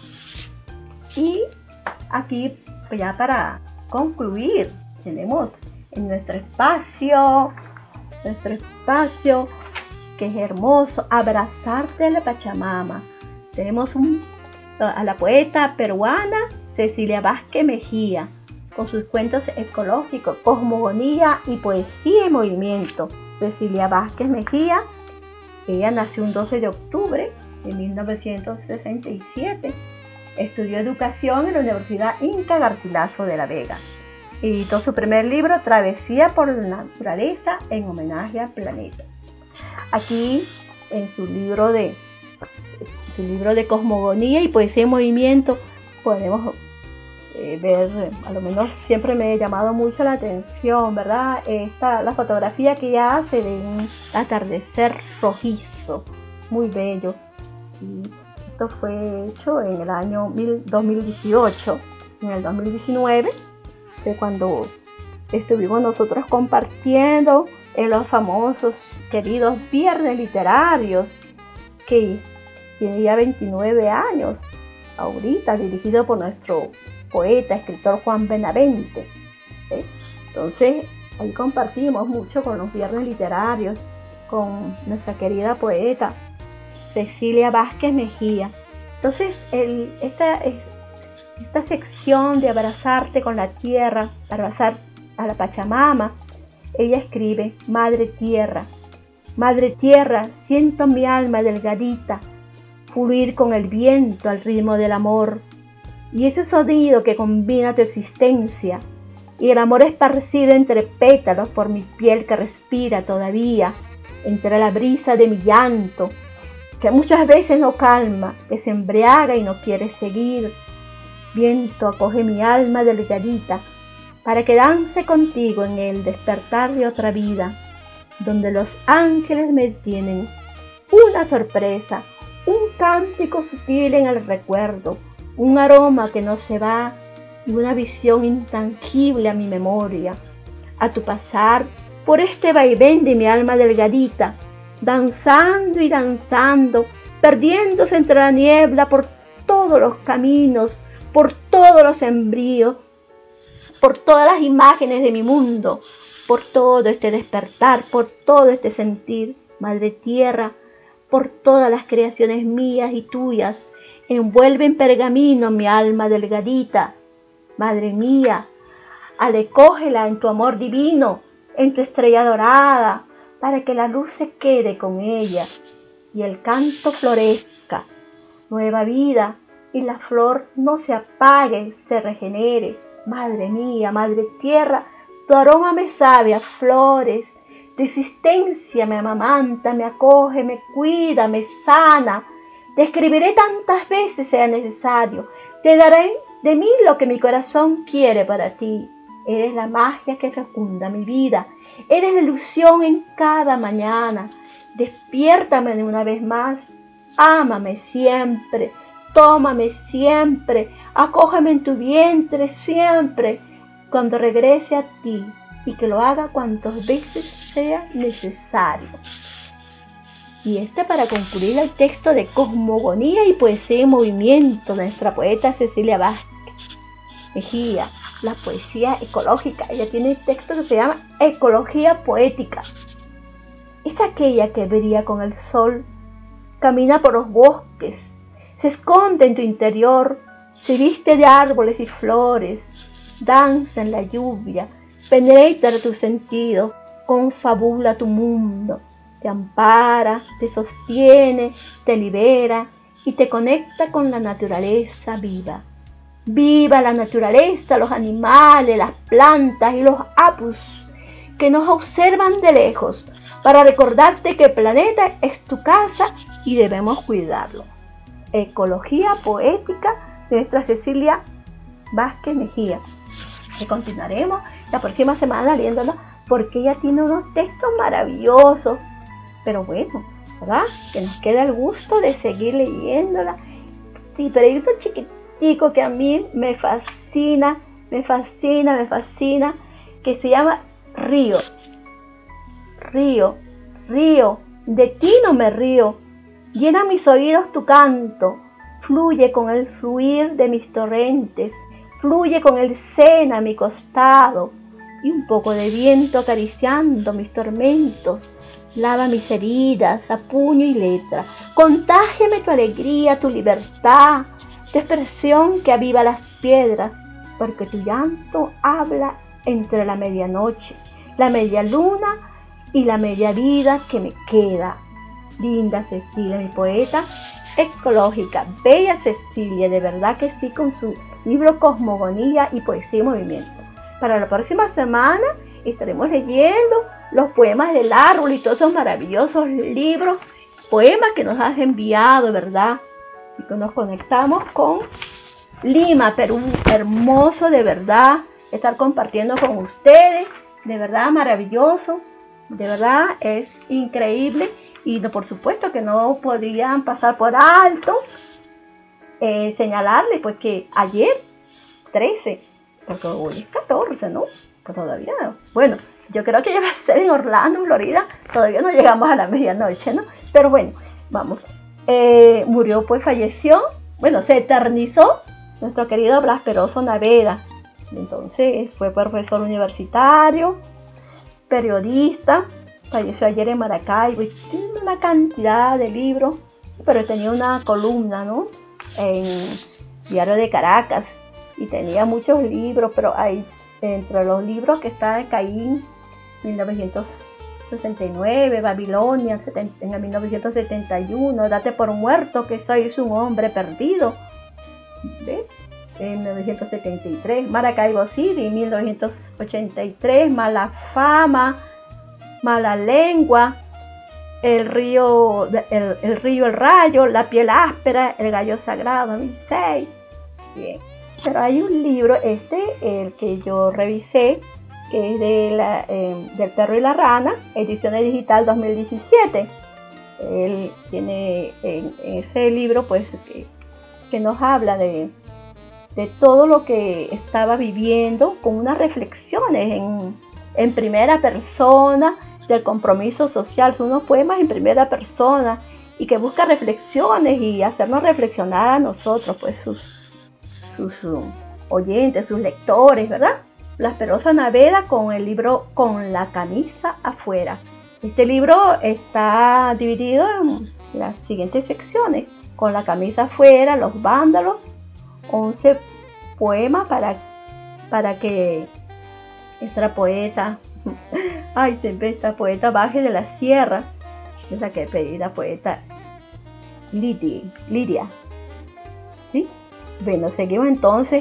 Y aquí, pues ya para concluir, tenemos en nuestro espacio que es hermoso, Abrazarte a la Pachamama. Tenemos a la poeta peruana Cecilia Vázquez Mejía, con sus cuentos ecológicos, cosmogonía y poesía en movimiento. Cecilia Vázquez Mejía, ella nació un 12 de octubre de 1967. Estudió educación en la Universidad Inca Garcilaso de la Vega. Editó su primer libro, Travesía por la Naturaleza, en homenaje al planeta. Aquí, en su libro de cosmogonía y poesía en movimiento, podemos ver, a lo menos siempre me ha llamado mucho la atención, ¿verdad? La fotografía que ella hace de un atardecer rojizo, muy bello. Y esto fue hecho en el año 2018. En el 2019, de cuando estuvimos nosotros compartiendo en los famosos queridos Viernes Literarios, que tiene ya 29 años ahorita, dirigido por nuestro poeta, escritor Juan Benavente. Entonces, ahí compartimos mucho con los Viernes Literarios, con nuestra querida poeta Cecilia Vázquez Mejía. Entonces, esta sección de abrazarte con la tierra, abrazar a la Pachamama, ella escribe: Madre Tierra, siento mi alma delgadita fluir con el viento al ritmo del amor, y ese sonido que combina tu existencia, y el amor esparcido entre pétalos por mi piel que respira todavía, entre la brisa de mi llanto, que muchas veces no calma, que se embriaga y no quiere seguir. Viento, acoge mi alma delgadita, para que dance contigo en el despertar de otra vida, donde los ángeles me tienen una sorpresa, un cántico sutil en el recuerdo, un aroma que no se va y una visión intangible a mi memoria. A tu pasar por este vaivén de mi alma delgadita, danzando y danzando, perdiéndose entre la niebla por todos los caminos, por todos los sembríos, por todas las imágenes de mi mundo, por todo este despertar, por todo este sentir, Madre Tierra, por todas las creaciones mías y tuyas. Envuelve en pergamino mi alma delgadita, Madre mía, alecógela en tu amor divino, en tu estrella dorada, para que la luz se quede con ella y el canto florezca, nueva vida, y la flor no se apague, se regenere. Madre mía, Madre Tierra, tu aroma me sabe a flores, tu existencia me amamanta, me acoge, me cuida, me sana. Te escribiré tantas veces sea necesario, te daré de mí lo que mi corazón quiere para ti. Eres la magia que fecunda mi vida, eres la ilusión en cada mañana. Despiértame de una vez más, ámame siempre, tómame siempre, acógeme en tu vientre siempre, cuando regrese a ti, y que lo haga cuantas veces sea necesario. Y para concluir el texto de Cosmogonía y Poesía en Movimiento, nuestra poeta Cecilia Vázquez Mejía, la poesía ecológica. Ella tiene un texto que se llama Ecología Poética. Es aquella que brilla con el sol, camina por los bosques, se esconde en tu interior, se viste de árboles y flores, danza en la lluvia, penetra tus sentidos, confabula tu mundo, te ampara, te sostiene, te libera y te conecta con la naturaleza viva. Viva la naturaleza, los animales, las plantas y los apus que nos observan de lejos para recordarte que el planeta es tu casa y debemos cuidarlo. Ecología Poética de nuestra Cecilia Vázquez Mejía. Y continuaremos la próxima semana leyéndola porque ella tiene unos textos maravillosos. Pero bueno, ¿verdad? Que nos queda el gusto de seguir leyéndola. Sí, pero hay un chiquitico que a mí me fascina, que se llama Río. Río, río, de ti no me río. Llena mis oídos tu canto, fluye con el fluir de mis torrentes, fluye con el Sena a mi costado, y un poco de viento acariciando mis tormentos, lava mis heridas a puño y letra, contágiame tu alegría, tu libertad, tu expresión que aviva las piedras, porque tu llanto habla entre la medianoche, la media luna y la media vida que me queda. Linda Cecilia, mi poeta ecológica, bella Cecilia, de verdad que sí, con su libro Cosmogonía y Poesía en Movimiento. Para la próxima semana estaremos leyendo los poemas del árbol y todos esos maravillosos libros, poemas que nos has enviado, ¿verdad? Y que nos conectamos con Lima, Perú, hermoso de verdad estar compartiendo con ustedes, de verdad maravilloso, de verdad es increíble. Y por supuesto que no podían pasar por alto señalarle pues que ayer 13, porque hoy es 14, ¿no? Pues todavía no. Bueno, yo creo que ya va a ser en Orlando, en Florida, todavía no llegamos a la medianoche, ¿no? Pero bueno, vamos. Murió, pues falleció, bueno, se eternizó nuestro querido Blas Peroso Naveda. Entonces fue profesor universitario, periodista. Falleció ayer en Maracaibo y tiene una cantidad de libros, pero tenía una columna, ¿no? En Diario de Caracas y tenía muchos libros, pero hay entre los libros que está Caín, 1969, Babilonia, en 1971, Date por muerto que soy un hombre perdido, ¿ves? En 1973, Maracaibo City, 1983, Mala Fama, Mala Lengua, el río, el rayo, La piel áspera, El gallo sagrado, 2006. Bien. Pero hay un libro, el que yo revisé, que es del perro y la rana, ediciones digital 2017. Él tiene en ese libro, pues, que nos habla de todo lo que estaba viviendo, con unas reflexiones en primera persona, del compromiso social. Son unos poemas en primera persona y que busca reflexiones y hacernos reflexionar a nosotros, pues sus oyentes, sus lectores, ¿verdad? La Esperosa Naveda con el libro Con la camisa afuera. Este libro está dividido en las siguientes secciones: Con la camisa afuera, Los vándalos, 11 poemas para que esta poeta, siempre esta poeta baje de la sierra, es la que pedí, la poeta Lidia. ¿Sí? Bueno, seguimos entonces.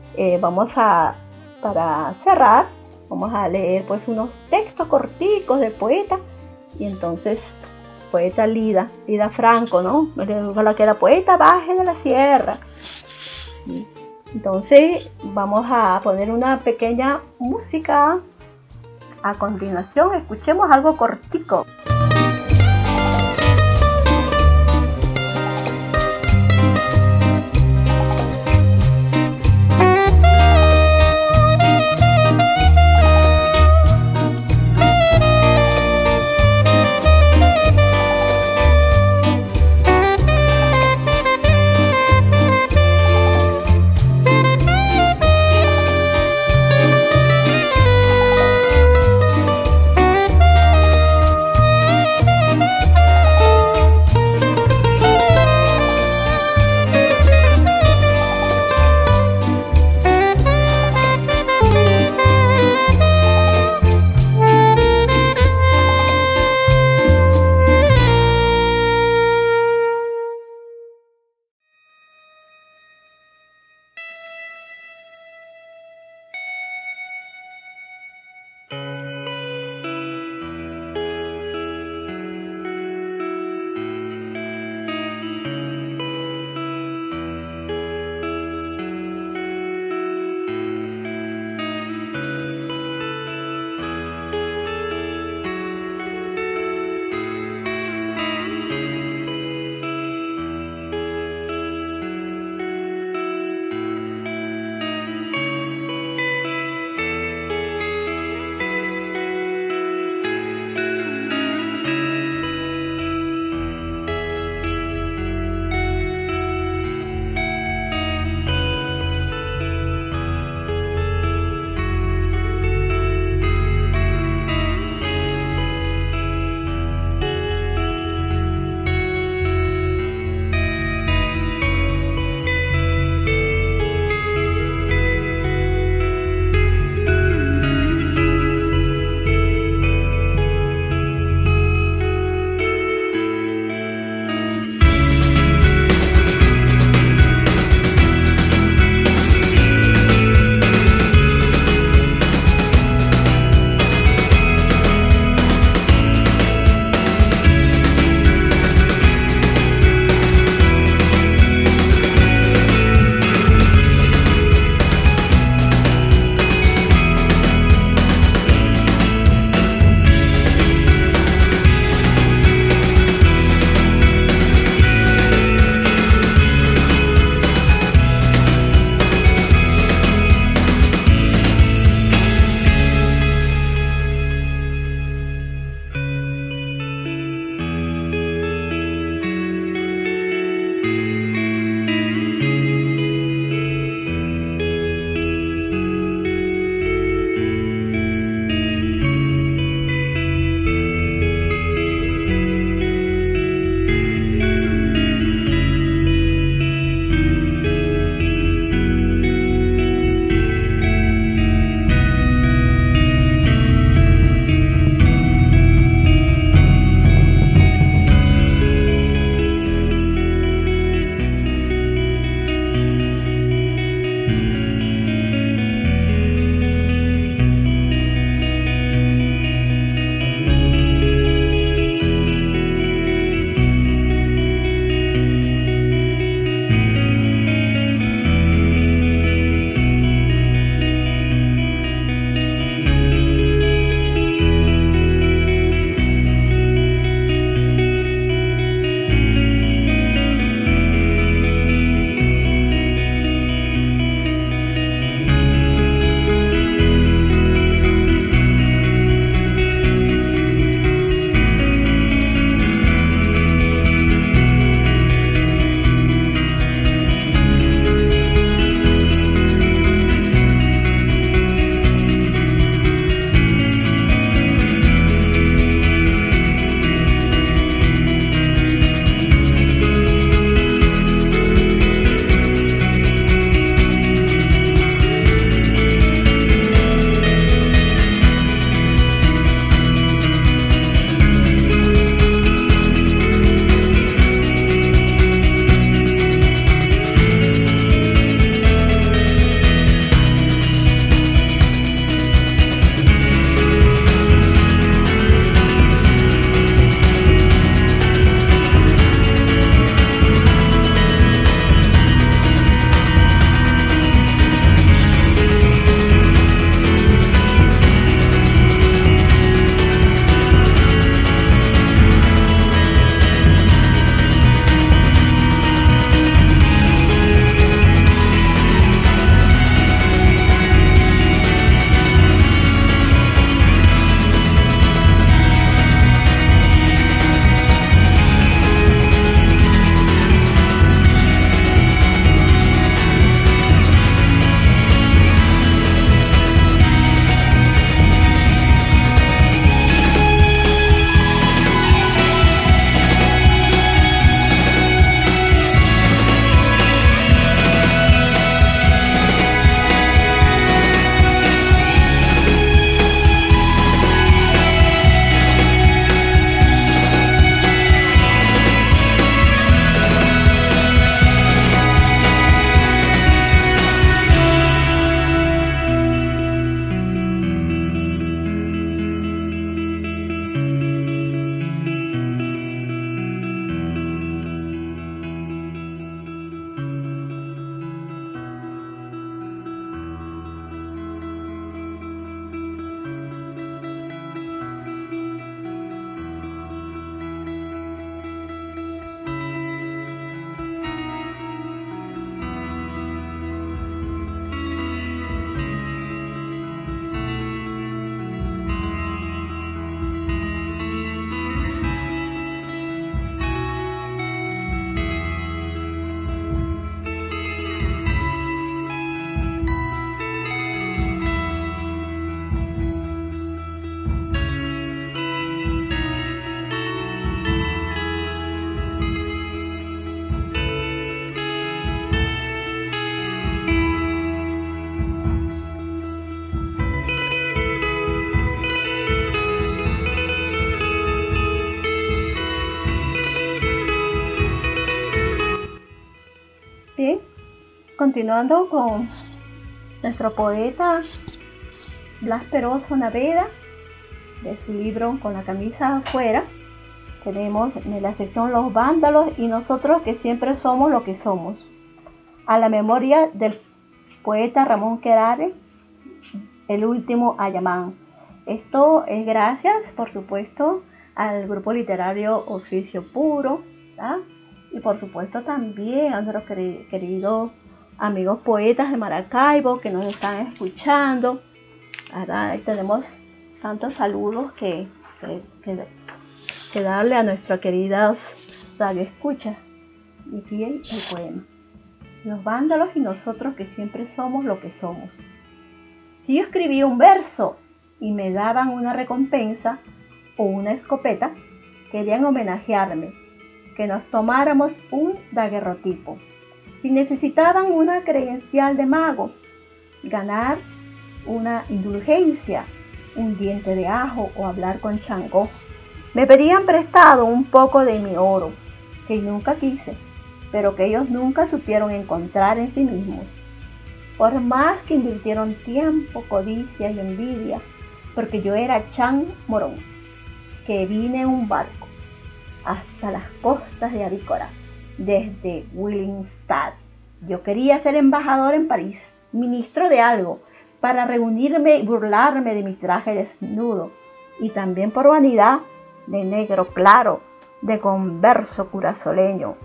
Para cerrar, vamos a leer pues unos textos corticos de poeta. Y entonces, poeta Lida Franco, ¿no? La que la poeta baje de la sierra. ¿Sí? Entonces, vamos a poner una pequeña música. A continuación, escuchemos algo cortico. continuando con nuestro poeta Blas Peroso Naveda, de su libro Con la camisa afuera. Tenemos en la sección Los vándalos y nosotros que siempre somos lo que somos. A la memoria del poeta Ramón Querare, el último Ayamán. Esto es gracias, por supuesto, al grupo literario Oficio Puro, ¿verdad? Y por supuesto también a nuestros queridos amigos poetas de Maracaibo que nos están escuchando, ¿verdad? Y tenemos tantos saludos que darle a nuestras queridas radioescuchas. Y aquí el poema. Los vándalos y nosotros que siempre somos lo que somos. Si yo escribía un verso y me daban una recompensa o una escopeta, querían homenajearme, que nos tomáramos un daguerrotipo. Si necesitaban una credencial de mago, ganar una indulgencia, un diente de ajo o hablar con Changó, me pedían prestado un poco de mi oro, que nunca quise, pero que ellos nunca supieron encontrar en sí mismos. Por más que invirtieron tiempo, codicia y envidia, porque yo era Chan Morón, que vine en un barco hasta las costas de Avícola, desde Willemstad. Yo quería ser embajador en París, ministro de algo, para reunirme y burlarme de mi traje desnudo, y también por vanidad, de negro claro, de converso curazoleño,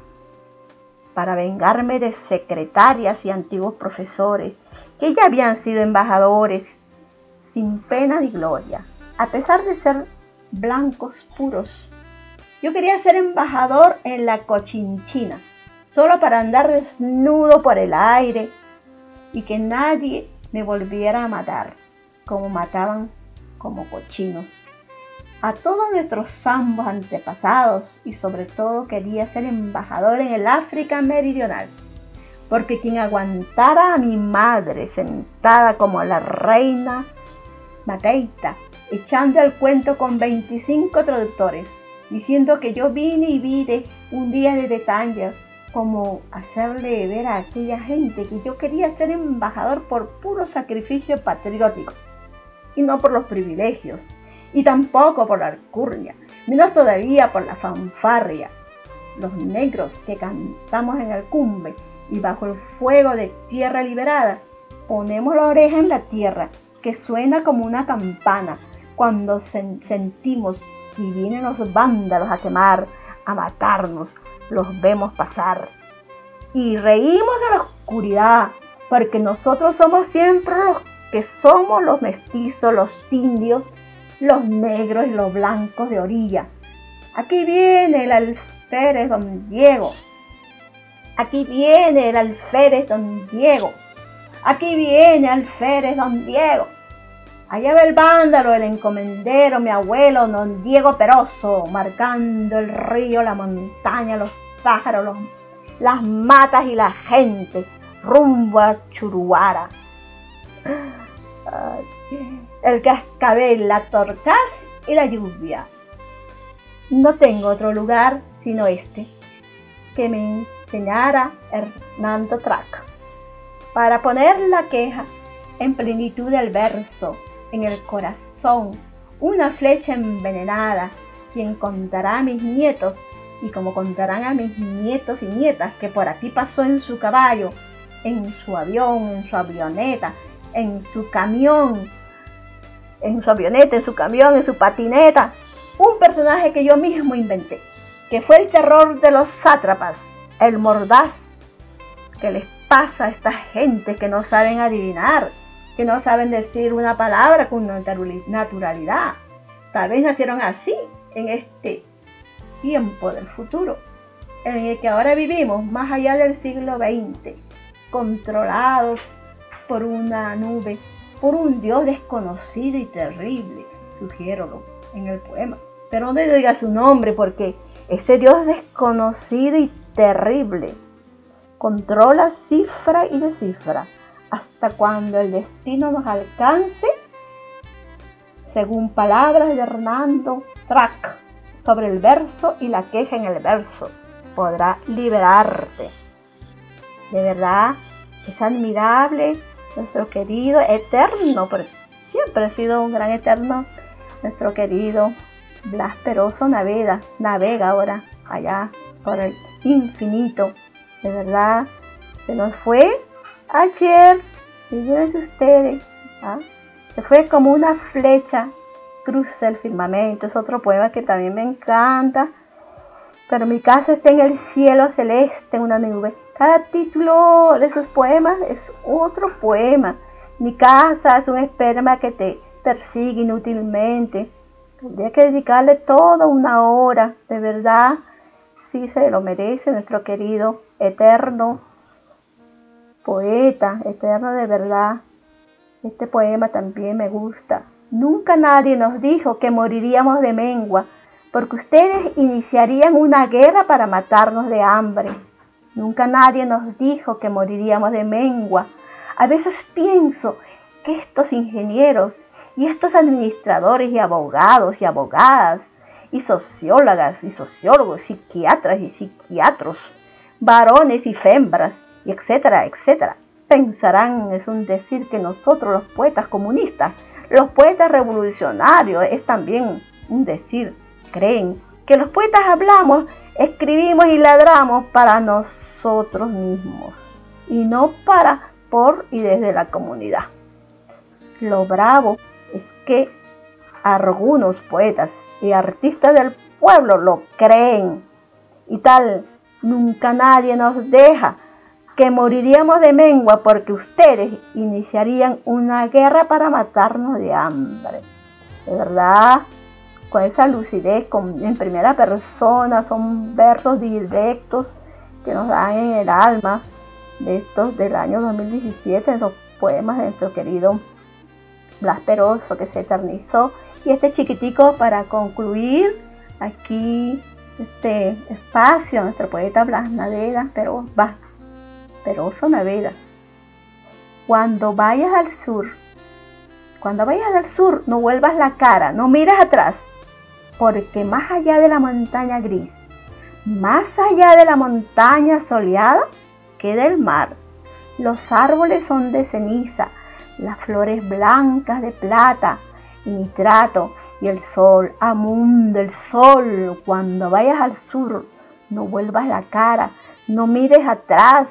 para vengarme de secretarias y antiguos profesores que ya habían sido embajadores sin pena ni gloria, a pesar de ser blancos puros. Yo quería ser embajador en la Cochinchina, solo para andar desnudo por el aire y que nadie me volviera a matar, como mataban como cochinos a todos nuestros zambos antepasados, y sobre todo quería ser embajador en el África meridional, porque quien aguantara a mi madre sentada como la reina Mateita, echando el cuento con 25 traductores, diciendo que yo vine y vi un día de Tánger, como hacerle ver a aquella gente que yo quería ser embajador por puro sacrificio patriótico, y no por los privilegios, y tampoco por la alcurnia, menos todavía por la fanfarria. Los negros que cantamos en el cumbe y bajo el fuego de tierra liberada, ponemos la oreja en la tierra, que suena como una campana, cuando sentimos que vienen los vándalos a quemar, a matarnos, los vemos pasar. Y reímos de la oscuridad, porque nosotros somos siempre los que somos los mestizos, los indios, los negros y los blancos de orilla. Aquí viene el alférez don Diego. Aquí viene el alférez don Diego. Aquí viene el alférez don Diego. Allá va el vándalo, el encomendero, mi abuelo, don Diego Peroso, marcando el río, la montaña, los pájaros, las matas y la gente, rumbo a Churuara. El cascabel, la torcaz y la lluvia. No tengo otro lugar sino este, que me enseñara Hernando Track, para poner la queja en plenitud del verso, en el corazón, una flecha envenenada, quien contará a mis nietos, y como contarán a mis nietos y nietas, que por aquí pasó en su caballo, en su avión, en su avioneta, en su camión, en su avioneta, en su camión, en su patineta, un personaje que yo mismo inventé, que fue el terror de los sátrapas, el mordaz que les pasa a esta gente que no saben adivinar, que no saben decir una palabra con naturalidad. Tal vez nacieron así en este tiempo del futuro, en el que ahora vivimos más allá del siglo XX, controlados por una nube, por un Dios desconocido y terrible, sugiérolo en el poema. Pero no le diga su nombre, porque ese Dios desconocido y terrible controla, cifra y descifra, hasta cuando el destino nos alcance, según palabras de Hernando Track sobre el verso y la queja en el verso, podrá liberarte. De verdad Es admirable nuestro querido eterno, porque siempre ha sido un gran eterno, nuestro querido Blas Peroso navega ahora allá por el infinito. De verdad, se nos fue ayer, fíjense ustedes, se fue como una flecha, cruza el firmamento. Es otro poema que también me encanta. Pero mi casa está en el cielo celeste, en una nube. Cada título de sus poemas es otro poema. Mi casa es un esperma que te persigue inútilmente. Tendría que dedicarle toda una hora. De verdad, sí se lo merece nuestro querido eterno poeta, eterno de verdad. Este poema también me gusta. Nunca nadie nos dijo que moriríamos de mengua, porque ustedes iniciarían una guerra para matarnos de hambre. Nunca nadie nos dijo que moriríamos de mengua. A veces pienso que estos ingenieros y estos administradores y abogados y abogadas y sociólogas y sociólogos, psiquiatras y psiquiatros, varones y fembras, y etcétera, etcétera, pensarán, es un decir, que nosotros los poetas comunistas, los poetas revolucionarios, es también un decir, creen que los poetas hablamos, escribimos y ladramos para nosotros mismos y no por y desde la comunidad. Lo bravo es que algunos poetas y artistas del pueblo lo creen y tal. Nunca nadie nos deja que moriríamos de mengua porque ustedes iniciarían una guerra para matarnos de hambre. De verdad, con esa lucidez, en primera persona, son versos directos que nos dan en el alma de estos del año 2017, los poemas de nuestro querido Blas Peroso, que se eternizó. Y este chiquitico para concluir aquí este espacio, nuestro poeta Blas Naveda, Peroso Naveda. Cuando vayas al sur, no vuelvas la cara, no mires atrás, porque más allá de la montaña gris, más allá de la montaña soleada, queda el mar. Los árboles son de ceniza, las flores blancas de plata y nitrato, y el sol, amún del sol. Cuando vayas al sur, no vuelvas la cara, no mires atrás.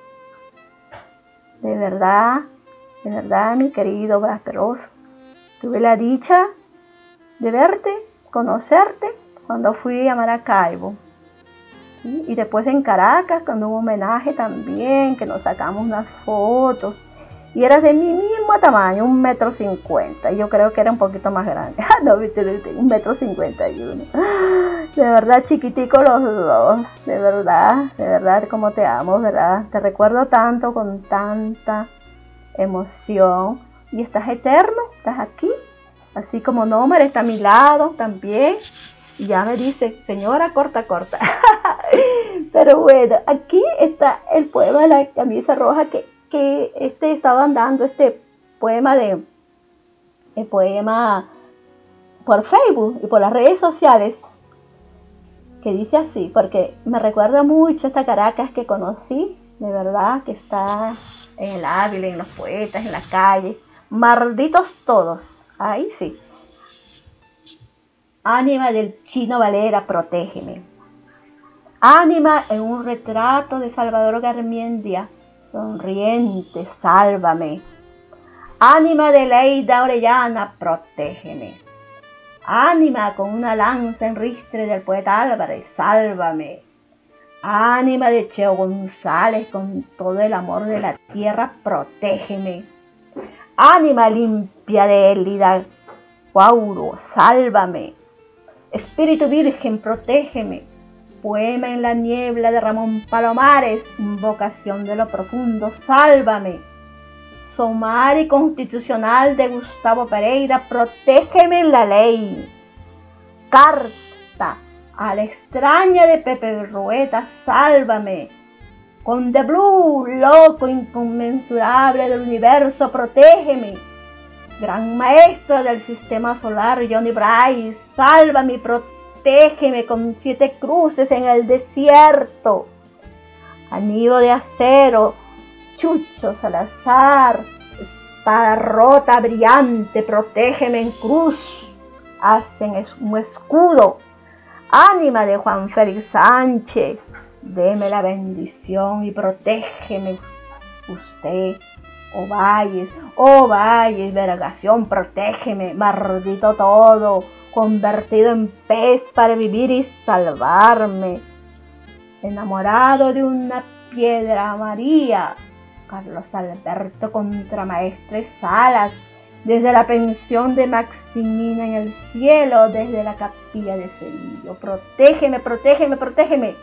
De verdad, mi querido Blas Peroso, tuve la dicha de verte, conocerte, cuando fui a Maracaibo. ¿Sí? Y después en Caracas, cuando hubo homenaje también, que nos sacamos unas fotos. Y eras de mi mismo tamaño, 1,50 m. Yo creo que era un poquito más grande. No, 1,51 m. De verdad, chiquitico los dos. De verdad, como te amo, ¿verdad? Te recuerdo tanto, con tanta emoción. Y estás eterno, estás aquí. Así como Nómer está a mi lado también. Y ya me dice, señora, corta. Pero bueno, aquí está el poema de la camisa roja que estaban dando este poema el poema por Facebook y por las redes sociales, que dice así, porque me recuerda mucho esta Caracas que conocí, de verdad, que está en el Ávila, en los poetas, en la calle, malditos todos, ahí sí. Ánima del Chino Valera, protégeme. Ánima en un retrato de Salvador Garmendia, sonriente, sálvame. Ánima de Leida Orellana, protégeme. Ánima con una lanza en ristre del poeta Álvarez, sálvame. Ánima de Cheo González con todo el amor de la tierra, protégeme. Ánima limpia de Elida Guauro, sálvame. Espíritu Virgen, protégeme. Poema en la niebla de Ramón Palomares, invocación de lo profundo, sálvame. Somario constitucional de Gustavo Pereira, protégeme en la ley. Carta a la extraña de Pepe Rueta, sálvame. Conde Blue, loco inconmensurable del universo, protégeme. Gran maestro del sistema solar, Johnny Bryce, sálvame, protégeme con 7 cruces en el desierto. Anillo de acero, Chucho Salazar, espada rota, brillante, protégeme en cruz, hacen un escudo. Ánima de Juan Félix Sánchez, deme la bendición y protégeme usted. Oh Valles, vergación, protégeme, maldito todo, convertido en pez para vivir y salvarme. Enamorado de una piedra María, Carlos Alberto Contramaestre Salas, desde la pensión de Maximina en el cielo, desde la capilla de Sevilla. Protégeme, protégeme, protégeme.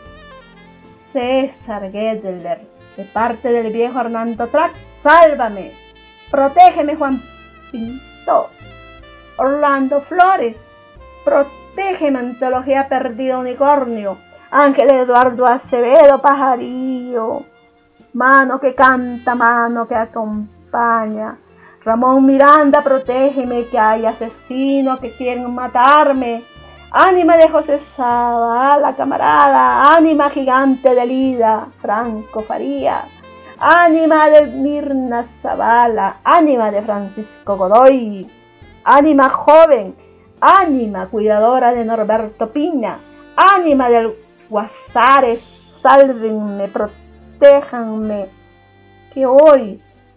César Gedler, de parte del viejo Hernando Track, sálvame. Protégeme, Juan Pinto. Orlando Flores, protégeme, Antología Perdida Unicornio. Ángel Eduardo Acevedo, Pajarillo, mano que canta, mano que acompaña. Ramón Miranda, protégeme, que hay asesinos que quieren matarme. Ánima de José Zavala, camarada. Ánima gigante de Lida, Franco Faría. Ánima de Mirna Zavala. Ánima de Francisco Godoy. Ánima joven. Ánima cuidadora de Norberto Piña. Ánima del Guasares, sálvenme, protéjanme. Que hoy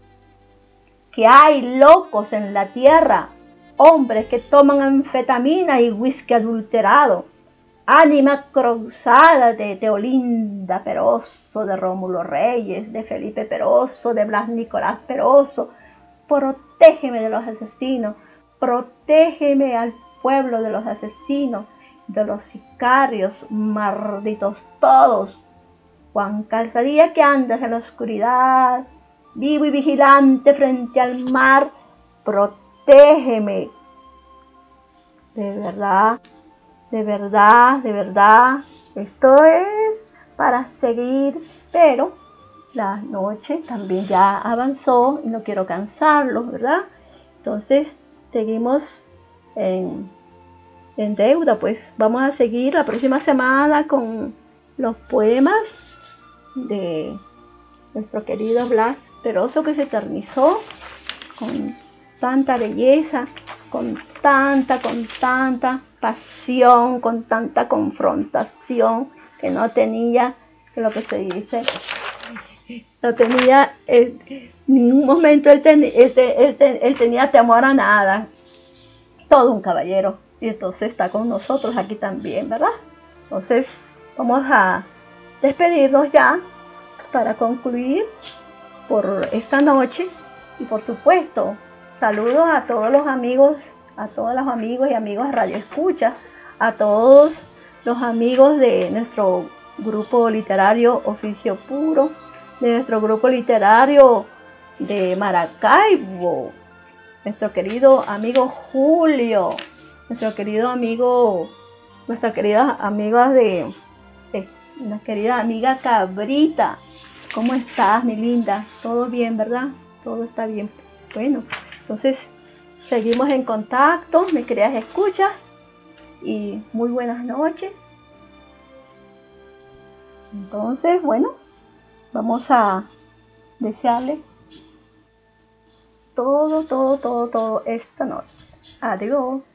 que hay locos en la tierra, hombres que toman anfetamina y whisky adulterado. Ánima cruzada de Teolinda Peroso, de Rómulo Reyes, de Felipe Peroso, de Blas Nicolás Peroso. Protégeme de los asesinos, protégeme al pueblo de los asesinos, de los sicarios, malditos todos. Juan Calzadilla, que andas en la oscuridad, vivo y vigilante frente al mar, protégeme. De verdad, de verdad, de verdad, esto es para seguir, pero la noche también ya avanzó y no quiero cansarlos, ¿verdad? Entonces, seguimos en deuda, pues vamos a seguir la próxima semana con los poemas de nuestro querido Blas Peroso, que se eternizó con tanta belleza, con tanta pasión, con tanta confrontación, que no tenía, lo que se dice, no tenía en ningún momento él tenía temor a nada. Todo un caballero, y entonces está con nosotros aquí también, ¿verdad? Entonces vamos a despedirnos ya para concluir por esta noche. Y por supuesto, saludos a todos los amigos, a todos los amigos y amigas Radio Escucha, a todos los amigos de nuestro grupo literario Oficio Puro, de nuestro grupo literario de Maracaibo, nuestro querido amigo Julio, nuestro querido amigo, nuestra querida amiga la querida amiga Cabrita. ¿Cómo estás, mi linda? ¿Todo bien, verdad? Todo está bien. Bueno, entonces seguimos en contacto, me queridas escuchas, y muy buenas noches. Entonces, bueno, vamos a desearles todo esta noche. Adiós.